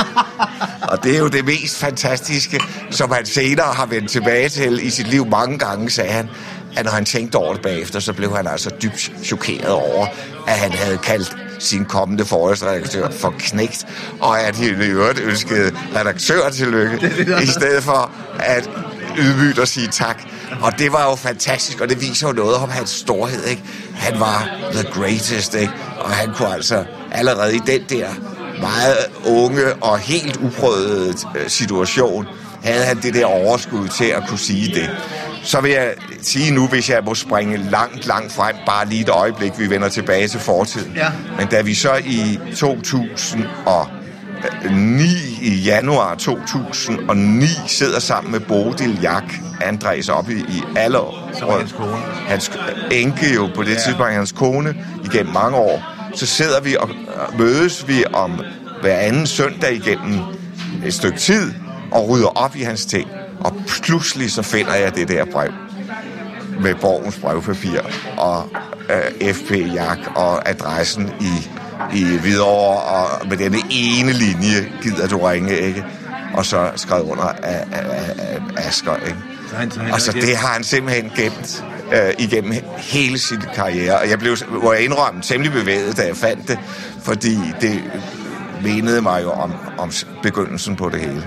Og det er jo det mest fantastiske, som han senere har vendt tilbage til i sit liv mange gange, sagde han, at når han tænkte over det bagefter, så blev han altså dybt chokeret over, at han havde kaldt sin kommende forholdsredaktør for knægt, og at han i øvrigt ønskede redaktør tillykke, i stedet for at ydmygt og sige tak. Og det var jo fantastisk, og det viser jo noget om hans storhed, ikke? Han var the greatest, ikke? Og han kunne altså allerede i den der meget unge og helt uprøvede situation, havde han det der overskud til at kunne sige det. Så vil jeg sige nu, hvis jeg må springe langt, langt frem, bare lige et øjeblik, vi vender tilbage til fortiden. Ja. Men da vi så i to tusind og ni, i januar to tusind og ni, sidder sammen med Bodil Jak Andres oppe i, i alle år. Som hans kone. Hans enke jo på det ja. tidspunkt, hans kone, igennem mange år. Så sidder vi og mødes vi om hver anden søndag igennem et stykke tid, og rydder op i hans ting. Og pludselig så finder jeg det der brev med Borgens brevpapir og øh, F P Jak og adressen i, i Hvidovre, og med denne ene linje, gider du ringe, ikke? Og så skrevet under af, af, af, af Asger, ikke? Så han, så han og så det har han simpelthen gemt øh, igennem hele sin karriere. Og jeg blev, hvor jeg indrømme, temmelig bevæget, da jeg fandt det, fordi det mindede mig jo om, om begyndelsen på det hele.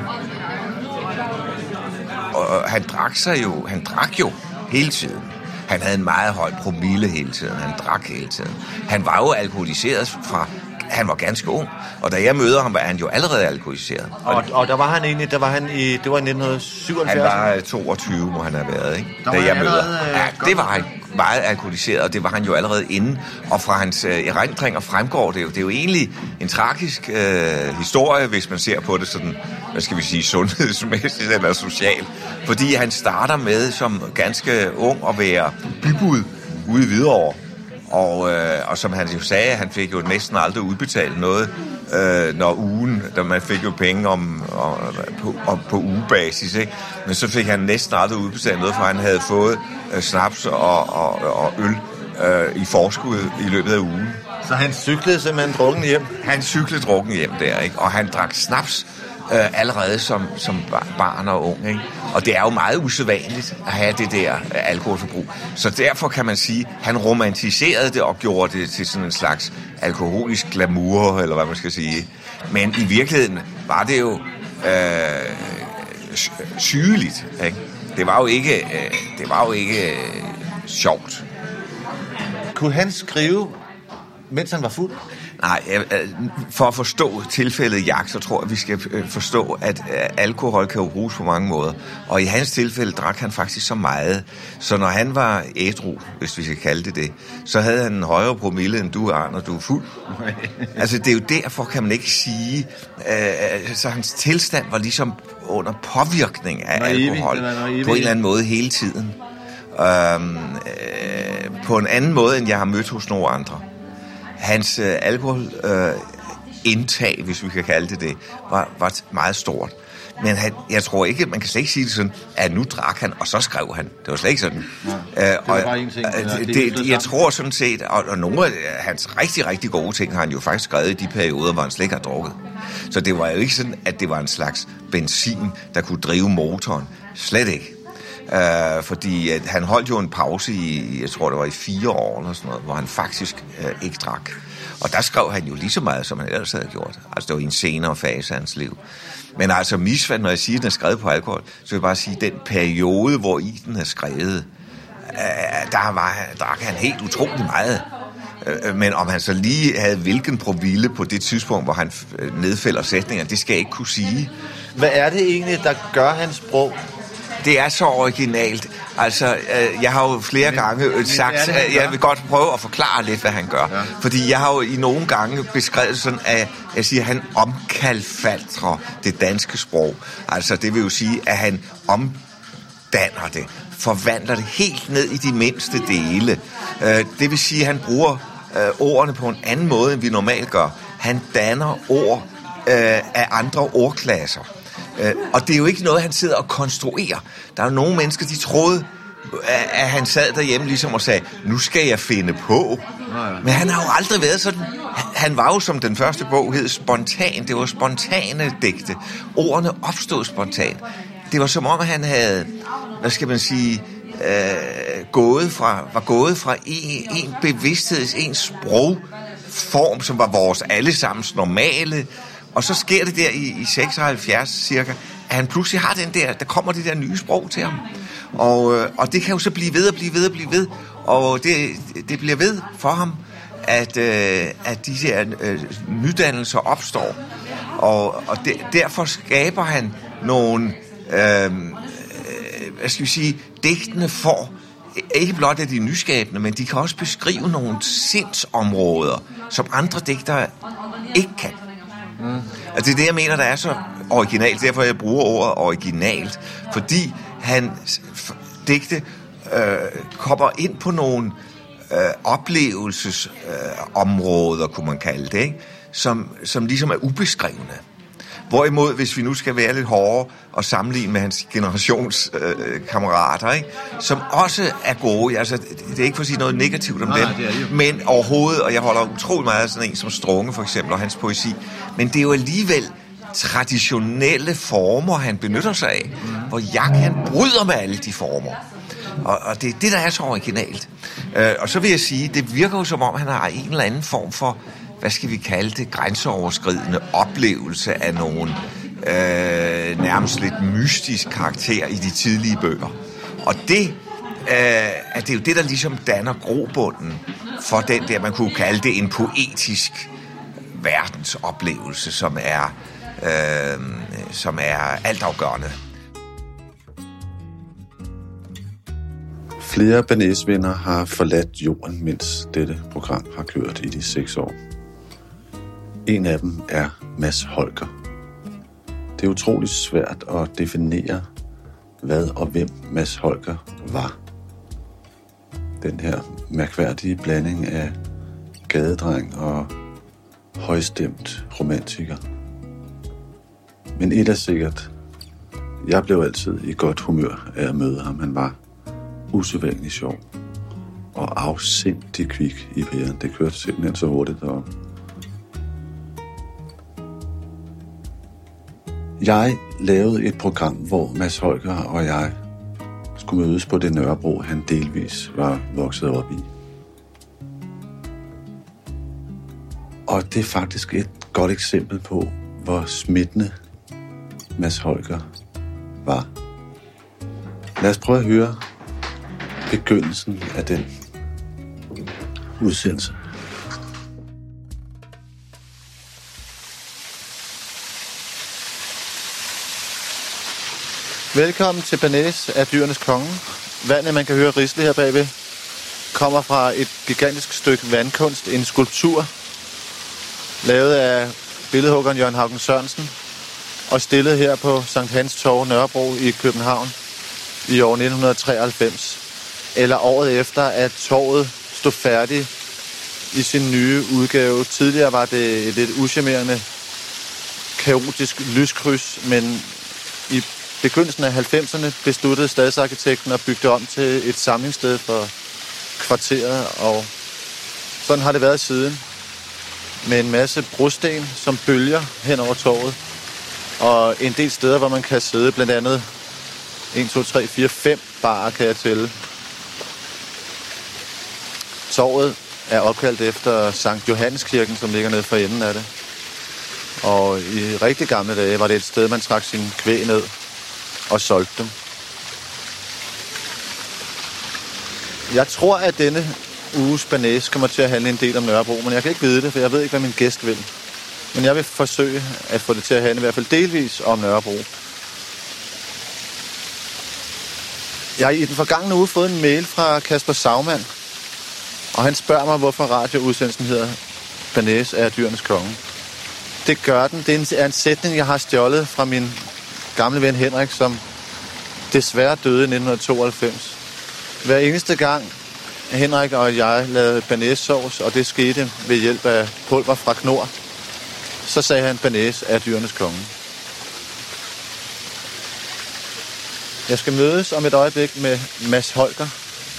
Og han drak sig jo, han drak jo hele tiden. Han havde en meget høj promille hele tiden. Han drak hele tiden. Han var jo alkoholiseret fra, han var ganske ung. Og da jeg møder ham, var han jo allerede alkoholiseret. Og, og der var han egentlig, der var han i, det var i nitten syvoghalvfjerds. Han var toogtyve, må han have været, ikke? Der da var jeg allerede, møder. Ja, det var han meget alkoholiseret, og det var han jo allerede inden. Og fra hans øh, erindringer fremgår det jo. Det er jo egentlig en tragisk øh, historie, hvis man ser på det sådan, hvad skal vi sige, sundhedsmæssigt eller socialt. Fordi han starter med som ganske ung at være bybud ude i Hvidovre. Og, øh, og som han jo sagde, han fik jo næsten aldrig udbetalt noget, øh, når ugen, da man fik jo penge om, om, på, om, på ugebasis, ikke? Men så fik han næsten aldrig udbetalt noget, for han havde fået øh, snaps og, og, og øl øh, i forskud i løbet af ugen. Så han cyklede simpelthen drukken hjem? Han cyklede drukken hjem der, ikke? Og han drak snaps øh, allerede som, som barn og ung, ikke? Og det er jo meget usædvanligt at have det der øh, alkoholforbrug. Så derfor kan man sige, at han romantiserede det og gjorde det til sådan en slags alkoholisk glamour, eller hvad man skal sige. Men i virkeligheden var det jo øh, sygeligt, ikke? Det var jo ikke, øh, det var jo ikke øh, sjovt. Kunne han skrive, mens han var fuld? Nej, for at forstå tilfældet Jak, så tror jeg, vi skal forstå, at alkohol kan jo bruges på mange måder. Og i hans tilfælde drak han faktisk så meget, så når han var ædru, hvis vi skal kalde det det, så havde han en højere promille, end du har, når du er fuld. Altså, det er jo derfor, kan man ikke sige, øh, så hans tilstand var ligesom under påvirkning af naive, alkohol på en eller anden måde hele tiden. Øhm, øh, på en anden måde, end jeg har mødt hos nogle andre. Hans øh, alkoholindtag, øh, hvis vi kan kalde det det, var, var meget stort. Men han, jeg tror ikke, man kan slet ikke sige det sådan, at nu drak han, og så skrev han. Det var slet ikke sådan. Ja, det var øh, bare en ting. Det, det, det, jeg tror sådan set, og, og nogle af hans rigtig, rigtig gode ting har han jo faktisk skrevet i de perioder, hvor han slet ikke har drukket. Så det var jo ikke sådan, at det var en slags benzin, der kunne drive motoren. Slet ikke. Uh, fordi at han holdt jo en pause i, jeg tror det var i fire år eller sådan noget, hvor han faktisk uh, ikke drak. Og der skrev han jo lige så meget, som han ellers havde gjort. Altså det var i en senere fase af hans liv. Men altså misfand, når jeg siger, at den er skrevet på alkohol, så vil jeg bare sige, at den periode, hvor i den er skrevet, uh, der var, drak han helt utrolig meget. Uh, men om han så lige havde hvilken promille på det tidspunkt, hvor han nedfælder sætninger, det skal jeg ikke kunne sige. Hvad er det egentlig, der gør hans sprog? Det er så originalt. Altså, øh, jeg har jo flere men, gange men, sagt, at jeg vil godt prøve at forklare lidt, hvad han gør. Ja. Fordi jeg har jo i nogle gange beskrevet sådan, at jeg siger, at han omkalfatrer det danske sprog. Altså, det vil jo sige, at han omdanner det, forvandler det helt ned i de mindste dele. Øh, det vil sige, at han bruger øh, ordene på en anden måde, end vi normalt gør. Han danner ord øh, af andre ordklasser. Uh, og det er jo ikke noget, han sidder og konstruerer. Der er jo nogle mennesker, de troede, at han sad derhjemme ligesom og sagde, nu skal jeg finde på. Men han har jo aldrig været sådan. Han var jo, som den første bog hed, spontan. Det var spontane digte. Ordene opstod spontant. Det var som om, han havde, hvad skal man sige, uh, gået fra, var gået fra en, en bevidstheds, en sprogform, som var vores allesammens normale. Og så sker det der i, i seksoghalvfjerds cirka, at han pludselig har den der, der kommer det der nye sprog til ham. Og, øh, og det kan jo så blive ved og blive ved og blive ved. Og det, det bliver ved for ham, at, øh, at de her øh, nydannelser opstår. Og, og de, derfor skaber han nogle, øh, hvad skal vi sige, digtene får, ikke blot af de nyskabende, men de kan også beskrive nogle sindsområder, som andre digtere ikke kan. Mm. Altså det er det, jeg mener, der er så originalt. Derfor jeg bruger ordet originalt. Fordi han digte øh, kommer ind på nogle øh, oplevelsesområder, øh, kunne man kalde det, ikke? Som, som ligesom er ubeskrevne. Hvorimod, hvis vi nu skal være lidt hårdere og sammenligne med hans generationskammerater, øh, som også er gode, altså det er ikke for at sige noget negativt om Nej, dem, det er det. men overhovedet, og jeg holder utrolig meget af sådan en som Strunge for eksempel, og hans poesi, men det er jo alligevel traditionelle former, han benytter sig af, mm. hvor Jack, han bryder med alle de former. Og, og det er det, der er så originalt. Øh, og så vil jeg sige, det virker jo som om, han har en eller anden form for, hvad skal vi kalde det, grænseoverskridende oplevelse af nogen øh, nærmest lidt mystisk karakter i de tidlige bøger. Og det, øh, er det er jo det, der ligesom danner grobunden for den der, man kunne kalde det en poetisk verdensoplevelse, som er, øh, som er altafgørende. Flere Bernays-venner har forladt jorden, mens dette program har kørt i de seks år. En af dem er Mads Holger. Det er utroligt svært at definere, hvad og hvem Mads Holger var. Den her mærkværdige blanding af gadedreng og højstemt romantiker. Men et er sikkert. Jeg blev altid i godt humør af at møde ham. Han var usædvanligt sjov og afsindig kvik i pæren. Det kørte simpelthen så hurtigt deroppe. Jeg lavede et program, hvor Mads Holger og jeg skulle mødes på det Nørrebro, han delvis var vokset op i. Og det er faktisk et godt eksempel på, hvor smittende Mads Holger var. Lad os prøve at høre begyndelsen af den udsendelse. Velkommen til Bernays af Dyrenes Konge. Vandet, man kan høre risle her bagved, kommer fra et gigantisk stykke vandkunst, en skulptur, lavet af billedhuggeren Jørgen Haugen Sørensen, og stillet her på Sankt Hans Torv, Nørrebro i København i år nitten treoghalvfems. Eller året efter, at torvet stod færdig i sin nye udgave. Tidligere var det et lidt uschammerende, kaotisk lyskryds, men i begyndelsen af halvfemserne besluttede stadsarkitekten at bygge det om til et samlingssted for kvarteret, og sådan har det været siden. Med en masse brosten, som bølger hen over torvet, og en del steder, hvor man kan sidde, blandt andet en, to, tre, fire, fem barer, kan jeg tælle. Torvet er opkaldt efter Sankt Johanneskirken, som ligger nede for enden af det. Og i rigtig gamle dage var det et sted, man trak sin kvæg ned og solgte dem. Jeg tror, at denne uges Bernays kommer til at handle en del om Nørrebro, men jeg kan ikke vide det, for jeg ved ikke, hvad min gæst vil. Men jeg vil forsøge at få det til at handle i hvert fald delvis om Nørrebro. Jeg har i den forgangne uge fået en mail fra Kasper Sagmann, og han spørger mig, hvorfor radioudsendelsen hedder Bernays er Dyrenes Konge. Det gør den. Det er en sætning, jeg har stjålet fra min gamle ven Henrik, som desværre døde i nitten tooghalvfems. Hver eneste gang Henrik og jeg lavede bearnaisesauce, og det skete ved hjælp af pulver fra Knor, så sagde han, Bernays er Dyrenes Konge. Jeg skal mødes om et øjeblik med Mads Holger.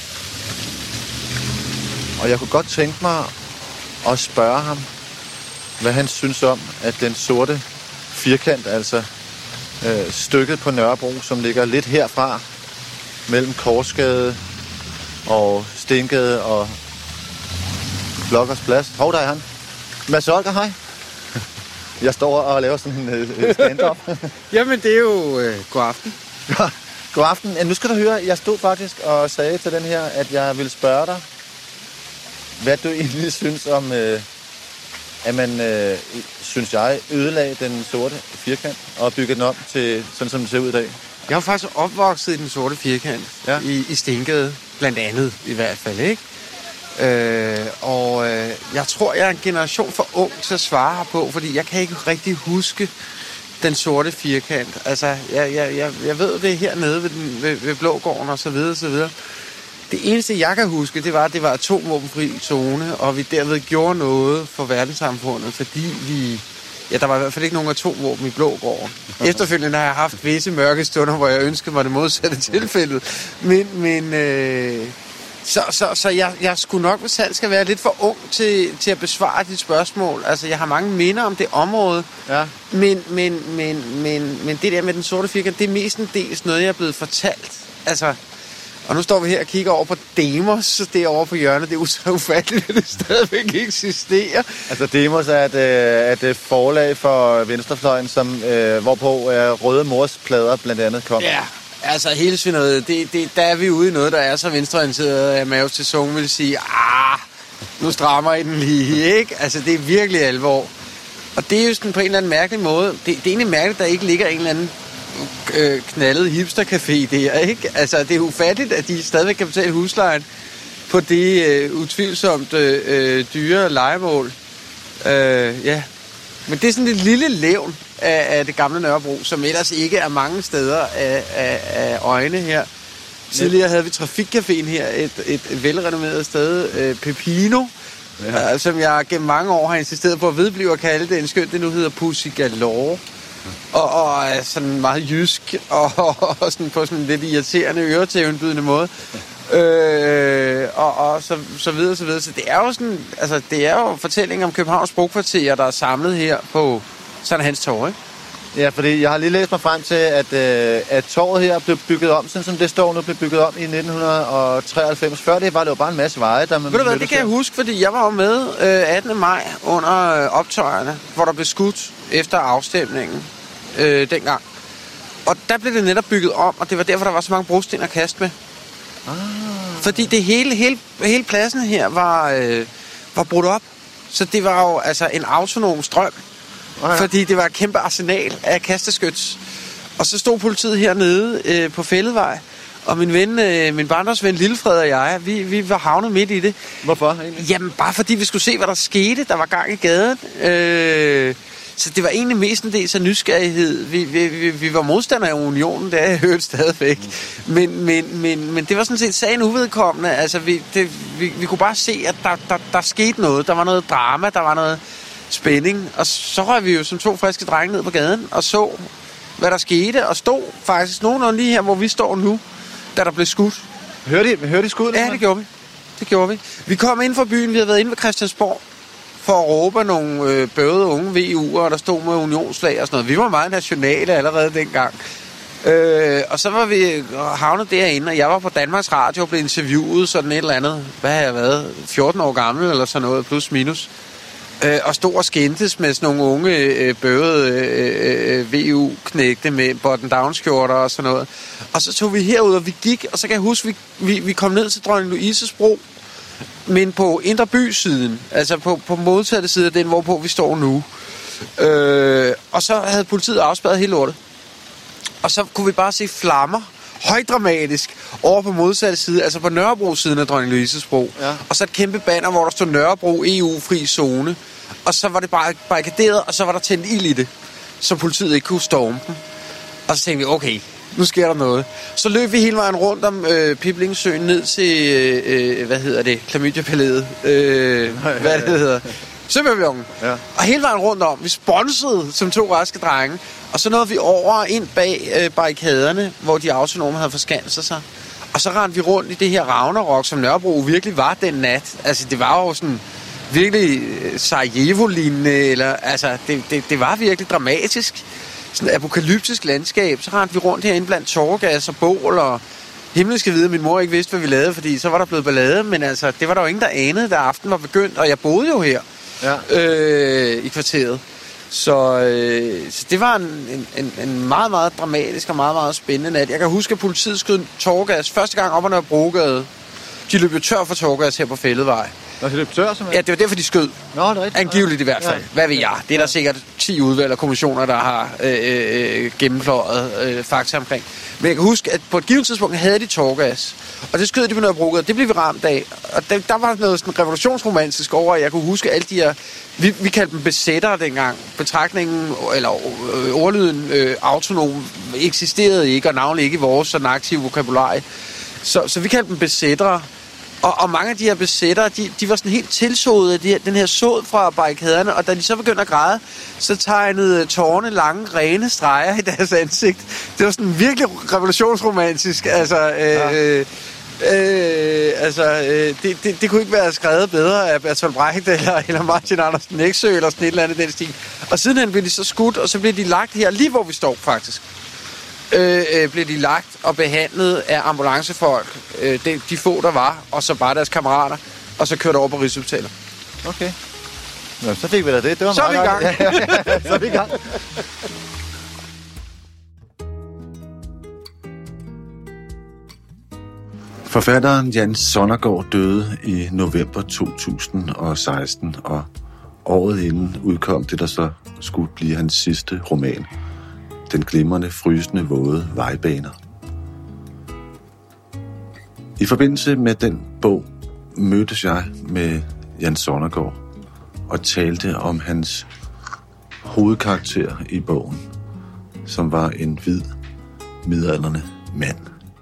Og jeg kunne godt tænke mig at spørge ham, hvad han synes om, at den sorte firkant, altså øh, stykket på Nørrebro, som ligger lidt herfra, mellem Korsgade og Stengade og Blokkers Plads. Hov, der er han. Mads Holger, hej. Jeg står og laver sådan en øh, stand-up. Jamen, det er jo øh, god aften. God aften. Ja, nu skal du høre, jeg stod faktisk og sagde til den her, at jeg ville spørge dig, hvad du egentlig synes om, øh, at man, øh, synes jeg, ødelagde den sorte firkant og byggede den om til sådan, som det ser ud i dag. Jeg er faktisk opvokset i den sorte firkant, ja. i, i Stengade, blandt andet i hvert fald, ikke? Øh, og øh, jeg tror, jeg er en generation for ung til at svare her på, fordi jeg kan ikke rigtig huske den sorte firkant. Altså, jeg, jeg, jeg, jeg ved det hernede ved, den, ved, ved Blågården og så videre, så videre. Det eneste, jeg kan huske, det var, at det var atomvåbenfri zone, og vi derved gjorde noget for verdenssamfundet, fordi vi... Ja, der var i hvert fald ikke nogen atomvåben i Blågården. Efterfølgende har jeg haft visse mørke stunder, hvor jeg ønskede mig det modsatte tilfælde. Men, men øh, så, så, så jeg, jeg skulle nok, hvis jeg skal være lidt for ung til, til at besvare dit spørgsmål. Altså, jeg har mange minder om det område. Ja. Men, men, men, men, men det der med den sorte firkant, det er mestendels noget, jeg er blevet fortalt. Altså... Og nu står vi her og kigger over på Demos, derovre på hjørnet. Det er så ufatteligt, at det stadigvæk eksisterer. Altså Demos er et, et, et forlag for venstrefløjen, som, øh, hvorpå øh, Røde Mors plader blandt andet kom. Ja, altså hele svineriet, det, det, der er vi ude i noget, der er så venstreorienteret, at Mao Zedong vil sige, ah, nu strammer I den lige, ikke? Altså det er virkelig alvor. Og det er jo sådan på en eller anden mærkelig måde. Det, det er egentlig mærkeligt, at der ikke ligger en eller anden øh, knaldet hipstercafé der, ikke? Altså, det er ufatteligt, at de stadigvæk kan betale huslejen på det øh, utvivlsomt øh, dyre lejemål. Øh, ja. Men det er sådan et lille levn af, af det gamle Nørrebro, som ellers ikke er mange steder af, af, af øjne her. Tidligere havde vi Trafikcaféen her, et, et, et velrenommeret sted, øh, Pepino, ja. øh, som jeg gennem mange år har insisteret på at vedblive at kalde det, en skønt det nu hedder Pussy Galore. Og, og er sådan meget jysk, og, og, og sådan på sådan en lidt irriterende, øretævnbydende måde. Øh, og, og så, så videre, så videre. Så det er jo sådan, altså det er jo fortælling om Københavns brokvarterer, der er samlet her på Sankt Hans Torv, ikke? Ja, fordi jeg har lige læst mig frem til, at, øh, at torvet her blev bygget om, sådan som det står nu, blev bygget om i nitten treoghalvfems. Før det var det jo bare en masse veje, der man... Ved du hvad, det kan jeg huske, fordi jeg var jo med øh, attende maj under øh, optøjerne, hvor der blev skudt efter afstemningen øh, dengang. Og der blev det netop bygget om, og det var derfor, der var så mange brosten at kaste med. Ah. Fordi det hele, hele, hele pladsen her var, øh, var brudt op. Så det var jo altså en autonom strøm. Oh, ja. Fordi det var et kæmpe arsenal af kasteskyts. Og så stod politiet hernede øh, på Fælledvej, og min ven, øh, min barndomsven Lillefred og jeg, vi, vi var havnet midt i det. Hvorfor egentlig? Jamen bare fordi vi skulle se, hvad der skete. Der var gang i gaden. Øh, så det var egentlig mestendels af nysgerrighed. Vi, vi, vi, vi var modstandere af unionen, det er jeg hørt stadigvæk. Mm. Men, men, men, men det var sådan set sagen uvedkommende. Altså vi, det, vi, vi kunne bare se, at der, der, der skete noget. Der var noget drama, der var noget spænding, og så røg vi jo som to friske drenge ned på gaden og så, hvad der skete, og stod faktisk nogenlunde lige her, hvor vi står nu, da der blev skudt. Hørte I, hørte I skuddet? Ja, det gjorde vi. Det gjorde vi. Vi kom ind fra byen, vi havde været inde ved Christiansborg, for at råbe nogle øh, bøvede unge V U'er, der stod med unionsflag og sådan noget. Vi var meget nationale allerede dengang. Øh, og så var vi havnet derinde, og jeg var på Danmarks Radio og blev interviewet sådan et eller andet, hvad har jeg været, fjorten år gammel eller sådan noget, plus minus. Øh, og stod og skændtes med sådan nogle unge øh, bøvede øh, øh, V U-knægte med button-down-skjorter og sådan noget. Og så tog vi herud, og vi gik, og så kan jeg huske, vi, vi, vi kom ned til Dronning Louises Bro, men på Indre By-siden, altså på, på modsatte side af den, hvorpå vi står nu. Øh, og så havde politiet afspærret hele lortet. Og så kunne vi bare se flammer, højdramatisk, over på modsatte side, altså på Nørrebro-siden af Dronning Louises Bro. Ja. Og så et kæmpe banner, hvor der stod Nørrebro E U-fri zone. Og så var det bare barrikaderet, og så var der tændt ild i det, så politiet ikke kunne storme dem. Og så tænkte vi, okay, nu sker der noget. Så løb vi hele vejen rundt om øh, Piblingsøen ned til, øh, hvad hedder det, Klamydia-palæet. Øh, hvad det hedder. Søpavillonen. Ja. Og hele vejen rundt om. Vi sponsede som to raske drenge. Og så nåede vi over ind bag øh, barrikaderne, hvor de autonome havde forskanset sig. Og så rendte vi rundt i det her Ragnarok, som Nørrebro virkelig var den nat. Altså, det var jo sådan virkelig Sarajevo-lignende, eller altså, det, det, det var virkelig dramatisk. Sådan et apokalyptisk landskab. Så rendte vi rundt herinde blandt tåregas og bål, og himlen skal vide, at min mor ikke vidste, hvad vi lavede, fordi så var der blevet ballade. Men altså, det var der jo ingen, der anede, da aften var begyndt, og jeg boede jo her. Ja. Øh, i kvarteret. Så, øh, så det var en, en, en meget, meget dramatisk og meget, meget spændende nat. Jeg kan huske, at politiet skød tåregas første gang op ad Nørrebrogade. De løb jo tør for tåregas her på Fælledvej. Nå, de løb tør, simpelthen? Ja, det var derfor, de skød. Nå, det er rigtigt. Angiveligt i hvert fald. Ja. Hvad ved jeg? Det er der sikkert ti udvalg og kommissioner, der har øh, øh, gennemfløjet øh, fakta omkring. Men jeg kan huske, at på et givet tidspunkt havde de tårgas. Og det skød de på noget brugt, og det blev vi ramt af. Og der, der var noget sådan revolutionsromantisk over, at jeg kunne huske alle de her... Vi, vi kaldte dem besættere dengang. Betragtningen, eller øh, ordlyden øh, autonom, eksisterede ikke, og navnlig ikke i vores sådan aktive vokabulare. Så, så vi kaldte dem besættere. Og, og mange af de her besættere, de, de var sådan helt tilsåede af de her, den her såd fra barrikaderne, og da de så begyndte at græde, så tegnede tårerne lange, rene streger i deres ansigt. Det var sådan virkelig revolutionsromantisk. Altså, øh, ja. øh, altså øh, det, det, det kunne ikke være skrevet bedre af Bertolt Brecht eller, eller Martin Andersen Nexø eller sådan et eller andet den stil. Og sidenhen blev de så skudt, og så blev de lagt her, lige hvor vi står faktisk. Øh, øh, blev de lagt og behandlet af ambulancefolk, øh, de, de få der var, og så bare deres kammerater, og så kørte over på Rigshospitalet. Okay. Nå, så fik vi da det. Det var så er vi i gang. Ja, ja, ja. Så er vi i gang. Forfatteren Jens Sonnergaard døde i november to tusind og seksten, og året inden udkom det, der så skulle blive hans sidste roman. Den glimrende, frysende, våde vejbaner. I forbindelse med den bog mødtes jeg med Jens Sonnergaard og talte om hans hovedkarakter i bogen, som var en hvid, midaldrende mand.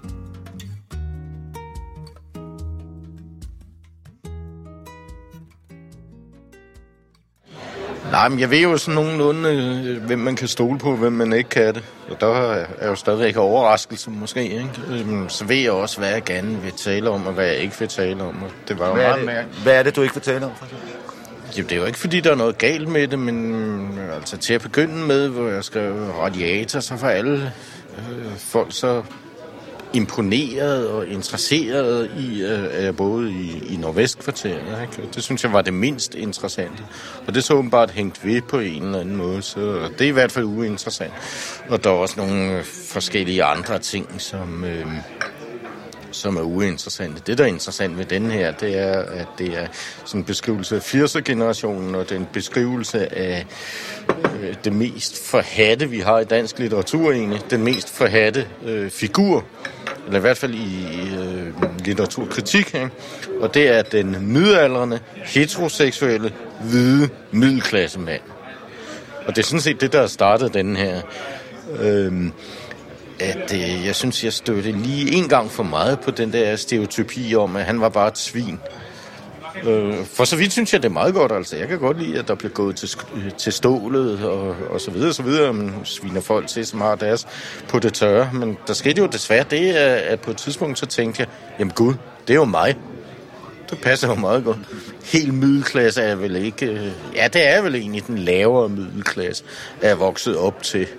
Nej, men jeg ved jo sådan nogenlunde, øh, hvem man kan stole på, hvem man ikke kan det. Og der er jo stadigvæk overraskelse måske, ikke? Øhm, så ved jeg også, hvad jeg gerne vil tale om, og hvad jeg ikke vil tale om. Og det var jo hvad, er meget det, mærkeligt. hvad er det, du ikke vil tale om? For Jamen, det er jo ikke, fordi der er noget galt med det, men altså til at begynde med, hvor jeg skrev radiator, så var alle øh, folk så imponeret og interesseret i, at jeg boede i, i Nordvestkvarteret. Ikke? Det synes jeg var det mindst interessante. Og det så åbenbart hængt ved på en eller anden måde, så det er i hvert fald uinteressant. Og der er også nogle forskellige andre ting, som, øh, som er uinteressante. Det, der er interessant ved den her, det er, at det er sådan en beskrivelse af firser-generationen, og det er en beskrivelse af øh, det mest forhatte, vi har i dansk litteratur egentlig. Den mest forhatte øh, figur, eller i hvert fald i øh, litteraturkritik, ikke? Og det er den midaldrende, heteroseksuelle, hvide middelklassemand. Og det er sådan set det, der har startet den her. Øh, at øh, jeg synes, jeg stødte lige en gang for meget på den der stereotypi om, at han var bare et svin. Øh, for så vidt synes jeg, det er meget godt. Altså, jeg kan godt lide, at der bliver gået til, til stålet og, og så videre, og så videre. Man sviner folk til, som har deres på det tørre. Men der skete jo desværre det, at på et tidspunkt så tænkte jeg, jamen gud, det er jo mig. Det passer jo meget godt. Helt middelklasse er vel ikke... Ja, det er vel egentlig den lavere middelklasse, er vokset op til.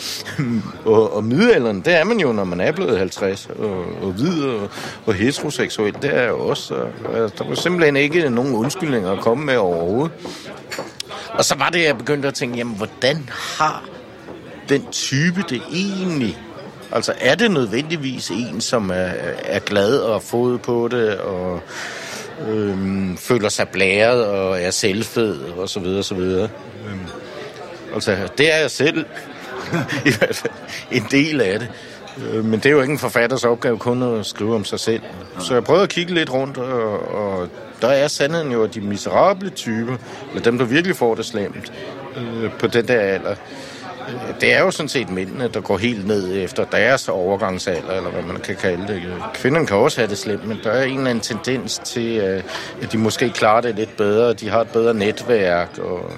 og, og middelalderen, det er man jo, når man er blevet halvtreds, og, og hvid og, og heteroseksuel. Det er jo også... Der var simpelthen ikke nogen undskyldninger at komme med overhovedet. Og så var det, jeg begyndte at tænke, jamen, hvordan har den type det egentlig... Altså, er det nødvendigvis en, som er, er glad og har fået på det, og øhm, føler sig blæret og er selvfed, og så videre, så videre. Øhm, altså, det er jeg selv, i hvert fald en del af det. Øh, men det er jo ikke en forfatters opgave kun at skrive om sig selv. Så jeg prøvede at kigge lidt rundt, og, og der er sandheden jo, at de miserable typer, eller dem, der virkelig får det slemt, øh, på den der alder, det er jo sådan set mændene, der går helt ned efter deres overgangsalder, eller hvad man kan kalde det. Kvinderne kan også have det slemt, men der er en eller anden tendens til, at de måske klarer det lidt bedre. De har et bedre netværk, og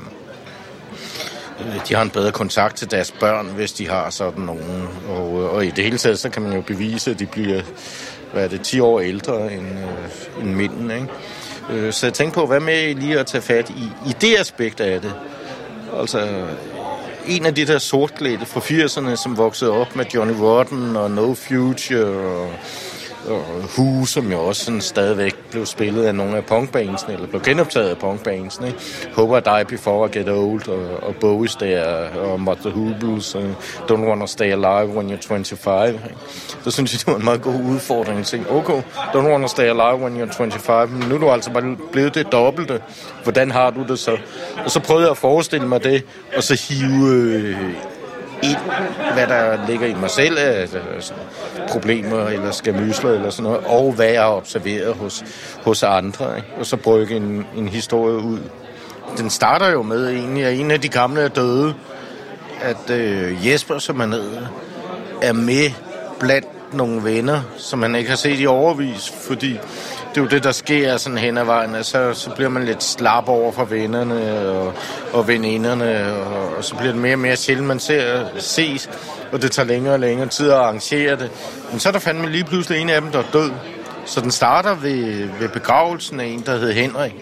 de har en bedre kontakt til deres børn, hvis de har sådan nogen. Og, og i det hele taget, så kan man jo bevise, at de bliver, hvad er det, ti år ældre end, end mændene, ikke? Så jeg tænkte på, hvad med lige at tage fat i, i det aspekt af det. Altså... En af de der sortklædte fra firserne, som voksede op med Johnny Rotten og No Future og Og Who, som jo også sådan stadigvæk blev spillet af nogle af punkbandsene, eller blev genoptaget af punkbandsene, ikke? Hope I Die Before I Get Old, og, og Bowie's der, og Mother Hoobles, og Don't Wanna Stay Alive When You're toogtyve. Ikke? Så synes jeg, det var en meget god udfordring at tænke, okay, Don't Wanna Stay Alive When You're toogtyve, men nu er du altså bare blevet det dobbelte. Hvordan har du det så? Og så prøvede jeg at forestille mig det, og så hive øh, ind, hvad der ligger i mig selv af altså, problemer eller skamysler eller sådan noget, og hvad jeg har observeret hos, hos andre, ikke? Og så brygge en, en historie ud. Den starter jo med egentlig, at en af de gamle er døde, at øh, Jesper, som han hedder, er med blandt nogle venner, som han ikke har set i overvis, fordi det er jo det, der sker sådan hen ad vejen, og så, så bliver man lidt slap over for vennerne og, og veninderne, og, og så bliver det mere og mere sjældent, man ser, ses, og det tager længere og længere tid at arrangere det. Men så er der fandme lige pludselig en af dem, der er død. Så den starter ved, ved begravelsen af en, der hed Henrik.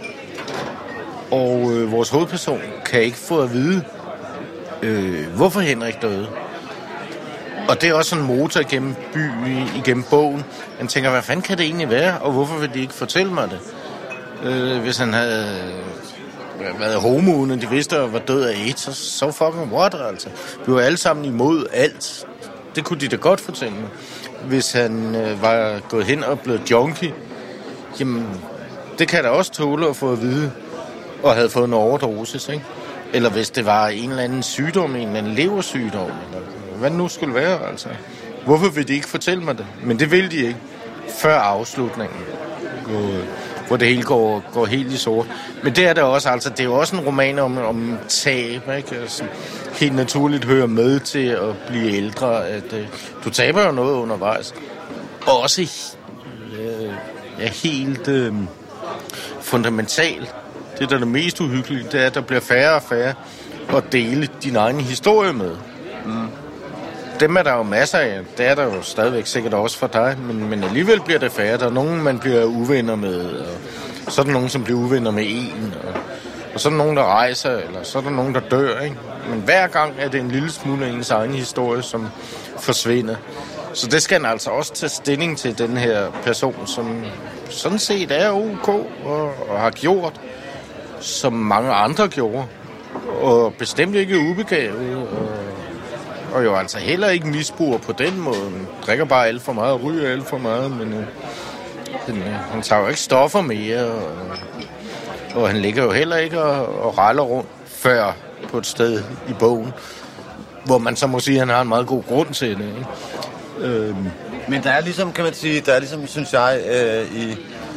Og øh, vores hovedperson kan ikke få at vide, øh, hvorfor Henrik døde. Og det er også en motor igennem, by, igennem bogen. Man tænker, hvad fanden kan det egentlig være, og hvorfor vil de ikke fortælle mig det? Øh, hvis han havde været homoen, og de vidste, at var død af AIDS, så, så fucking what, altså. Vi var alle sammen imod alt. Det kunne de da godt fortælle mig. Hvis han øh, var gået hen og blevet junkie, jamen, det kan jeg da også tåle at få at vide, og havde fået en overdosis, ikke? Eller hvis det var en eller anden sygdom, en eller anden leversygdom, eller hvad det nu skulle være, altså. Hvorfor vil de ikke fortælle mig det? Men det vil de ikke, før afslutningen, hvor, hvor det hele går, går helt i sort. Men det er det også, altså. Det er jo også en roman om, om tab, ikke? Altså, helt naturligt hører med til at blive ældre, at uh, du taber jo noget undervejs. Og også uh, ja, helt uh, fundamentalt. Det, der er det mest uhyggelige, det er, at der bliver færre og færre at dele din egen historie med. Mm. Dem er der jo masser af. Det er der jo stadigvæk sikkert også for dig, men, men alligevel bliver det færre. Der er nogen, man bliver uvenner med, og så er der nogen, som bliver uvenner med en, og, og så er der nogen, der rejser, eller så er der nogen, der dør, ikke? Men hver gang er det en lille smule af ens egen historie, som forsvinder. Så det skal han altså også tage stilling til, den her person, som sådan set er ok og, og har gjort, som mange andre gjorde, og bestemt ikke ubegavet, og, og jo altså heller ikke misbruger på den måde. Man drikker bare alt for meget og ryger alt for meget, men øh, den, øh, han tager jo ikke stoffer mere, og, og han ligger jo heller ikke og, og raller rundt før på et sted i bogen, hvor man så må sige, at han har en meget god grund til det, ikke? Øhm. Men der er ligesom, kan man sige, der er ligesom, synes jeg, øh, i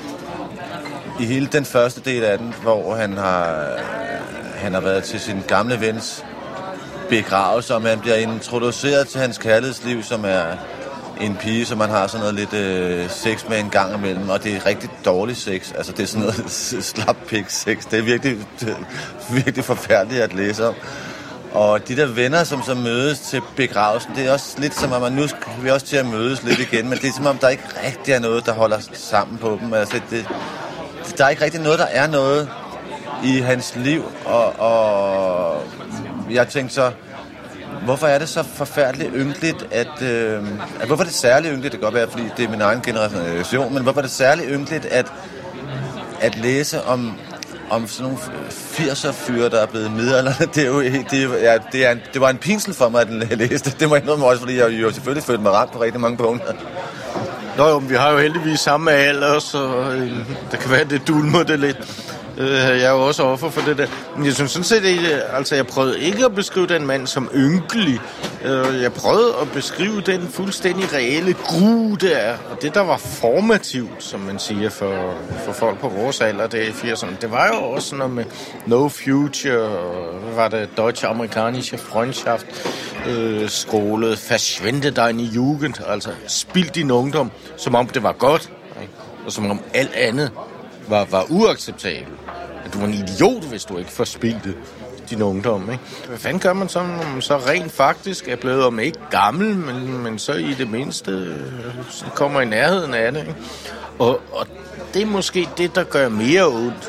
i hele den første del af den, hvor han har han har været til sin gamle vens begravelse, og man bliver introduceret til hans kærlighedsliv, som er en pige, som man har sådan noget lidt øh, sex med en gang imellem, og det er rigtig dårlig sex. Altså det er sådan noget slap-pik sex. Det er virkelig, det er virkelig forfærdeligt at læse om. Og de der venner, som så mødes til begravelsen, det er også lidt som om, man nu skal vi også til at mødes lidt igen, men det er som om, der ikke rigtig er noget, der holder sammen på dem. Altså det, der er ikke rigtig noget, der er noget i hans liv, og, og jeg tænkte så, hvorfor er det så forfærdeligt ynkeligt, at, øh, at hvorfor er det særligt ynkeligt, det kan godt være, fordi det er min egen generation, men hvorfor er det særligt ynkeligt, at, at læse om, om sådan nogle firser-fyre, der er blevet midaldrende. Det er jo, det er, ja, det, er en, det var en pinsel for mig, at den læste. Det må jeg indrømme også, fordi jeg jo selvfølgelig følte mig ramt på rigtig mange punkter. Nå jo, vi har jo heldigvis samme alder, så øh, der kan være, det dulmer det lidt. Øh, jeg er jo også offer for det der. Men jeg synes sådan set, at altså, jeg prøvede ikke at beskrive den mand som ynkelig. Øh, jeg prøvede at beskrive den fuldstændig reelle gru der. Og det, der var formativt, som man siger, for, for folk på vores alder der i firserne, det var jo også sådan noget med No Future, og hvad var det, Deutsche-Amerikanische Freundschaft, øh, skålet, Verschwende deine Jugend, altså spild din ungdom, som om det var godt, ikke? Og som om alt andet var, var uacceptabelt. At du var en idiot, hvis du ikke forspildte din ungdom, ikke? Hvad fanden gør man så, når man så rent faktisk er blevet, om ikke gammel, men, men så i det mindste så kommer i nærheden af det, ikke? Og, og det er måske det, der gør mere ondt.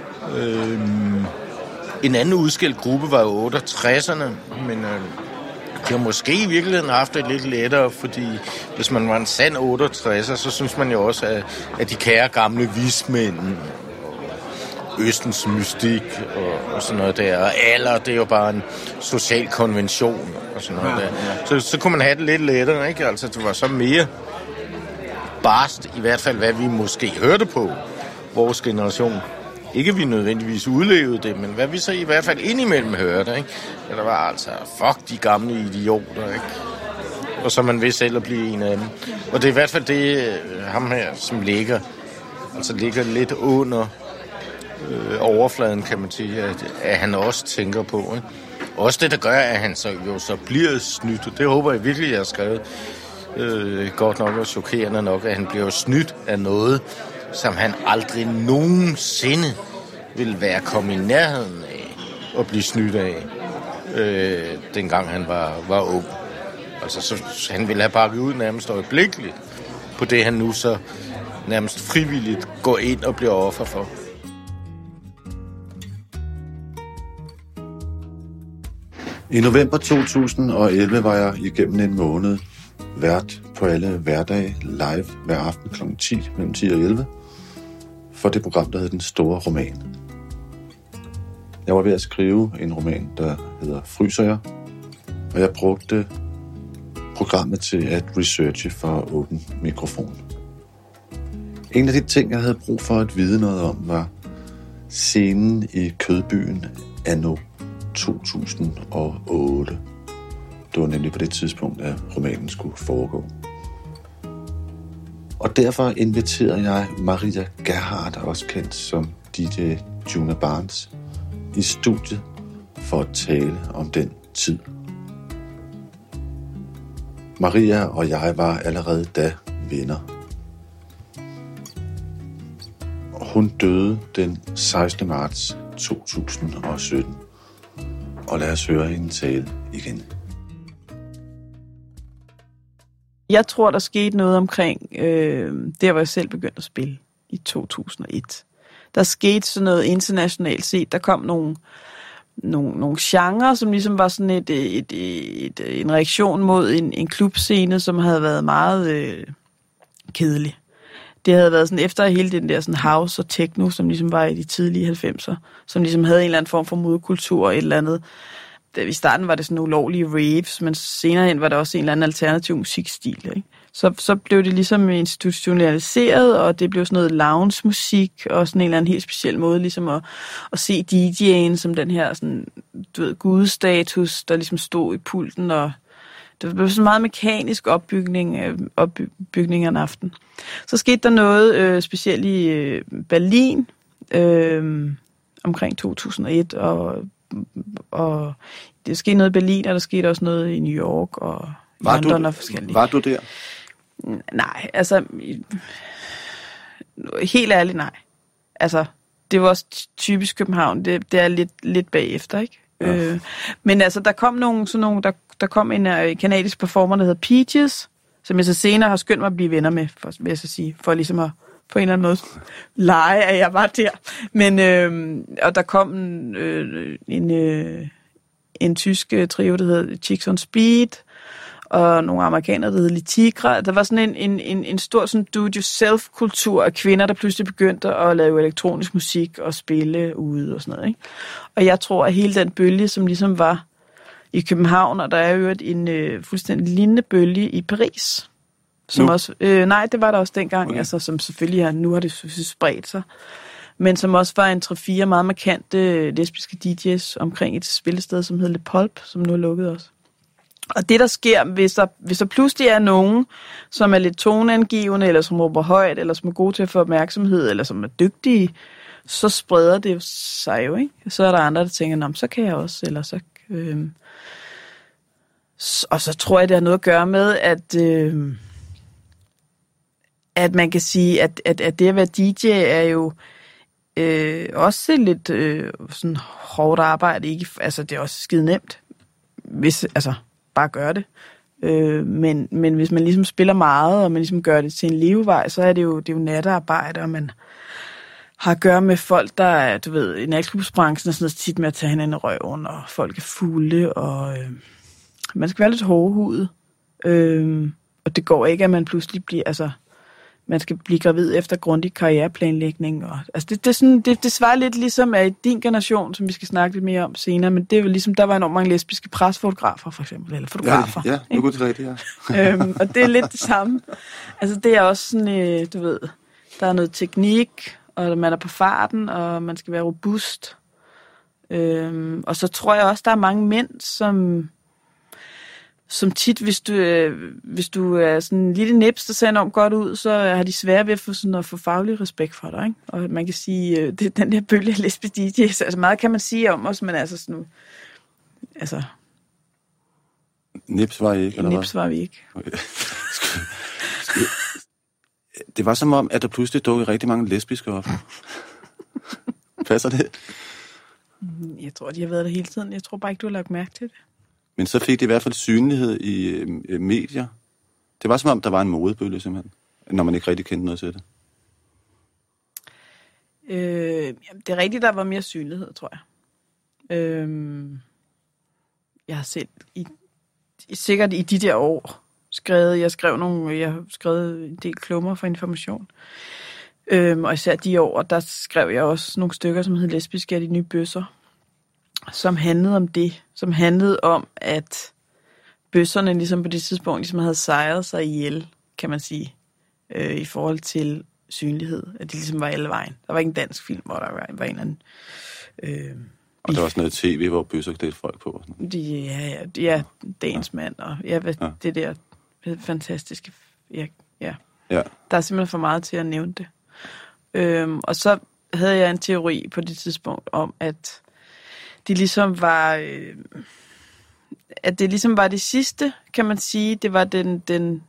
Øhm, en anden udskilt gruppe var jo otteogtresserne, men øh, de har måske i virkeligheden haft det lidt lettere, fordi hvis man var en sand otteogtresser, så synes man jo også, at, at de kære gamle vismænd, Østens mystik og, og sådan noget der, og alder, det er jo bare en social konvention og sådan noget ja, der. Ja. Så, så kunne man have det lidt lettere, ikke? Altså, det var så mere barst, i hvert fald, hvad vi måske hørte på vores generation. Ikke vi nødvendigvis udlevede det, men hvad vi så i hvert fald indimellem hørte, ikke? Ja, der var altså, fuck de gamle idioter, ikke? Og så man vil selv at blive en af dem. Og det er i hvert fald det, ham her, som ligger, altså ligger lidt under øh, overfladen, kan man sige, at, at han også tænker på, ikke? Også det, der gør, at han så, jo så bliver snydt. Det håber jeg virkelig, jeg har skrevet øh, godt nok og chokerende nok, at han bliver snydt af noget, som han aldrig nogensinde ville være kommet i nærheden af at blive snydt af, øh, dengang han var, var ung. Altså, så han ville have bakket ud nærmest øjeblikkeligt på det, han nu så nærmest frivilligt går ind og bliver offer for. I november to tusind og elleve var jeg igennem en måned vært på alle hverdage live hver aften klokken ti mellem ti og elleve for det program, der hed Den Store Roman. Jeg var ved at skrive en roman, der hedder Fryser jeg, og jeg brugte programmet til at researche for åben mikrofon. En af de ting, jeg havde brug for at vide noget om, var scenen i Kødbyen anno to tusind og otte. Det var nemlig på det tidspunkt, at romanen skulle foregå. Og derfor inviterede jeg Maria Gerhardt, også kendt som D J Juna Barnes, i studiet for at tale om den tid. Maria og jeg var allerede da venner. Hun døde den sekstende marts to tusind og sytten. Og lad os høre hende tale igen. Jeg tror, der skete noget omkring øh, der, hvor jeg selv begyndte at spille i to tusind og et. Der skete sådan noget internationalt set. Der kom nogle, nogle, nogle genrer, som ligesom var sådan et, et, et, et, en reaktion mod en, en klubscene, som havde været meget øh, kedelig. Det havde været sådan efter hele den der sådan house og techno, som ligesom var i de tidlige halvfemser, som ligesom havde en eller anden form for modkultur og et eller andet. I starten var det sådan ulovlige raves, men senere hen var der også en eller anden alternativ musikstil, ikke? Så, så blev det ligesom institutionaliseret, og det blev sådan noget lounge-musik, og sådan en eller anden helt speciel måde ligesom at, at se D J'en som den her sådan, du ved, gudestatus, der ligesom stod i pulten, og det blev sådan en meget mekanisk opbygning, opbygning af en aften. Så skete der noget øh, specielt i øh, Berlin øh, omkring to tusind og et, og og det skete noget i Berlin, og der skete også noget i New York og var London du, og forskellige. Var du der? Nej, altså helt ærligt nej. Altså, det var også typisk København. Det, det er lidt, lidt bagefter, ikke? Ja. Øh, men altså, der kom nogle, sådan nogle, der, der kom en uh, kanadisk performer, der hedder Peaches, som jeg så senere har skyndt mig at blive venner med, for, vil jeg så sige, for ligesom at på en eller anden måde lege, at jeg var der. Men, øh, og der kom en, øh, en, øh, en tysk trio, der hed Chicks on Speed, og nogle amerikanere, der hed Litigre. Der var sådan en, en, en, en stor sådan do-it-yourself-kultur af kvinder, der pludselig begyndte at lave elektronisk musik og spille ude og sådan noget, ikke? Og jeg tror, at hele den bølge, som ligesom var i København, og der er jo en øh, fuldstændig lignende bølge i Paris, som nu? også, øh, nej, det var der også dengang, okay. Altså som selvfølgelig har, nu har det spredt sig, men som også var en tre-fire meget markante lesbiske D J's omkring et spillested, som hedder Le Pulp, som nu er lukket også. Og det, der sker, hvis der, hvis der pludselig er nogen, som er lidt toneangivende, eller som råber højt, eller som er gode til at få opmærksomhed, eller som er dygtige, så spreder det jo sig jo, ikke? Så er der andre, der tænker, nå, så kan jeg også, eller så... Øh, og så tror jeg, det har noget at gøre med, at... Øh, at man kan sige, at, at, at det at være D J er jo øh, også lidt øh, sådan hårdt arbejde. Ikke? Altså, det er også skide nemt, hvis, altså, bare gør det. Øh, men, men hvis man ligesom spiller meget, og man ligesom gør det til en levevej, så er det jo, det er jo nattearbejde, og man har at gøre med folk, der er, du ved, i natklubsbranchen er sådan noget tit med at tage hinanden i røven, og folk er fulde, og... Øh, man skal være lidt hårdhudet. Øhm, og det går ikke, at man pludselig bliver, altså, man skal blive gravid efter grundig karriereplanlægning. Og, altså det, det, er sådan, det, det svarer lidt ligesom af din generation, som vi skal snakke lidt mere om senere, men det er jo ligesom, der var enormt mange lesbiske presfotografer, for eksempel, eller fotografer. Ja, ja, nu går det rigtigt, ja. øhm, og det er lidt det samme. Altså det er også sådan, øh, du ved, der er noget teknik, og man er på farten, og man skal være robust. Øhm, og så tror jeg også, der er mange mænd, som... som tit, hvis du, øh, hvis du er sådan en lille nips, der ser enormt godt ud, så har de svære ved at få, sådan, at få faglig respekt for dig. Ikke? Og man kan sige, øh, det er den der bølge af lesbisk D J's. Altså meget kan man sige om os, men altså sådan... Altså... Nips var I ikke, eller hvad? Nips var vi ikke. Okay. Det var som om, at der pludselig dukkede rigtig mange lesbiske op. Passer det? Jeg tror, de har været der hele tiden. Jeg tror bare ikke, du har lagt mærke til det. Men så fik det i hvert fald synlighed i øh, medier. Det var som om, der var en modebølge simpelthen, når man ikke rigtig kendte noget til det. Øh, jamen, det er rigtigt, der var mere synlighed, tror jeg. Øh, jeg har selv, i, sikkert i de der år, skrevet, jeg skrev nogle, jeg har skrevet en del klummer for Information. Øh, og især de år, der skrev jeg også nogle stykker, som hed Lesbiske af de nye bøsser, som handlede om det, som handlede om, at bøsserne ligesom på det tidspunkt ligesom havde sejret sig ihjel, kan man sige, øh, i forhold til synlighed, at de ligesom var alle vejen. Der var ikke en dansk film, hvor der var, var en eller anden... Øh, og der var også noget tv, hvor bøsser klædte folk på. De, ja, ja, de er dagens mand, og ja, hvad, ja. det der fantastiske... Ja, ja. ja. Der er simpelthen for meget til at nævne det. Øh, og så havde jeg en teori på det tidspunkt om, at de ligesom var, øh, at det ligesom var det sidste, kan man sige. Det var den, den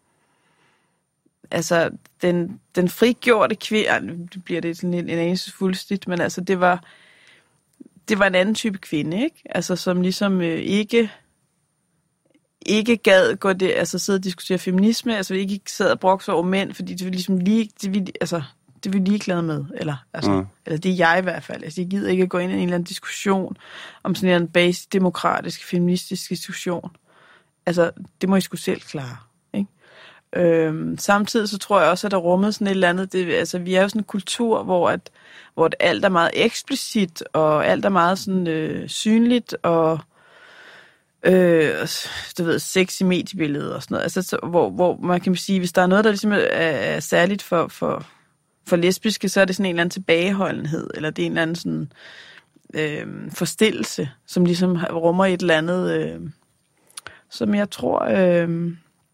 altså den, den frigjorte kvinde. Det bliver det sådan en, en anelse fuldstændigt, men altså det var, det var en anden type kvinde, ikke? Altså som ligesom øh, ikke, ikke gad gå det, altså sidde og diskutere feminisme, altså ikke sad og brokse over mænd, fordi det var ligesom lige, det var, altså det er vi ligeglade med, eller, altså, mm. eller det er jeg i hvert fald. Altså, jeg gider ikke at gå ind i en eller anden diskussion om sådan en basisk, demokratisk, feministisk diskussion. Altså, det må I sgu selv klare. Ikke? Øhm, samtidig så tror jeg også, at der rummede sådan et eller andet, det, altså vi er jo sådan en kultur, hvor, at, hvor alt er meget eksplicit, og alt er meget sådan øh, synligt, og øh, du ved, sex i mediebilledet og sådan noget. Altså, så, hvor, hvor man kan sige, hvis der er noget, der ligesom er, er særligt for, for For lesbiske, så er det sådan en eller anden tilbageholdenhed, eller det er en eller anden sådan, øh, forstillelse, som ligesom rummer et eller andet, øh, som jeg tror, øh,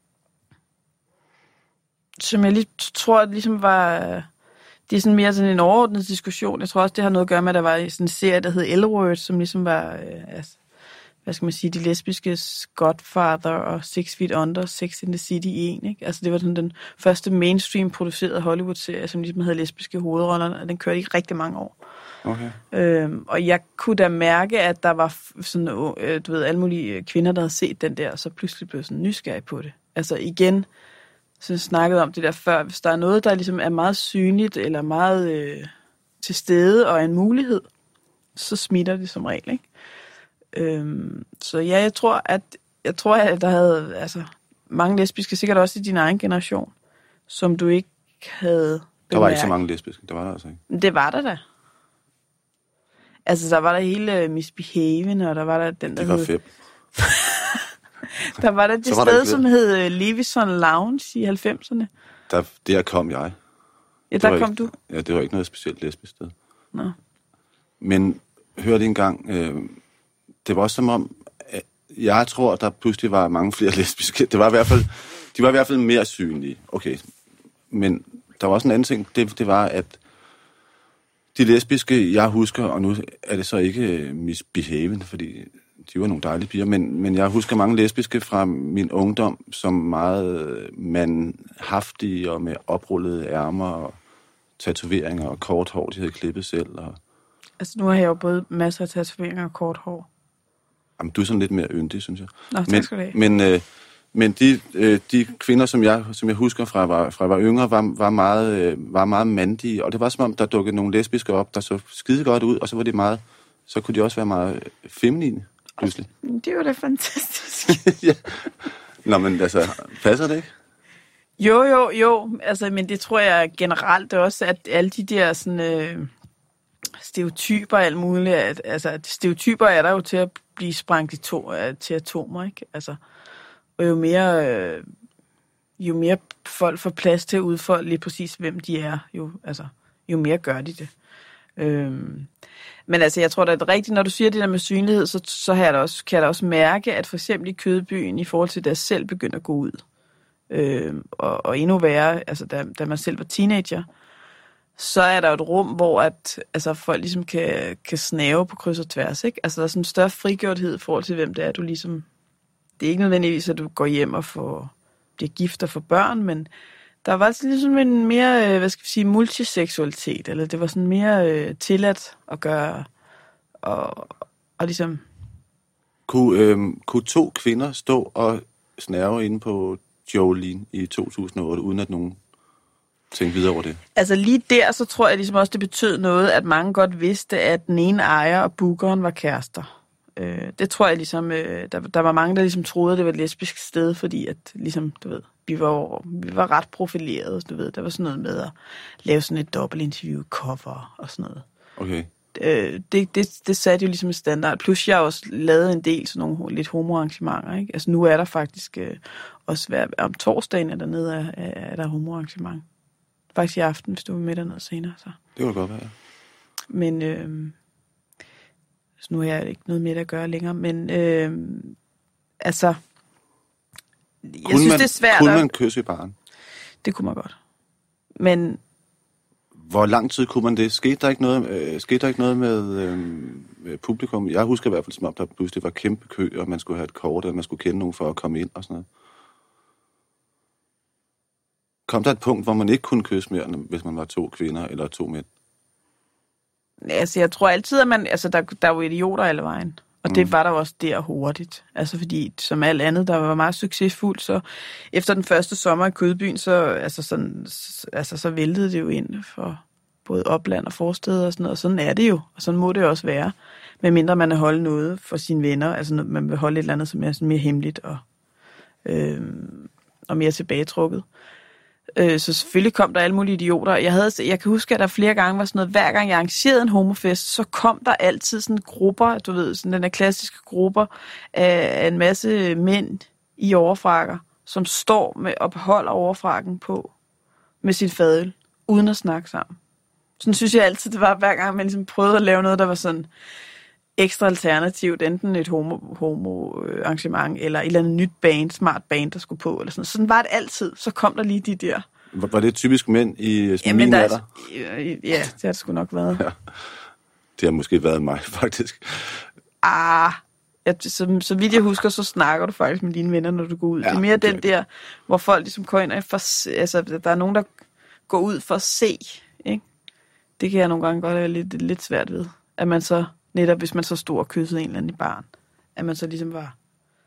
som jeg lige tror, ligesom var, det er sådan mere sådan en overordnet diskussion. Jeg tror også, det har noget at gøre med, at der var sådan en serie, der hed L-Word, som ligesom var, øh, altså, hvad skal man sige, de lesbiske Godfather og Six Feet Under, Sex in the City i en, ikke? Altså det var sådan den første mainstream producerede Hollywood-serie, som ligesom havde lesbiske hovedroller, og den kørte i rigtig mange år. Okay. Øhm, og jeg kunne da mærke, at der var sådan, øh, du ved, alle mulige kvinder, der havde set den der, og så pludselig blev sådan nysgerrig på det. Altså igen, så jeg snakkede om det der før, hvis der er noget, der ligesom er meget synligt, eller meget øh, til stede, og en mulighed, så smitter det som regel, ikke? Øhm, så ja, jeg tror, at jeg tror, at der havde altså mange lesbiske, sikkert også i din egen generation, som du ikke havde bemærket. Der var ikke så mange lesbiske, det var der altså ikke. Det var der da. Altså, der var der hele Misbehaving, og der var der den, der det var hed... fedt. Der var der det var sted, der som hed Levison Lounge i halvfemserne. Der, der kom jeg. Ja, der kom ikke, du. Ja, det var ikke noget specielt lesbisk sted. Nå. Men hør lige en gang, øh, det var også som om, jeg tror, der pludselig var mange flere lesbiske. Det var i hvert fald, de var i hvert fald mere synlige. Okay, men der var også en anden ting, det, det var, at de lesbiske, jeg husker, og nu er det så ikke Misbehaving, fordi de var nogle dejlige piger, men, men jeg husker mange lesbiske fra min ungdom, som meget mandhaftige og med oprullede ærmer og tatoveringer og kort hår, de havde klippet selv. Og... Altså nu har jeg jo både masser af tatoveringer og kort hår. Jamen, du er sådan lidt mere yndig, synes jeg. Nå, tak men, skal du have. Men, øh, men de, øh, de kvinder, som jeg, som jeg husker fra, var, fra var yngre, var, var, meget, øh, var meget mandige, og det var som om, der dukkede nogle lesbiske op, der så skide godt ud, og så var de meget, så kunne de også være meget feminine. pludselig. Det var da fantastisk. Ja. Nå, men altså, passer det ikke? Jo, jo, jo. Altså, men det tror jeg generelt også, at alle de der sådan, øh, stereotyper og alt muligt, at, altså, stereotyper er der jo til at blive sprængt i to, øh, til atomer, ikke? Altså, og jo mere, øh, jo mere folk får plads til at udfolde lige præcis, hvem de er, jo, altså, jo mere gør de det. Øhm, men altså, jeg tror da, at det er rigtigt, når du siger det der med synlighed, så, så har jeg da også, kan jeg da også mærke, at for eksempel i Kødbyen, i forhold til, da jeg selv begyndte at gå ud, øh, og, og endnu værre, altså da, da man selv var teenager, så er der et rum, hvor at, altså, folk ligesom kan, kan snave på kryds og tværs, ikke? Altså, der er sådan en større frigjorthed i forhold til, hvem det er, du ligesom... Det er ikke nødvendigvis, at du går hjem og får, bliver gift og får børn, men der var sådan ligesom en mere, hvad skal vi sige, multiseksualitet, eller det var sådan mere øh, tilladt at gøre, og, og ligesom... Kunne, øh, kunne to kvinder stå og snærve inde på Jolene i to tusind og otte, uden at nogen tænkte videre over det? Altså lige der, så tror jeg ligesom også, det betød noget, at mange godt vidste, at den ene ejer og bookeren var kærester. Øh, det tror jeg ligesom, øh, der, der var mange, der ligesom troede, at det var et lesbisk sted, fordi at ligesom, du ved, vi var, vi var ret profilerede, du ved. Der var sådan noget med at lave sådan et dobbeltinterview cover og sådan noget. Okay. Øh, det, det, det satte jo ligesom et standard. Plus jeg har også lavet en del sådan nogle lidt homoarrangementer, ikke? Altså nu er der faktisk øh, også hver, om torsdagen er dernede er, er der homoarrangement. Faktisk i aften, hvis du vil med dernede senere. Så. Det kunne godt være, ja. Men øh, så nu har jeg ikke noget mere at gøre længere, men øh, altså, jeg kunne synes, man, det er svært. Kunne man kysse i baren? Det kunne man godt. Men hvor lang tid kunne man det? Skete der ikke noget, øh, skete der ikke noget med, øh, med publikum? Jeg husker i hvert fald, som om der pludselig var kæmpe kø, og man skulle have et kort, og man skulle kende nogen for at komme ind og sådan noget. Kom der et punkt, hvor man ikke kunne kysse mere, hvis man var to kvinder eller to mænd? Altså, jeg tror altid, at man... Altså, der, der er jo idioter alle vejen. Og mm. det var der også der hurtigt. Altså, fordi som alt andet, der var meget succesfuldt, så efter den første sommer i Kødbyen, så, altså, sådan, altså, så væltede det jo ind for både opland og forsteder og sådan noget. Og sådan er det jo, og sådan må det også være. Medmindre man vil holde noget for sine venner, altså man vil holde et eller andet, som er sådan mere hemmeligt og, øh, og mere tilbagetrukket. Så selvfølgelig kom der alle mulige idioter. Jeg, havde, jeg kan huske, at der flere gange var sådan noget, hver gang jeg arrangerede en homofest, så kom der altid sådan grupper, du ved, sådan den der klassiske grupper af en masse mænd i overfrakker, som står med og holder overfrakken på med sit fadøl, uden at snakke sammen. Sådan synes jeg altid, det var hver gang, man ligesom prøvede at lave noget, der var sådan ekstra alternativt, enten et homo, homo-arrangement, eller et eller andet nyt band, smart band, der skulle på, eller sådan noget. Sådan var det altid. Så kom der lige de der. Var, var det typisk mænd i sådan min alder? Ja, det har det sgu nok været. Ja. Det har måske været mig, faktisk. Ah, ja, så, så vidt jeg husker, så snakker du faktisk med dine venner, når du går ud. Ja, det er mere okay. Den der, hvor folk ligesom går ind og for, altså, der er nogen, der går ud for at se, ikke? Det kan jeg nogle gange godt have lidt, lidt svært ved. At man så netop hvis man så stod og kyssede en eller anden i baren, at man så ligesom var,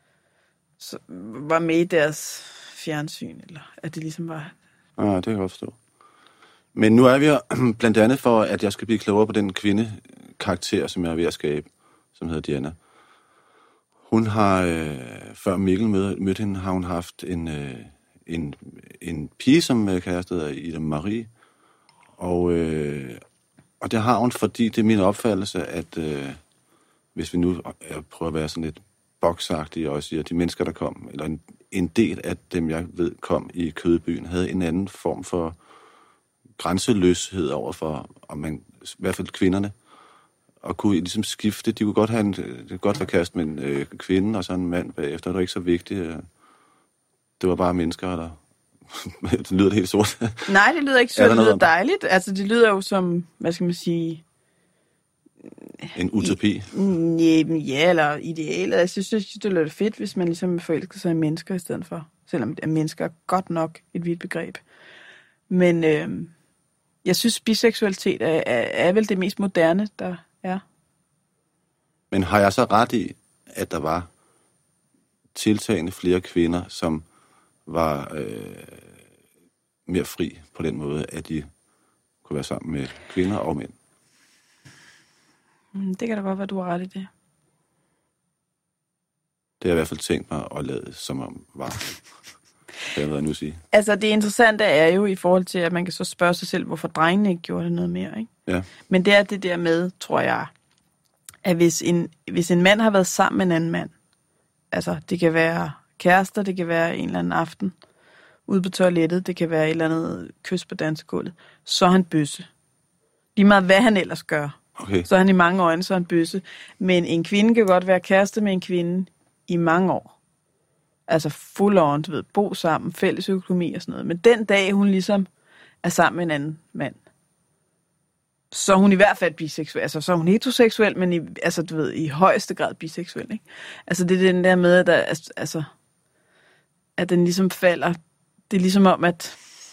så var med i deres fjernsyn, eller at det ligesom var... Ja, det kan jeg godt forstå. Men nu er vi her blandt andet for, at jeg skal blive klogere på den kvindekarakter, som jeg er ved at skabe, som hedder Diana. Hun har, øh, før Mikkel mødte, mødte hende, har hun haft en, øh, en, en pige, som øh, kæreste hedder Ida Marie, og... Øh, Og det har hun, fordi det er min opfattelse, at øh, hvis vi nu jeg prøver at være sådan lidt boksagtige og siger, at de mennesker, der kom, eller en, en del af dem, jeg ved, kom i Kødbyen, havde en anden form for grænseløshed over for, om man, i hvert fald kvinderne, og kunne ligesom skifte. De kunne godt have en, det kunne godt være kæreste med en øh, kvinde og så en mand bagefter. Det var ikke så vigtigt. Øh, det var bare mennesker, der... Det lyder helt sort. Nej, det lyder ikke sort, det lyder dejligt. Altså, det lyder jo som, hvad skal man sige... En utopi? I, ja, eller ideal. Jeg synes, jeg synes, det lyder fedt, hvis man ligesom forelsker sig i mennesker i stedet for. Selvom mennesker er godt nok et vidt begreb. Men øh, jeg synes, biseksualitet er, er, er vel det mest moderne, der er. Men har jeg så ret i, at der var tiltagende flere kvinder, som var øh, mere fri på den måde, at de kunne være sammen med kvinder og mænd? Det kan da godt være, du har ret i det. Det har jeg i hvert fald tænkt mig at lade, som om var. Hvad vil jeg nu sige? Altså, det interessante er jo i forhold til, at man kan så spørge sig selv, hvorfor drengene ikke gjorde det noget mere, ikke? Ja. Men det er det der med, tror jeg, at hvis en, hvis en mand har været sammen med en anden mand, altså, det kan være kærester, det kan være en eller anden aften ude på toilettet, det kan være et eller andet kys på dansegulvet, så er han bøsse. Lige meget hvad han ellers gør, okay. så er han i mange øjne, så er han bøsse. Men en kvinde kan godt være kæreste med en kvinde i mange år. Altså full on, du ved, bo sammen, fælles økonomi og sådan noget. Men den dag, hun ligesom er sammen med en anden mand, så er hun i hvert fald biseksuel. Altså, så er hun heteroseksuel, men i, altså, du ved, i højeste grad biseksuel, ikke? Altså, det er den der med, at, der, altså, at den ligesom falder. Det er ligesom om, at,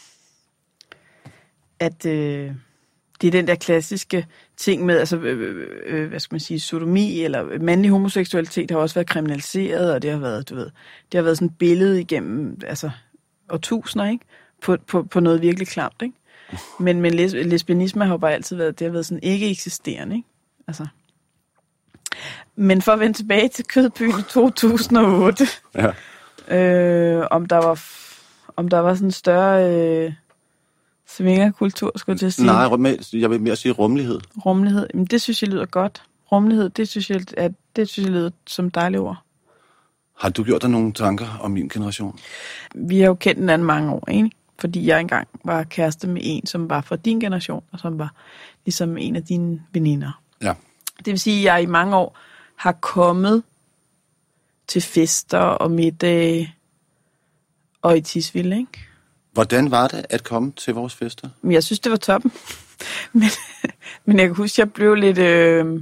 at øh, det er den der klassiske ting med, altså, øh, øh, hvad skal man sige, sodomi eller mandlig homoseksualitet har også været kriminaliseret, og det har været, du ved, det har været sådan et billede igennem, altså, årtusinder, ikke? På, på, på noget virkelig klamt, ikke? Men, men les, lesbianisme har jo bare altid været, det har været sådan ikke eksisterende, ikke? Altså. Men for at vende tilbage til Kødbyen i to tusind og otte, ja. øh, om der var, om der var sådan en større øh, svingerkultur, skulle jeg til at sige. Nej, jeg vil mere sige rummelighed. Rummelighed, men det synes jeg lyder godt. Rummelighed, det synes jeg, at, det synes jeg lyder som dejlige ord. Har du gjort dig nogle tanker om min generation? Vi har jo kendt hinanden mange år, ikke? Fordi jeg engang var kæreste med en, som var fra din generation, og som var ligesom en af dine veninder. Ja. Det vil sige, at jeg i mange år har kommet til fester og middage og i Tisvilde, ikke? Hvordan var det at komme til vores fester? Jeg synes, det var toppen. men, men jeg kan huske, jeg blev lidt... Øh,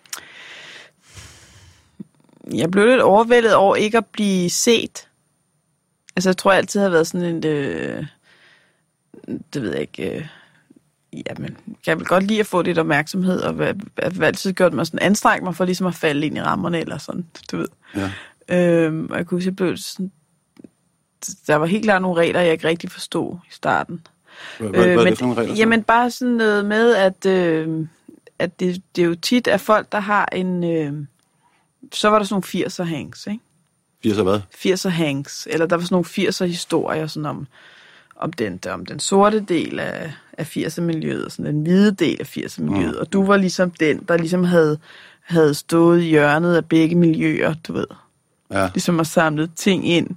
jeg blev lidt overvældet over ikke at blive set. Altså, jeg tror, jeg altid har været sådan en... Øh, det ved jeg ikke... Øh, jamen, jeg vil godt lide at få lidt opmærksomhed, og jeg har altid gjort mig sådan, anstrengt mig for ligesom at falde ind i rammerne, eller sådan, du ved. Ja. Øhm, og jeg kunne huske, jeg blev sådan... Der var helt klart nogle regler, jeg ikke rigtig forstod i starten. Hvad, hvad øh, er men, det for nogle regler? Jamen, bare sådan noget med, at, øh, at det, det er jo tit, at folk, der har en... Øh, så var der sådan nogle firser hangs, ikke? firser hvad? firser hangs, eller der var sådan nogle firser historier, sådan om, om, den, om den sorte del af, af firser-miljøet, og sådan den hvide del af firser-miljøet, mm. og du var ligesom den, der ligesom havde, havde stået i hjørnet af begge miljøer, du ved. Ja. Ligesom har samlet ting ind.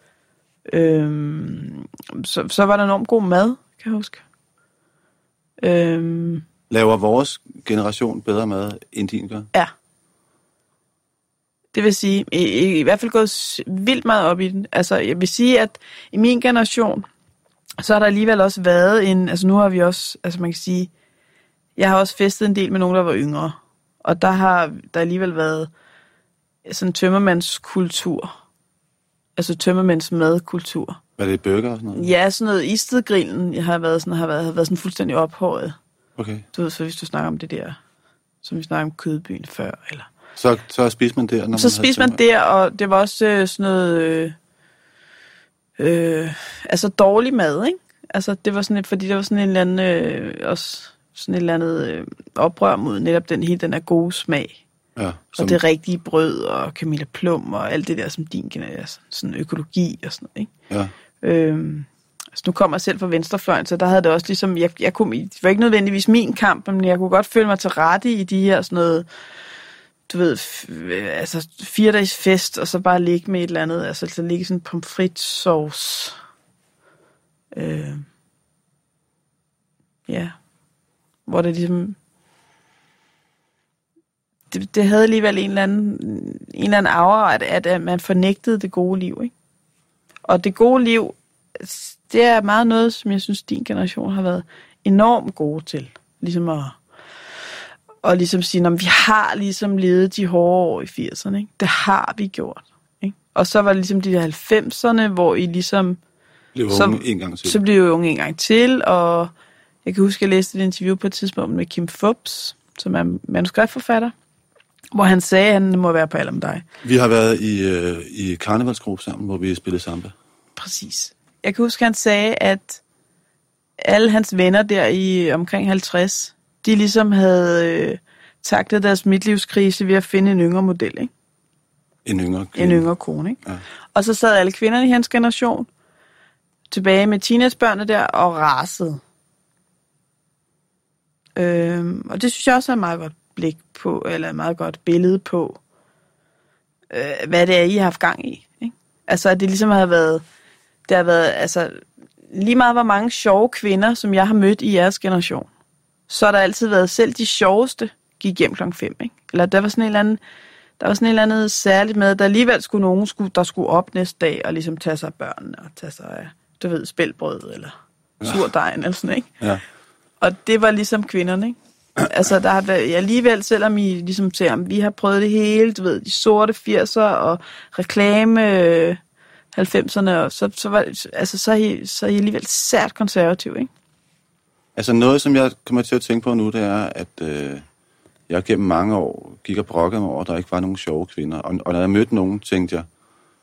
Øhm, så, så var der enormt god mad, kan jeg huske. Øhm, Laver vores generation bedre mad, end din gør? Ja. Det vil sige, i, i, i hvert fald gået vildt meget op i den. Altså, jeg vil sige, at i min generation, så har der alligevel også været en... Altså, nu har vi også... Altså, man kan sige... Jeg har også festet en del med nogen, der var yngre. Og der har der alligevel været sådan en tømmermandskultur. Altså tømmermands madkultur. Var det burger og sådan noget? Ja, sådan noget Istedgrillen. Jeg har været sådan, har været, har været sådan fuldstændig ophøjet. Okay. Du ved, så hvis du snakker om det der, som vi snakker om Kødbyen før, eller... Så, så spiste man der, når Så man spiste man der, og det var også øh, sådan noget... Øh, øh, altså dårlig mad, ikke? Altså, det var sådan et, fordi der var sådan en eller anden... Øh, også sådan et eller andet øh, oprør mod netop den hele den her gode smag. Ja, som... Og det rigtige brød, og Camilla Plum, og alt det der, som din generation, sådan økologi og sådan noget, ikke? Ja. Øhm, altså nu kommer jeg selv fra venstrefløjen, så der havde det også ligesom, jeg, jeg kunne, det var ikke nødvendigvis min kamp, men jeg kunne godt føle mig til rette i de her sådan noget, du ved, f- altså fire dages fest, og så bare ligge med et eller andet, altså så ligge sådan en pomfritsauce. Øh, ja. Hvor det ligesom, det, det havde alligevel en eller anden, en eller anden aura, at, at, at man fornægtede det gode liv, ikke? Og det gode liv, det er meget noget, som jeg synes, din generation har været enormt gode til. Ligesom at, og ligesom sige, at vi har ligesom levet de hårde år i firserne, ikke? Det har vi gjort, ikke? Og så var det ligesom de der halvfemserne, hvor I ligesom... Blev unge så, en gang til. Så blev jeg unge en gang til, og jeg kan huske, at jeg læste et interview på et tidspunkt med Kim Fupz, som er manuskriptforfatter, hvor han sagde, at han må være på alder med dig. Vi har været i, øh, i karnevalsgruppe sammen, hvor vi spillede samba. Præcis. Jeg kan huske, at han sagde, at alle hans venner der i omkring halvtreds, de ligesom havde øh, taklet deres midtlivskrise ved at finde en yngre model, ikke? En yngre kvinde. En yngre kone, ikke? Ja. Og så sad alle kvinderne i hans generation tilbage med teenagebørnene der og rasede. Øhm, og det synes jeg også er et meget godt blik på, eller et meget godt billede på, øh, hvad det er, I har haft gang i. Ikke? Altså, at det ligesom har været, det har været, altså, lige meget hvor mange sjove kvinder, som jeg har mødt i jeres generation, så har der altid været, selv de sjoveste gik hjem klokken fem, ikke? Eller der var sådan en eller anden, der var sådan et eller andet særligt med, at der alligevel skulle nogen, skulle, der skulle op næste dag og ligesom tage sig af børnene og tage sig af, du ved, spælbrød eller surdejen eller sådan, ikke? Ja. Og det var ligesom kvinderne, ikke? Altså, der har været, alligevel, selvom I ligesom ser, vi har prøvet det hele, du ved, de sorte firser og reklame halvfemserne, og så, så, var, altså, så, er I, så er I alligevel sært konservativ, ikke? Altså noget, som jeg kommer til at tænke på nu, det er, at øh, jeg gennem mange år gik og brokkede mig over, at der ikke var nogen sjove kvinder. Og, og når jeg mødte nogen, tænkte jeg,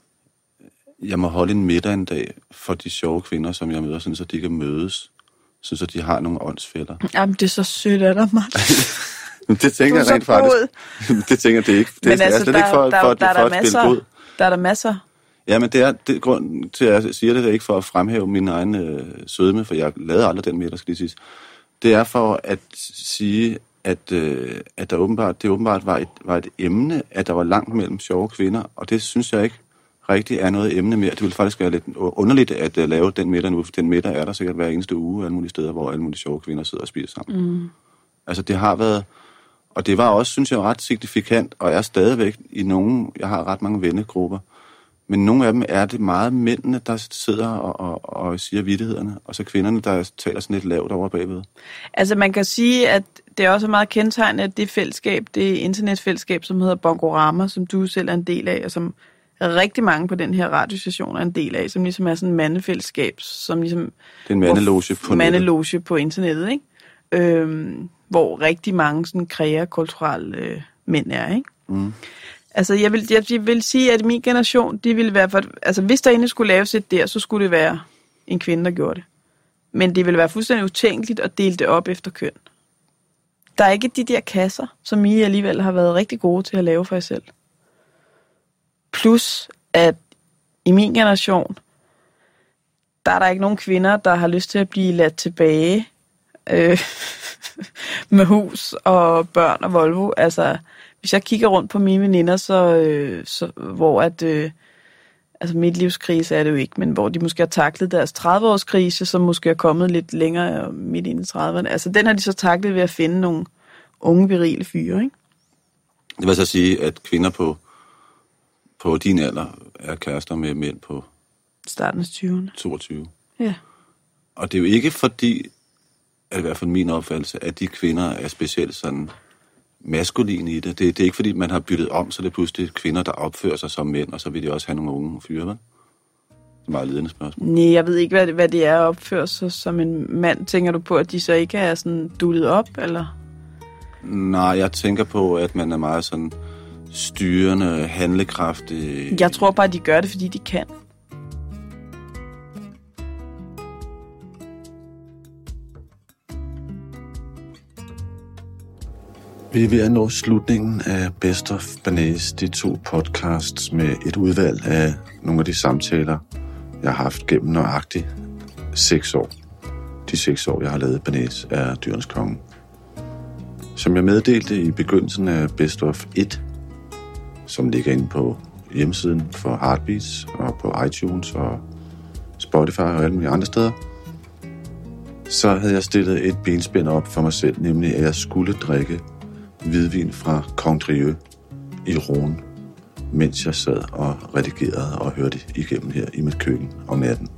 jeg må holde en middag en dag for de sjove kvinder, som jeg møder, sådan, så de kan mødes. Så de har nogle åndsfælder. Jamen, det er så sødt af dig, Martin. Det tænker jeg rent faktisk. Det tænker det ikke. Det men er, altså, er slet der, ikke for, der, for, der, for, der, for der at spille god. Der er der masser. Ja, men det er det, grund til, at jeg siger det, det er ikke for at fremhæve min egen øh, sødme, for jeg lavede aldrig den middag, skal lige sige. Det er for at sige, at, øh, at der åbenbart, det åbenbart var et, var et emne, at der var langt mellem sjove kvinder, og det synes jeg ikke rigtig er noget emne mere. Det ville faktisk være lidt underligt at uh, lave den middag nu, for den middag er der sikkert hver eneste uge, alle mulige steder, hvor alle mulige sjove kvinder sidder og spiser sammen. Mm. Altså det har været, og det var også, synes jeg, ret signifikant, og er stadigvæk i nogen, jeg har ret mange vennegrupper, men nogle af dem er det meget mændene, der sidder og, og, og siger vittighederne, og så kvinderne, der taler sådan lidt lavt over bagved. Altså man kan sige, at det er også meget kendetegnet, at det fællesskab, det internetfællesskab, som hedder Bongorama, som du selv er en del af, og som rigtig mange på den her radiostation er en del af, som ligesom er sådan en mandefællesskab, som ligesom... Det er en mandeloge på mandeloge på internettet, ikke? Øhm, hvor rigtig mange sådan kreakulturelle øh, mænd er, ikke? Mm. Altså, jeg vil, jeg, jeg vil sige, at min generation, de ville være... For, altså, hvis der egentlig skulle laves et der, så skulle det være en kvinde, der gjorde det. Men det ville være fuldstændig utænkeligt at dele det op efter køn. Der er ikke de der kasser, som I alligevel har været rigtig gode til at lave for jer selv. Plus, at i min generation, der er der ikke nogen kvinder, der har lyst til at blive ladt tilbage øh, med hus og børn og Volvo. Altså, hvis jeg kigger rundt på mine veninder, så, øh, så hvor at, øh, altså mit livskrise er det jo ikke, men hvor de måske har taklet deres tredive-års krise, som måske er kommet lidt længere midt ind i trediverne. Altså, den har de så taklet ved at finde nogle unge, virile fyre, ikke? Det vil så sige, at kvinder på på din alder er kærester med mænd på starten af tyverne. toogtyve. Ja. Og det er jo ikke fordi, at i hvert fald min opfattelse, at de kvinder er specielt sådan maskuline i det. Det, det er ikke fordi, man har byttet om, så det er pludselig kvinder, der opfører sig som mænd, og så vil de også have nogle unge fyre, vel? Det er meget ledende spørgsmål. Nej, jeg ved ikke, hvad det, hvad det er at opføre sig som en mand. Tænker du på, at de så ikke er sådan dullet op, eller? Nej, jeg tænker på, at man er meget sådan styrende, handlekraftig. Jeg tror bare, at de gør det, fordi de kan. Vi er ved at nå slutningen af Best of Banæs, de to podcasts med et udvalg af nogle af de samtaler, jeg har haft gennem nøjagtigt seks år. De seks år, jeg har lavet Banæs, er Dyrenes Konge. Som jeg meddelte i begyndelsen af Best of et, som ligger inde på hjemmesiden for Heartbeats og på iTunes og Spotify og alle mulige andre steder, så havde jeg stillet et benspænd op for mig selv, nemlig at jeg skulle drikke hvidvin fra Condrieu i Rhône, mens jeg sad og redigerede og hørte igennem her i mit køkken om natten.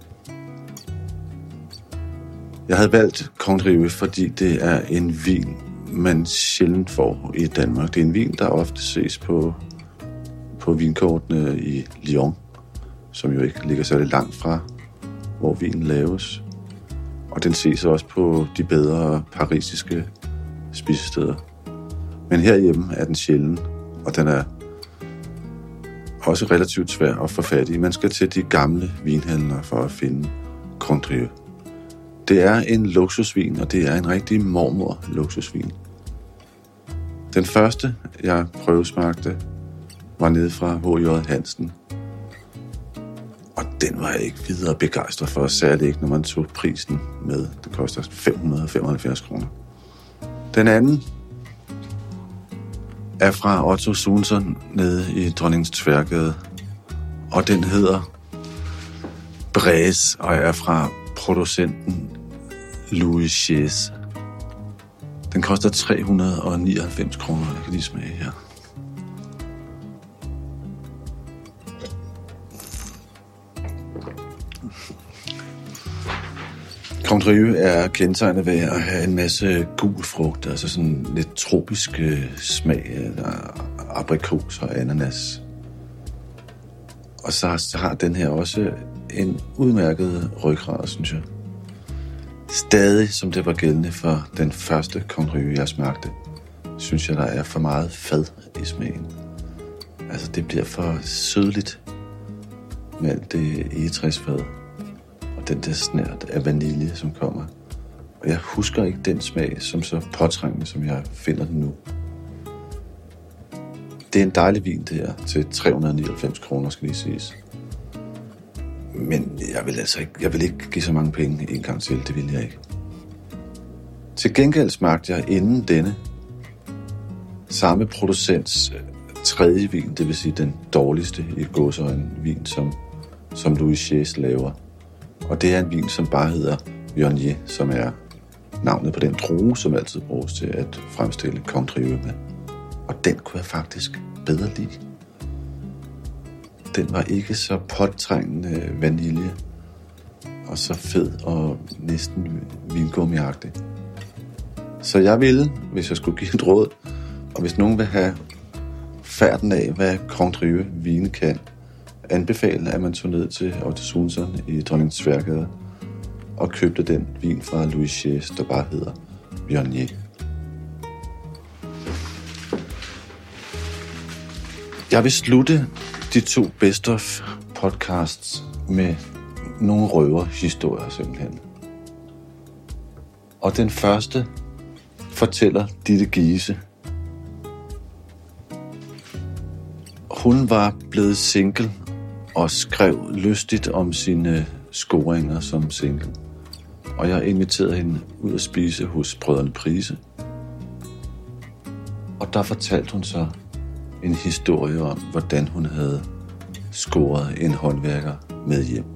Jeg havde valgt Condrieu, fordi det er en vin, man sjældent får i Danmark. Det er en vin, der ofte ses på, på vinkortene i Lyon, som jo ikke ligger særlig langt fra, hvor vinen laves. Og den ses også på de bedre parisiske spisesteder. Men herhjemme er den sjælden, og den er også relativt svær at få fat i. Man skal til de gamle vinhandlere for at finde Condrieu. Det er en luksusvin, og det er en rigtig mormor-luksusvin. Den første, jeg prøvesmagte, var nede fra H J Hansen. Og den var jeg ikke videre begejstret for, særligt ikke, når man tog prisen med. Det koster fem hundrede og femoghalvfjerds kroner. Den anden er fra Otto Sundsson nede i Dronningens Tværgade. Og den hedder Bræs, og er fra producenten Louis Chies. Den koster tre hundrede og nioghalvfems kroner. Jeg kan lige smage her. Condrieu er kendetegnet ved at have en masse gul frugt, altså sådan lidt tropisk smag, aprikos og ananas. Og så har den her også en udmærket ryggrad, synes jeg. Stadig, som det var gældende for den første Condrieu, jeg smagte, synes jeg, der er for meget fad i smagen. Altså, det bliver for sødligt med alt det egetræsfad. Og den der snært af vanilje, som kommer. Og jeg husker ikke den smag som så påtrængende, som jeg finder den nu. Det er en dejlig vin, det her, til tre hundrede og nioghalvfems kroner, skal lige siges. Men jeg vil altså ikke, jeg vil ikke give så mange penge en gang til, det vil jeg ikke. Til gengæld smagte jeg inden denne samme producents tredje vin, det vil sige den dårligste i gåseøjne vin, som, som Louis Chies laver. Og det er en vin, som bare hedder Viognier, som er navnet på den drue, som altid bruges til at fremstille Condrieu med. Og den kunne jeg faktisk bedre lide. Den var ikke så påtrængende vanilje, og så fed og næsten vingummiagtig. Så jeg ville, hvis jeg skulle give et råd, og hvis nogen vil have færden af, hvad Condrieu vine kan, anbefale, at man tog ned til Otto Sundsson i Dronningens Tværgade og købte den vin fra Louis Chies, der bare hedder Viognier. Jeg vil slutte de to Best of podcasts med nogle røverhistorier simpelthen. Og den første fortæller Ditte Giese. Hun var blevet single og skrev lystigt om sine scoringer som single. Og jeg inviterede hende ud at spise hos Brødrene Price. Og der fortalte hun så en historie om, hvordan hun havde scoret en håndværker med hjem.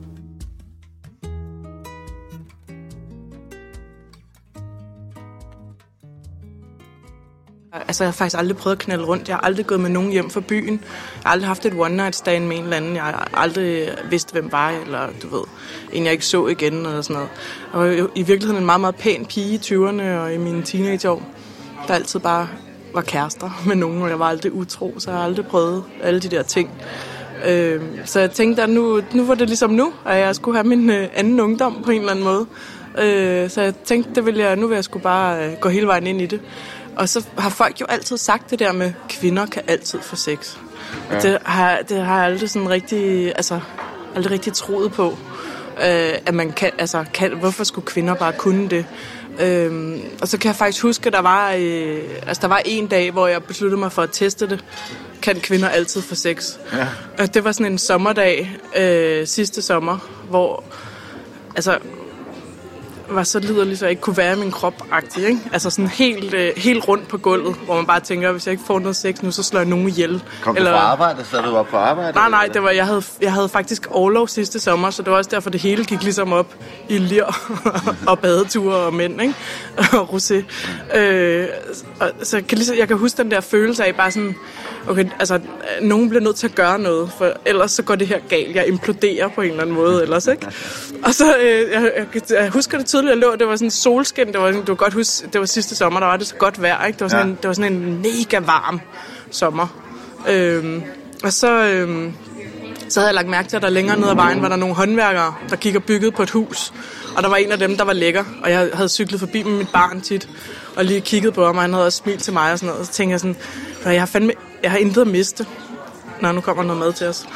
Altså, jeg har faktisk aldrig prøvet at knalde rundt. Jeg har aldrig gået med nogen hjem fra byen. Jeg har aldrig haft et one-night-stand med en eller anden. Jeg har aldrig vidst, hvem var, eller du ved, en jeg ikke så igen, eller sådan noget. Jeg var jo i virkeligheden en meget, meget pæn pige i tyverne og i mine teenageår, der altid bare var kærester med nogen, og jeg var aldrig utro, så jeg har aldrig prøvet alle de der ting. Øh, så jeg tænkte, at nu, nu var det ligesom nu, at jeg skulle have min øh, anden ungdom på en eller anden måde. Øh, så jeg tænkte, det ville jeg, nu vil jeg sgu bare øh, gå hele vejen ind i det. Og så har folk jo altid sagt det der med, kvinder kan altid få sex. Ja. Det, har, det har jeg aldrig sådan rigtig, altså, aldrig rigtig troet på, øh, at man kan, altså, kan, hvorfor skulle kvinder bare kunne det? Øhm, og så kan jeg faktisk huske, at der var, øh, altså, der var en dag, hvor jeg besluttede mig for at teste det. Kan kvinder altid få sex? Ja. Og det var sådan en sommerdag øh, sidste sommer, hvor altså var så liderlig, så jeg ikke kunne være i min krop-agtig, ikke? Altså sådan helt, øh, helt rundt på gulvet, hvor man bare tænker, hvis jeg ikke får noget sex nu, så slår jeg nogen ihjel. Kom du eller... fra arbejde? Så du var på arbejde? Nej, nej, det var, jeg, havde, jeg havde faktisk orlov sidste sommer, så det var også derfor, det hele gik ligesom op i lir og badeture og mænd, ikke? Og rosé. Øh, og, så jeg kan, ligesom, jeg kan huske den der følelse af bare sådan, okay, altså, nogen bliver nødt til at gøre noget, for ellers så går det her galt. Jeg imploderer på en eller anden måde ellers, ikke? Og så, øh, jeg, jeg, jeg husker det tydeligt, jeg lå, det var sådan en solskin, det var, du kan godt huske, det var sidste sommer, der var det så godt vejr, ikke? Det var sådan, ja. en, det var sådan en mega varm sommer. Øhm, og så, øhm, så havde jeg lagt mærke til, at der længere ned ad vejen var der nogle håndværkere, der gik og byggede på et hus. Og der var en af dem, der var lækker, og jeg havde cyklet forbi med mit barn tit, og lige kigget på ham, og han havde også smilt til mig og sådan noget. Og så tænkte jeg sådan, jeg har fandme, jeg har intet at miste. Nå, nu kommer noget mad til os.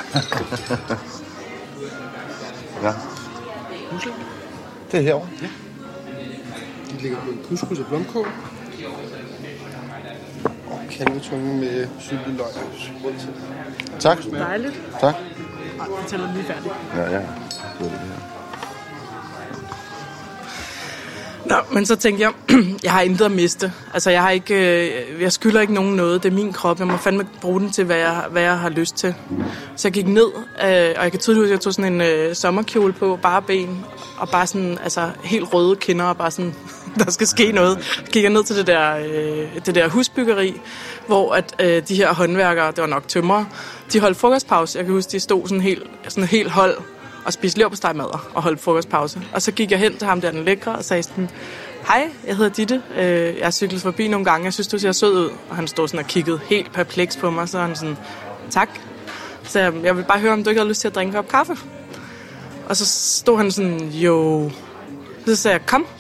Ja. Det er herovre. Ja. De ligger på en couscous og blomkål. kalvetunge med syltet løg. Tak. Dejligt. Tak. Ej, jeg tæller lige færdigt. Ja, ja. Det er det her. Nå, men så tænkte jeg, jeg har intet at miste. Altså, jeg har ikke, øh, jeg skylder ikke nogen noget. Det er min krop. Jeg må fandme bruge den til, hvad jeg, hvad jeg har lyst til. Så jeg gik ned, øh, og jeg kan tydeligt huske, at jeg tog sådan en øh, sommerkjole på, bare ben, og bare sådan, altså, helt røde kinder, og bare sådan, der skal ske noget. Så gik jeg ned til det der, øh, det der husbyggeri, hvor at, øh, de her håndværkere, det var nok tømrere, de holdt frokostpause. Jeg kan huske, de stod sådan helt, sådan helt hold, og spiste leverpostejmadder og holdt frokostpause. Og så gik jeg hen til ham der, den lækre, og sagde sådan, hej, jeg hedder Ditte. Jeg har cyklet forbi nogle gange, jeg synes, du ser sød ud. Og han stod sådan og kiggede helt perpleks på mig, så han sådan, tak. Så jeg, jeg vil bare høre, om du ikke havde lyst til at drikke en kop kaffe. Og så stod han sådan, jo. Så sagde jeg, kom.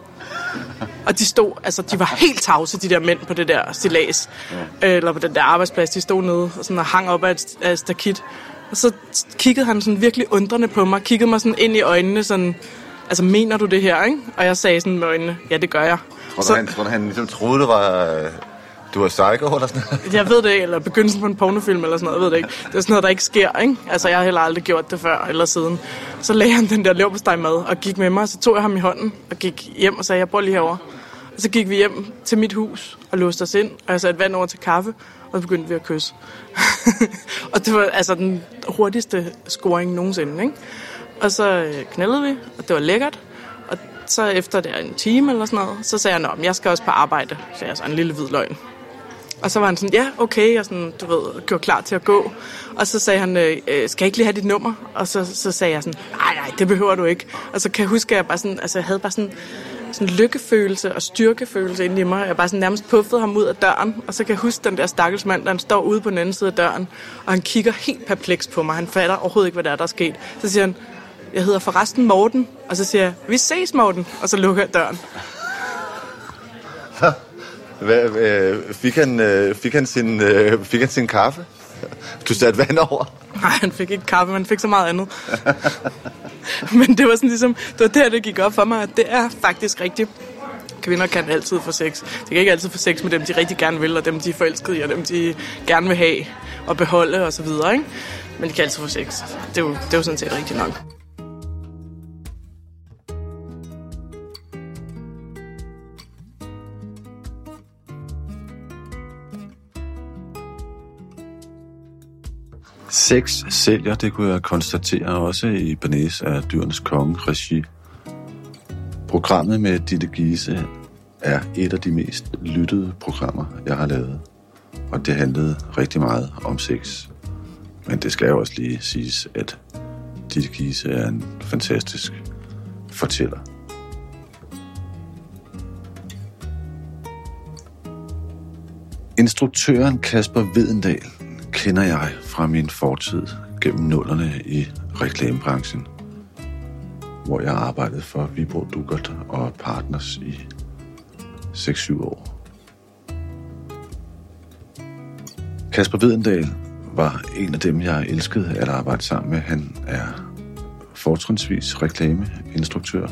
Og de stod, altså de var helt tavse, de der mænd på det der stillads, ja. Eller på den der arbejdsplads, de stod nede og, sådan, og hang op af et, af et stakit. Og så kiggede han sådan virkelig undrende på mig, kiggede mig sådan ind i øjnene, sådan, altså mener du det her, ikke? Og jeg sagde sådan med øjnene, ja, det gør jeg. Tror du, så, han, tror du, han ligesom troede, du var, du var psycho eller sådan noget? Jeg ved det ikke, eller begyndelsen på en pornofilm eller sådan noget, jeg ved det ikke. Det er sådan noget, der ikke sker, ikke? Altså, jeg har heller aldrig gjort det før eller siden. Så lagde han den der leverpostejmad og gik med mig, og så tog jeg ham i hånden og gik hjem og sagde, jeg bor lige herovre. Og så gik vi hjem til mit hus og låste os ind, og jeg satte vand over til kaffe, og så begyndte vi at kysse. Og det var altså den hurtigste scoring nogensinde, ikke? Og så knaldede vi, og det var lækkert. Og så efter der en time eller sådan noget, så sagde jeg, nå, jeg skal også på arbejde. Så jeg så en lille hvid løgn. Og så var han sådan, ja, okay, jeg sådan, du ved, gjorde klar til at gå. Og så sagde han, øh, skal jeg ikke lige have dit nummer? Og så, så sagde jeg sådan, nej, nej, det behøver du ikke. Og så kan jeg huske, at jeg bare sådan, altså jeg havde bare sådan, sådan lykkefølelse og styrkefølelse inde i mig. Jeg bare sådan nærmest puffede ham ud af døren. Og så kan jeg huske den der stakkels mand, der han står ude på den anden side af døren. Og han kigger helt perpleks på mig. Han fatter overhovedet ikke, hvad der er, der er sket. Så siger han, jeg hedder forresten Morten. Og så siger jeg, vi ses Morten. Og så lukker jeg døren. Hvad, øh, fik, han, øh, fik, han sin, øh, fik han sin kaffe? Du satte vand over? Nej, han fik ikke kaffe, men han fik så meget andet. Men det var sådan ligesom, det var der, det gik op for mig, at det er faktisk rigtigt. Kvinder kan altid få sex. De kan ikke altid få sex med dem, de rigtig gerne vil, og dem, de er forelskede i, og dem, de gerne vil have og beholde og så videre, ikke? Men de kan altid få sex. Det er jo, det er jo sådan set rigtigt nok. Sex sælger, det kunne jeg konstatere også i Bernays af Dyrenes Konge regi. Programmet med Ditte Giese er et af de mest lyttede programmer, jeg har lavet. Og det handlede rigtig meget om sex. Men det skal jo også lige siges, at Ditte Giese er en fantastisk fortæller. Instruktøren Kasper Vedendal kender jeg fra min fortid gennem nullerne i reklamebranchen, hvor jeg arbejdede for Viborg Duggert og Partners i seks syv år. Kasper Vedendal var en af dem, jeg elskede at arbejde sammen med. Han er fortrinsvis reklameinstruktør.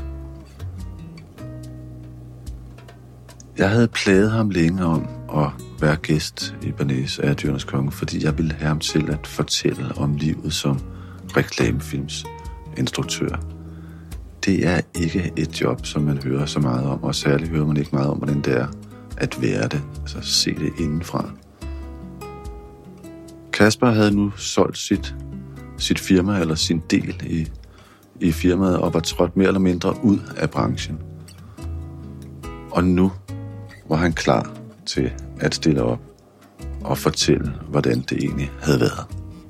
Jeg havde plaget ham længe om at være gæst i Bernays af Dyrenes Konge, fordi jeg ville have ham til at fortælle om livet som reklamefilmsinstruktør. Det er ikke et job, som man hører så meget om, og særligt hører man ikke meget om, hvordan det er at være det, altså se det indenfra. Kasper havde nu solgt sit, sit firma, eller sin del i, i firmaet, og var trådt mere eller mindre ud af branchen. Og nu var han klar til at stille op og fortælle, hvordan det egentlig havde været.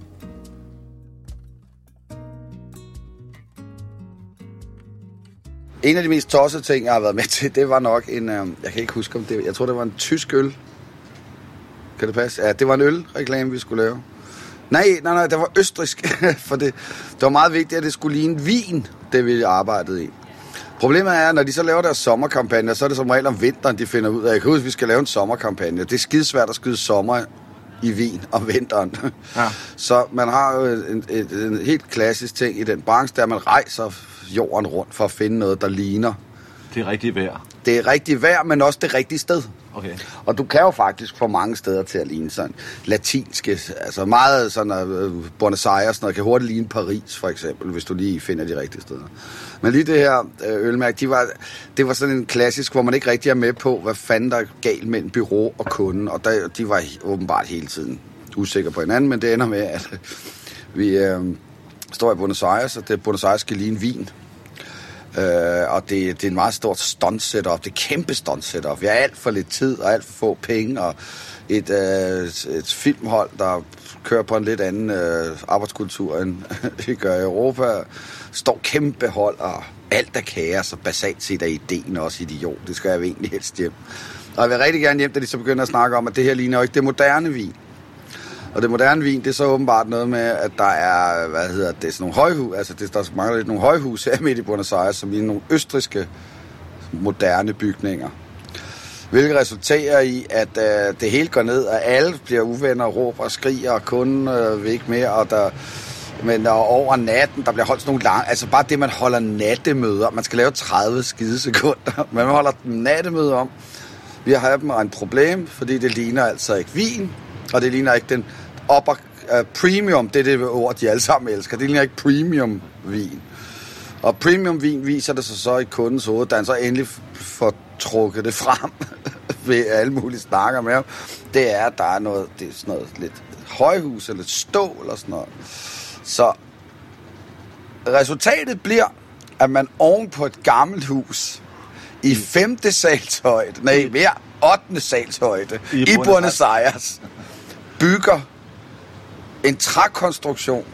En af de mest tossede ting, jeg har været med til, det var nok en, øh, jeg kan ikke huske om det, jeg tror det var en tysk øl. Kan det passe? Ja, det var en ølreklame, vi skulle lave. Nej, nej, nej, det var østrigsk, for det, det var meget vigtigt, at det skulle ligne vin, det vi arbejdede i. Problemet er, når de så laver deres sommerkampagne, så er det som regel om vinteren, de finder ud af. Jeg kan huske, at vi skal lave en sommerkampagne. Det er skidesvært at skyde sommer i Wien om vinteren. Ja. Så man har jo en, en, en helt klassisk ting i den branche, der man rejser jorden rundt for at finde noget, der ligner. Det er rigtigt vejr. Det er rigtigt vejr, men også det rigtige sted. Okay. Og du kan jo faktisk få mange steder til at ligne sådan latinske, altså meget sådan uh, Buenos Aires, noget kan hurtigt ligne Paris for eksempel, hvis du lige finder de rigtige steder. Men lige det her øh, ølmærke, de var, det var sådan en klassisk, hvor man ikke rigtig er med på, hvad fanden der er galt mellem bureau og kunden, og der, de var åbenbart hele tiden usikre på hinanden, men det ender med, at vi øh, står i Buenos Aires, og det Buenos Aires skal ligne Wien. Uh, og det, det er en meget stort stunt setup. Det er kæmpe stunt setup. Vi har alt for lidt tid og alt for få penge, og et, uh, et filmhold, der kører på en lidt anden uh, arbejdskultur, end vi gør i Europa. Står kæmpe hold, og alt er kaos, og basalt set er ideen også idiot. Det skal jeg egentlig helst hjem. Og jeg vil rigtig gerne hjem, da de så begynder at snakke om, at det her ligner jo ikke det moderne vin. Og det moderne vin, det er så åbenbart noget med, at der er, hvad hedder det, sådan nogle højhus, altså det, der mangler lidt nogle højhus her midt i Buenos Aires, som ligner nogle østrigske moderne bygninger. Hvilket resulterer i, at øh, det hele går ned, og alle bliver uvenner, råber og skriger, og kunden øh, vil ikke mere, og der, men og over natten, der bliver holdt sådan nogle lange, altså bare det, man holder nattemøder, man skal lave tredive skide sekunder, men man holder nattemøder om, vi har dem et problem, fordi det ligner altså ikke vin, og det ligner ikke den upper uh, premium, det er det ord, de alle sammen elsker. Det ligner ikke premium vin. Og premium vin viser det sig så i kundens hoved, da han så endelig får trukket det frem ved alle mulige snakker med ham. Det er, at der er noget, det er sådan noget lidt højhus eller stål eller sådan noget. Så resultatet bliver, at man oven på et gammelt hus i femte salshøjde, nej mere, ottende salshøjde i, i Buenos Aires, bygger en trækonstruktion,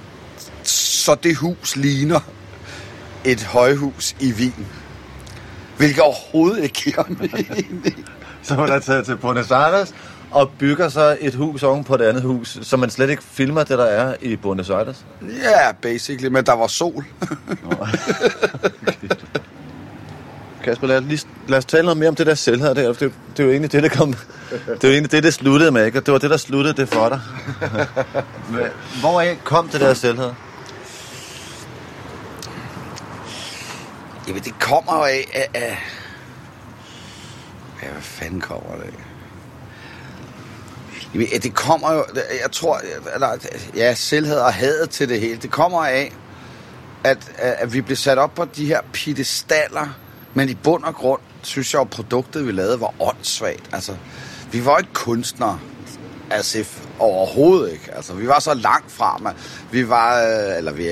så det hus ligner et højhus i Wien. Hvilket overhovedet ikke giver mening. Så man er taget til Buenos Aires og bygger så et hus oven på et andet hus, så man slet ikke filmer det, der er i Buenos Aires? Ja, yeah, basically, men der var sol. Okay. Kasper, lad, lige, lad os tale noget mere om det der selvhed der. Det, det er jo egentlig det, der kom. Det er jo egentlig det, der sluttede med, ikke? Det var det, der sluttede det for dig. Hvoraf kom det der selvhed? Jamen, det kommer jo af, af, af... Ja, hvad fanden kommer det af? Jamen, det kommer jo... Jeg tror... Eller, ja, selvhed og hadet til det hele. Det kommer af, at, at vi blev sat op på de her piedestaller. Men i bund og grund, synes jeg, at produktet, vi lavede, var åndssvagt. Altså, vi var ikke kunstnere. Altså, overhovedet ikke. Altså, vi var så langt fra, man. Vi var... Eller vi...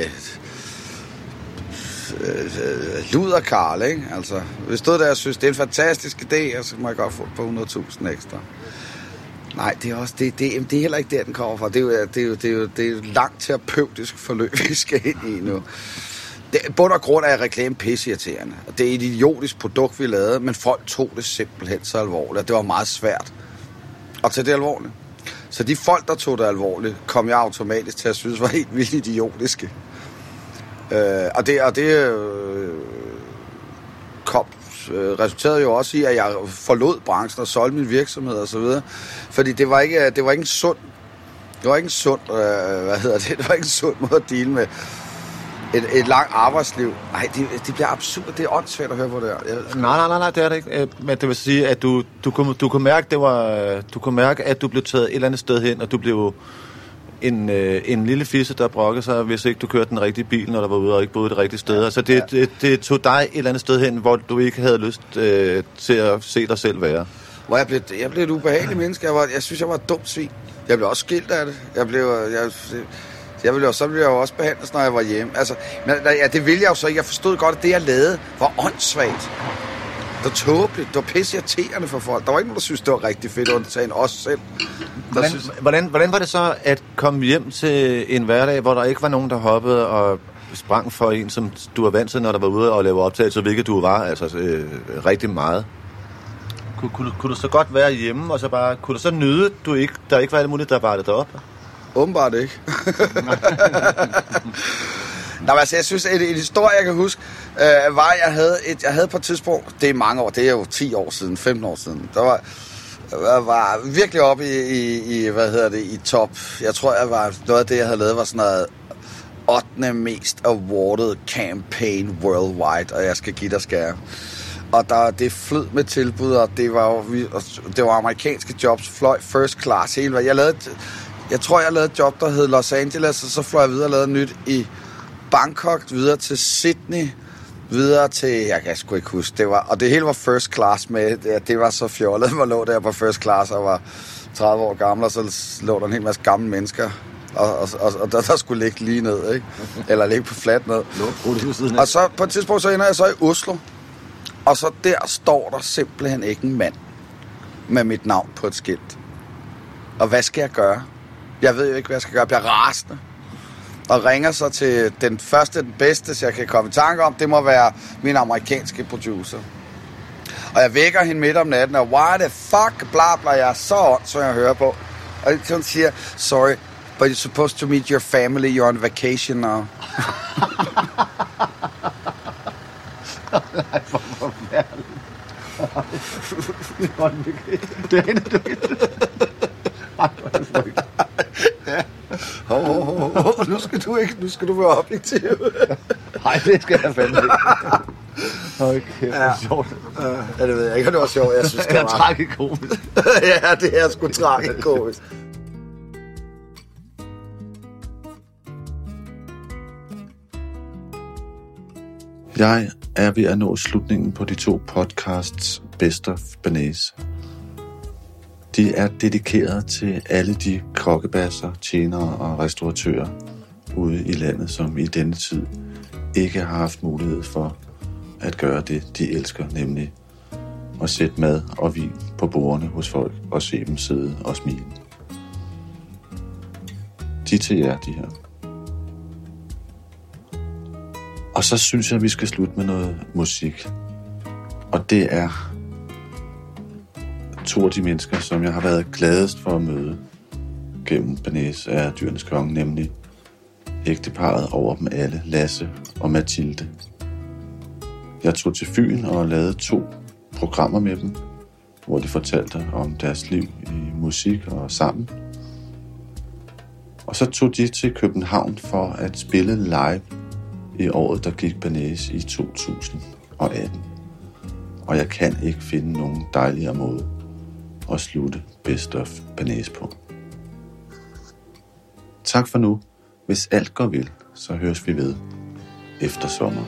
Luderkarl, ikke? Altså, vi stod der og synes, det er en fantastisk idé, og så må jeg godt få på hundrede tusind ekstra. Nej, det er også det, det, det er heller ikke der, den kommer fra. Det er jo, det er jo, det er jo, det er jo langt terapeutisk forløb, vi skal ind i nu. Det, bund og grund er reklame pisseirriterende. Og det er et idiotisk produkt, vi lavede, men folk tog det simpelthen så alvorligt, og det var meget svært at tage det alvorligt. Så de folk, der tog det alvorligt, kom jeg automatisk til at synes, var helt vildt idiotiske. Øh, og det, og det øh, kom, øh, resulterede jo også i, at jeg forlod branchen og solgte min virksomhed og så videre. Fordi det var ikke, det var ikke en sund, det var ikke en sund, øh, hvad hedder det, det var ikke en sund måde at deale med et, et langt arbejdsliv. Nej, det, det bliver absurd, det er åndssvagt at høre på det her. Jeg... Nej, nej, nej, nej, det er det ikke. Men det vil sige, at du, du, kunne, du kunne mærke, det var, du kunne mærke, at du blev taget et eller andet sted hen, og du blev en, øh, en lille fisse, der brokkede sig, hvis ikke du kørte den rigtige bil, når der var ude og ikke boede det rigtige sted. Så det, ja. det, det tog dig et eller andet sted hen, hvor du ikke havde lyst øh, til at se dig selv være. Hvor jeg blev, jeg blev et ubehageligt menneske. Jeg, var, jeg synes, jeg var et dumt svin. Jeg blev også skilt af det. Jeg blev... Jeg, jeg ville jo, så ville jeg jo også behandles, når jeg var hjemme. Altså, men, ja, det ville jeg jo så ikke. Jeg forstod godt, at det, jeg lavede, var åndssvagt. Det var tåbeligt. Det var pisseirriterende for folk. Der var ikke nogen, der synes, det var rigtig fedt, undtagen os selv. Hvordan, synes... hvordan, hvordan var det så at komme hjem til en hverdag, hvor der ikke var nogen, der hoppede og sprang for en, som du var vant til, når der var ude og lave optagelser, hvilket du var, altså øh, rigtig meget? Kunne, kunne, kunne du så godt være hjemme, og så bare, kunne du så nyde, du ikke, der ikke var alt muligt, der var det deroppe? Åbenbart ikke. Nå, altså, jeg synes, en, en historie, jeg kan huske, øh, var, jeg havde, et, jeg havde på et tidspunkt, det er mange år, det er jo ti år siden, femten år siden, der var, jeg var virkelig oppe i, i, i, hvad hedder det, i top. Jeg tror, jeg var, noget af det, jeg havde lavet, var sådan noget ottende mest awarded campaign worldwide, og jeg skal give dig skære. Og der, det flød med tilbud, og det var jo det var amerikanske jobs, fløj first class hele vejen. Jeg lavede, jeg tror, jeg lavede et job, der hed Los Angeles, og så fløj jeg videre og lavede nyt i Bangkok, videre til Sydney, videre til, jeg kan sgu ikke huske, det var, og det hele var first class med, det, det var så fjollet, man lå der på first class og var tredive år gammel, og så lå der en hel masse gamle mennesker, og, og, og, og der, der skulle ligge lige ned, ikke? Eller ligge på fladt ned. Og så på et tidspunkt, så ender jeg så i Oslo, og så der står der simpelthen ikke en mand med mit navn på et skilt. Og hvad skal jeg gøre? Jeg ved jo ikke, hvad jeg skal gøre. Jeg bliver rasende. Og ringer så til den første, den bedste, så jeg kan komme i tanke om. Det må være min amerikanske producer. Og jeg vækker hende midt om natten, og why the fuck, bla bla, jeg er så ondt, som jeg hører på. Og hun siger, sorry, but you're supposed to meet your family, you're on vacation now. Nej, hvor forfærdeligt. Det er hende, du Ej, hvor er det frygteligt. Ja. Hov, hov, hov, hov. Nu skal du ikke, nu skal du være objektiv. Nej, det skal jeg fandme ikke. Okay, det er sjovt. Ja, det ved jeg ikke, det var sjovt. Jeg synes, det var tragikomisk. Ja, det er sgu tragikomisk. Jeg er ved at nå slutningen på de to podcasts Best of Bearnaise. De er dedikeret til alle de kokkebasser, tjenere og restauratører ude i landet, som i denne tid ikke har haft mulighed for at gøre det, de elsker, nemlig at sætte mad og vin på bordene hos folk og se dem sidde og smile. De til jer, de her. Og så synes jeg, at vi skal slutte med noget musik. Og det er to af de mennesker, som jeg har været gladest for at møde gennem Bearnaise af Dyrenes Konge, nemlig ægteparret over dem alle, Lasse og Mathilde. Jeg tog til Fyn og lavede to programmer med dem, hvor de fortalte om deres liv i musik og sammen. Og så tog de til København for at spille live i året, der gik Bearnaise i to tusind og atten. Og jeg kan ikke finde nogen dejligere måde at slutte Best of Bearnaise på. Tak for nu. Hvis alt går vel, så høres vi ved efter sommer.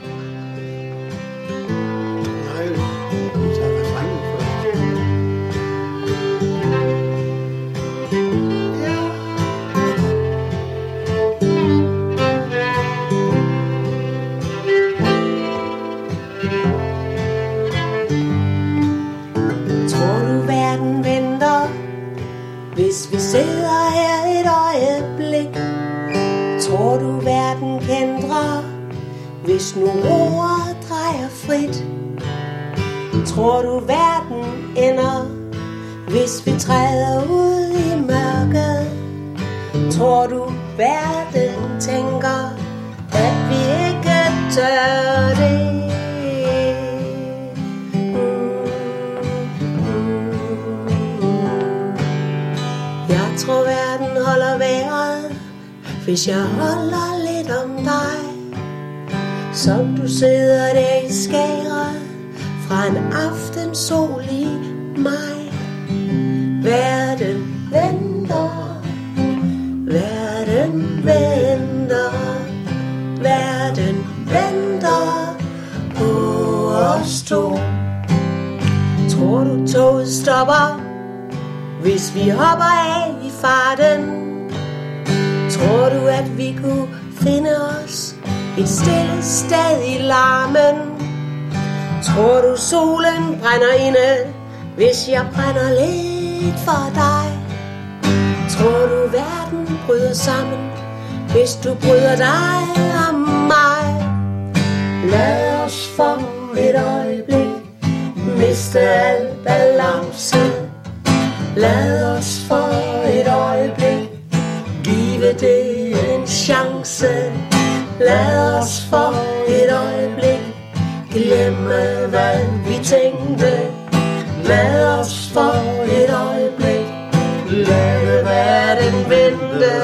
Hvis vi sidder her et øjeblik, tror du verden kændrer, hvis nu roret drejer frit? Tror du verden ender, hvis vi træder ud i mørket? Tror du verden tænker, at vi ikke tør det? Jeg tror verden holder vejret, hvis jeg holder lidt om dig. Som du sidder der i skæret, fra en aftensol i maj. Verden venter, verden venter, verden venter på os to. Tror du toget stopper, hvis vi hopper af i farten? Tror du, at vi kunne finde os et stille sted i larmen? Tror du, solen brænder inde, hvis jeg brænder lidt for dig? Tror du, verden bryder sammen, hvis du bryder dig om mig? Lad os for et øjeblik miste al balance. Lad os for et øjeblik give det en chance. Lad os for et øjeblik glemme hvad vi tænkte. Lad os for et øjeblik lade verden vente.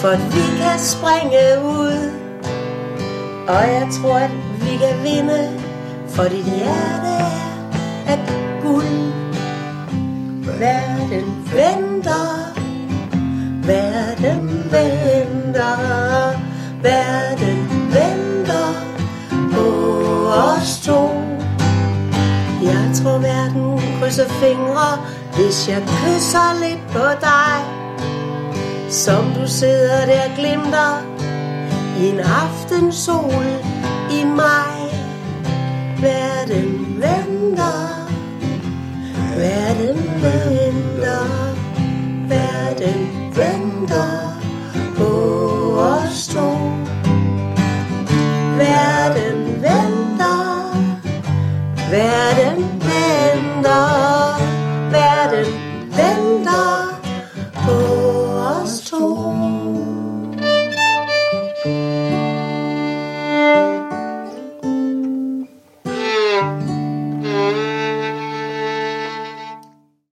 for at vi kan springe ud. Og jeg tror, at vi kan vinde, for dit hjerte er et guld. Verden venter, verden venter, verden venter på os to. Jeg tror, verden krydser fingre, hvis jeg kysser lidt på dig. Som du sidder der glimter i en aftensol i maj. Verden venter, verden venter, verden venter på os to.